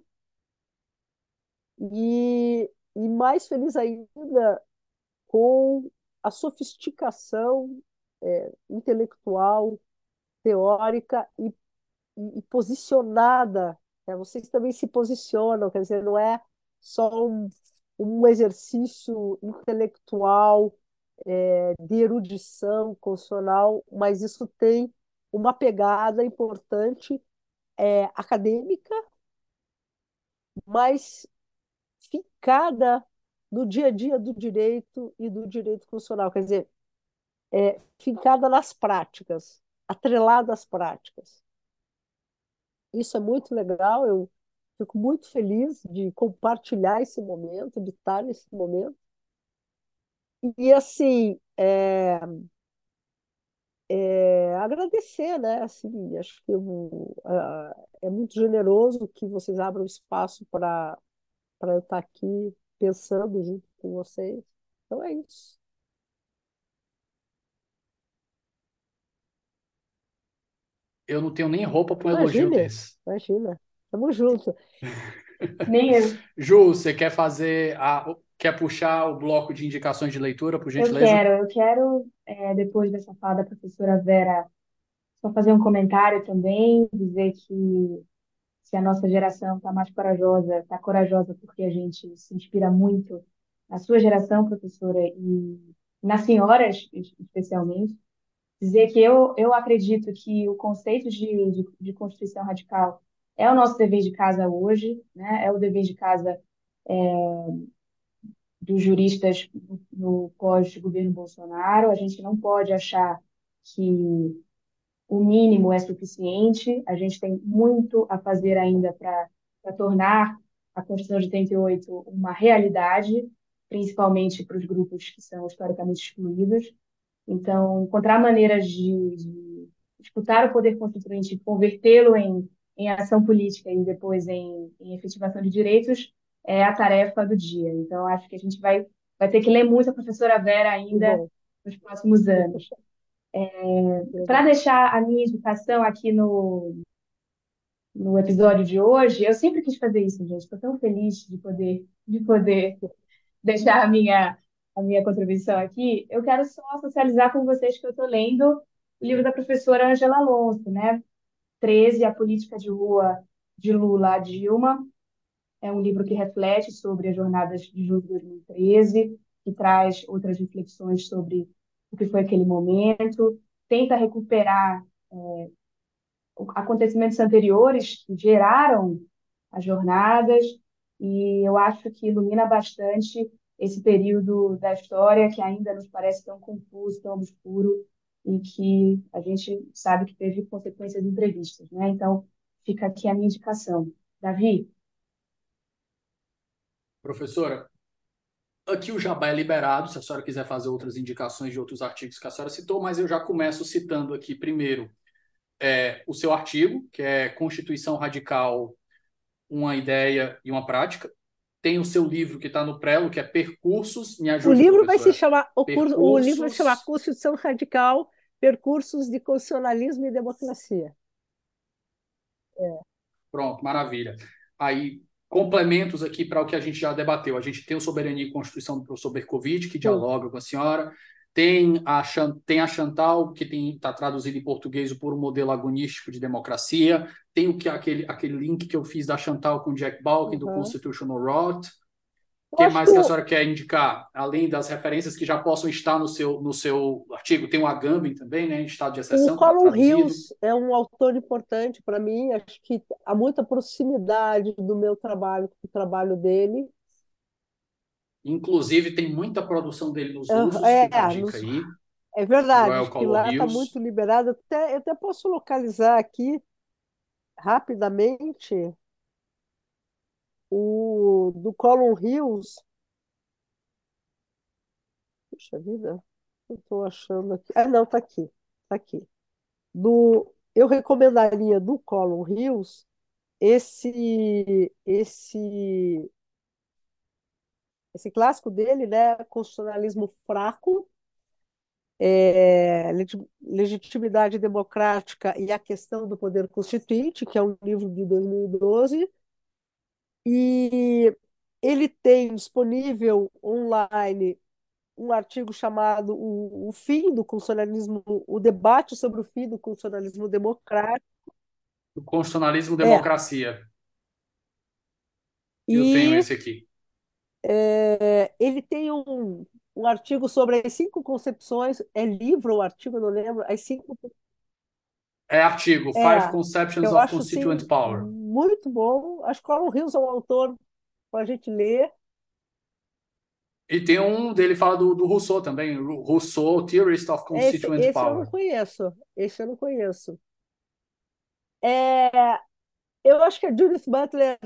e mais feliz ainda com a sofisticação intelectual, teórica e posicionada. Vocês também se posicionam, quer dizer, não é só um exercício intelectual, de erudição constitucional, mas isso tem uma pegada importante, acadêmica, mas fincada no dia a dia do direito e do direito constitucional, quer dizer, fincada nas práticas, atrelada às práticas. Isso é muito legal, eu fico muito feliz de compartilhar esse momento, de estar nesse momento. E, assim, agradecer, né? Assim, acho que é muito generoso que vocês abram espaço para eu estar aqui pensando junto com vocês. Então é isso. Eu não tenho nem roupa para um elogio Imagine, desse. imagina. Tamo junto. Nem eu. Ju, você quer quer puxar o bloco de indicações de leitura, por Eu gentileza? quero, eu quero, depois dessa fala da professora Vera, só fazer um comentário também, dizer que se a nossa geração está corajosa porque a gente se inspira muito na sua geração, professora, e nas senhoras, especialmente, dizer que eu acredito que o conceito de Constituição Radical é o nosso dever de casa hoje, né? É o dever de casa dos juristas no pós-governo Bolsonaro. A gente não pode achar que o mínimo é suficiente. A gente tem muito a fazer ainda para tornar a Constituição de 88 uma realidade, principalmente para os grupos que são historicamente excluídos. Então, encontrar maneiras de escutar o poder constituinte e convertê-lo em ação política e depois em efetivação de direitos é a tarefa do dia. Então, acho que a gente vai ter que ler muito a professora Vera Que ainda bom. nos próximos anos. Para deixar a minha indicação aqui no episódio de hoje, eu sempre quis fazer isso, gente. Estou tão feliz de poder deixar a minha contribuição aqui. Eu quero só socializar com vocês que eu estou lendo o livro da professora Angela Alonso, né? 13, A Política de Rua de Lula a Dilma. É um livro que reflete sobre as jornadas de julho de 2013, que traz outras reflexões sobre o que foi aquele momento, tenta recuperar acontecimentos anteriores que geraram as jornadas, e eu acho que ilumina bastante esse período da história que ainda nos parece tão confuso, tão obscuro, e que a gente sabe que teve consequências imprevistas, né? Então, fica aqui a minha indicação. Davi, Professora, aqui o jabá é liberado, se a senhora quiser fazer outras indicações de outros artigos que a senhora citou, mas eu já começo citando aqui primeiro o seu artigo, que é Constituição Radical, uma ideia e uma prática. Tem o seu livro que está no prelo, que é Percursos. Me O ajude, livro vai se professora. chamar, o livro vai se chamar Percursos. Constituição Radical, Percursos de Constitucionalismo e Democracia. Pronto, maravilha. Aí, complementos aqui para o que a gente já debateu. A gente tem o Soberania e Constituição do professor Bercovitch, que Sim. dialoga com a senhora. Tem a Chantal, que está traduzido em português por um modelo agonístico de democracia. Tem aquele link que eu fiz da Chantal com Jack Balkin, do Uhum. Constitutional Rot. O Eu que acho que mais que a senhora quer indicar? Além das referências que já possam estar no seu artigo, tem o Agamben também, né, em estado de o exceção, que está Colin traduzido. Hills é um autor importante para mim. Acho que há muita proximidade do meu trabalho com o trabalho dele. Inclusive, tem muita produção dele nos russos, fica a dica aí. É verdade, Royal acho que Color lá está muito Hills. liberado. Eu até posso localizar aqui rapidamente o do Colin Hills. Puxa vida, eu estou achando aqui. Ah, não, está aqui. Tá aqui. Eu recomendaria do Colin Hills esse, esse, esse clássico dele, né? Constitucionalismo Fraco, Legitimidade Democrática e a Questão do Poder Constituinte, que é um livro de 2012. E ele tem disponível online um artigo chamado o fim do constitucionalismo, o debate sobre o fim do constitucionalismo democrático. Do Constitucionalismo e É, Democracia. Eu tenho e esse aqui. ele tem um artigo sobre as cinco concepções, é livro ou artigo, eu não lembro, as cinco. É artigo Five É, Conceptions eu of acho Constituent assim Power. muito bom. Acho que o Colin Hills é um autor para a gente ler. E tem um dele fala do Rousseau também. Rousseau, Theorist of Esse, Constituent esse eu não Power. conheço. Esse eu não conheço. É, eu acho que a Judith Butler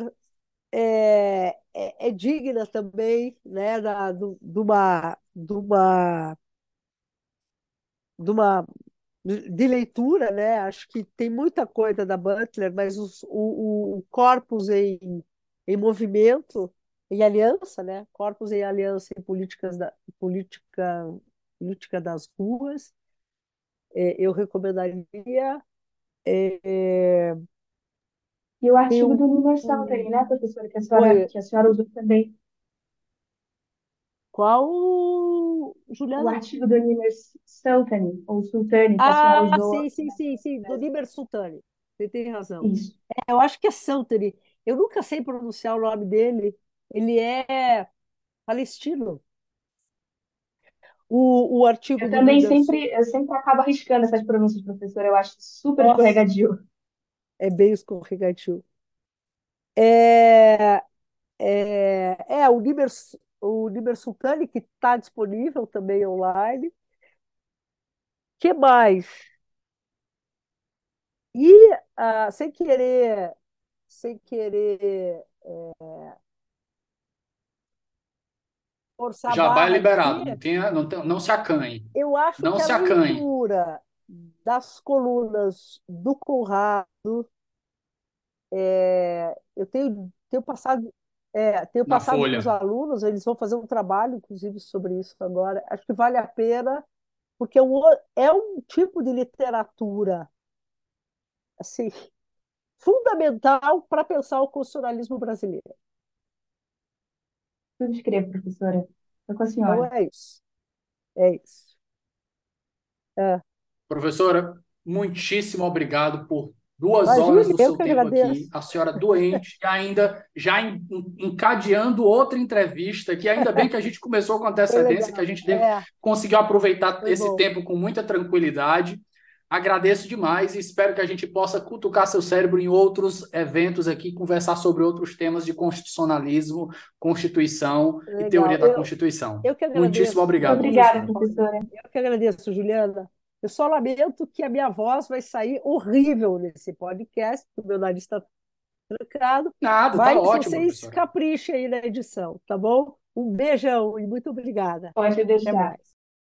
é digna também, né, de uma de leitura, né? Acho que tem muita coisa da Butler, mas o corpus em movimento, em aliança, né? Corpus em aliança em política das ruas, eu recomendaria. É, e o tem artigo do Universal também, né, professora, que a senhora, oi, que a senhora usou também. qual, O Juliana? artigo do Universal também, ou Sultani, que a senhora Ah, usou. sim, sim, sim, sim, do Liber Sultani. Você tem razão. Isso. Eu acho que é Sultani. Eu nunca sei pronunciar o nome dele. Ele é palestino. O artigo Eu do também Liber eu sempre acabo arriscando essas pronúncias, professora. Eu acho super Sultani escorregadio. é bem escorregadio. É, o Liber Sultani, que está disponível também online. Que mais? E sem querer forçar a Jabá é barra liberado, aqui, não se acanhe. eu acho Não que a se acanhe. leitura das colunas do Conrado, eu tenho Na passado para os Folha. alunos, eles vão fazer um trabalho, inclusive, sobre isso agora. Acho que vale a pena, porque é um tipo de literatura assim, fundamental para pensar o constitucionalismo brasileiro. Tudo escrevo, professora. Estou com a Então senhora. é isso. É isso. É. Professora, muitíssimo obrigado por 2 horas Imagine, do eu seu que tempo aqui. agradeço. A senhora doente e ainda já encadeando outra entrevista, que ainda bem que a gente começou com Foi antecedência, que a legal. gente É, conseguiu aproveitar foi esse bom. tempo com muita tranquilidade. Agradeço demais e espero que a gente possa cutucar seu cérebro em outros eventos aqui, conversar sobre outros temas de constitucionalismo, Constituição e Legal. teoria da Constituição. Eu que Muitíssimo agradeço, Muito obrigado, obrigada, professora. professora. eu que agradeço, Juliana. Eu só lamento que a minha voz vai sair horrível nesse podcast, porque o meu nariz está trancado, Nada, tá mas ótimo, vocês professora. caprichem aí na edição, tá bom? Um beijão e muito obrigada. Pode Até deixar. mais.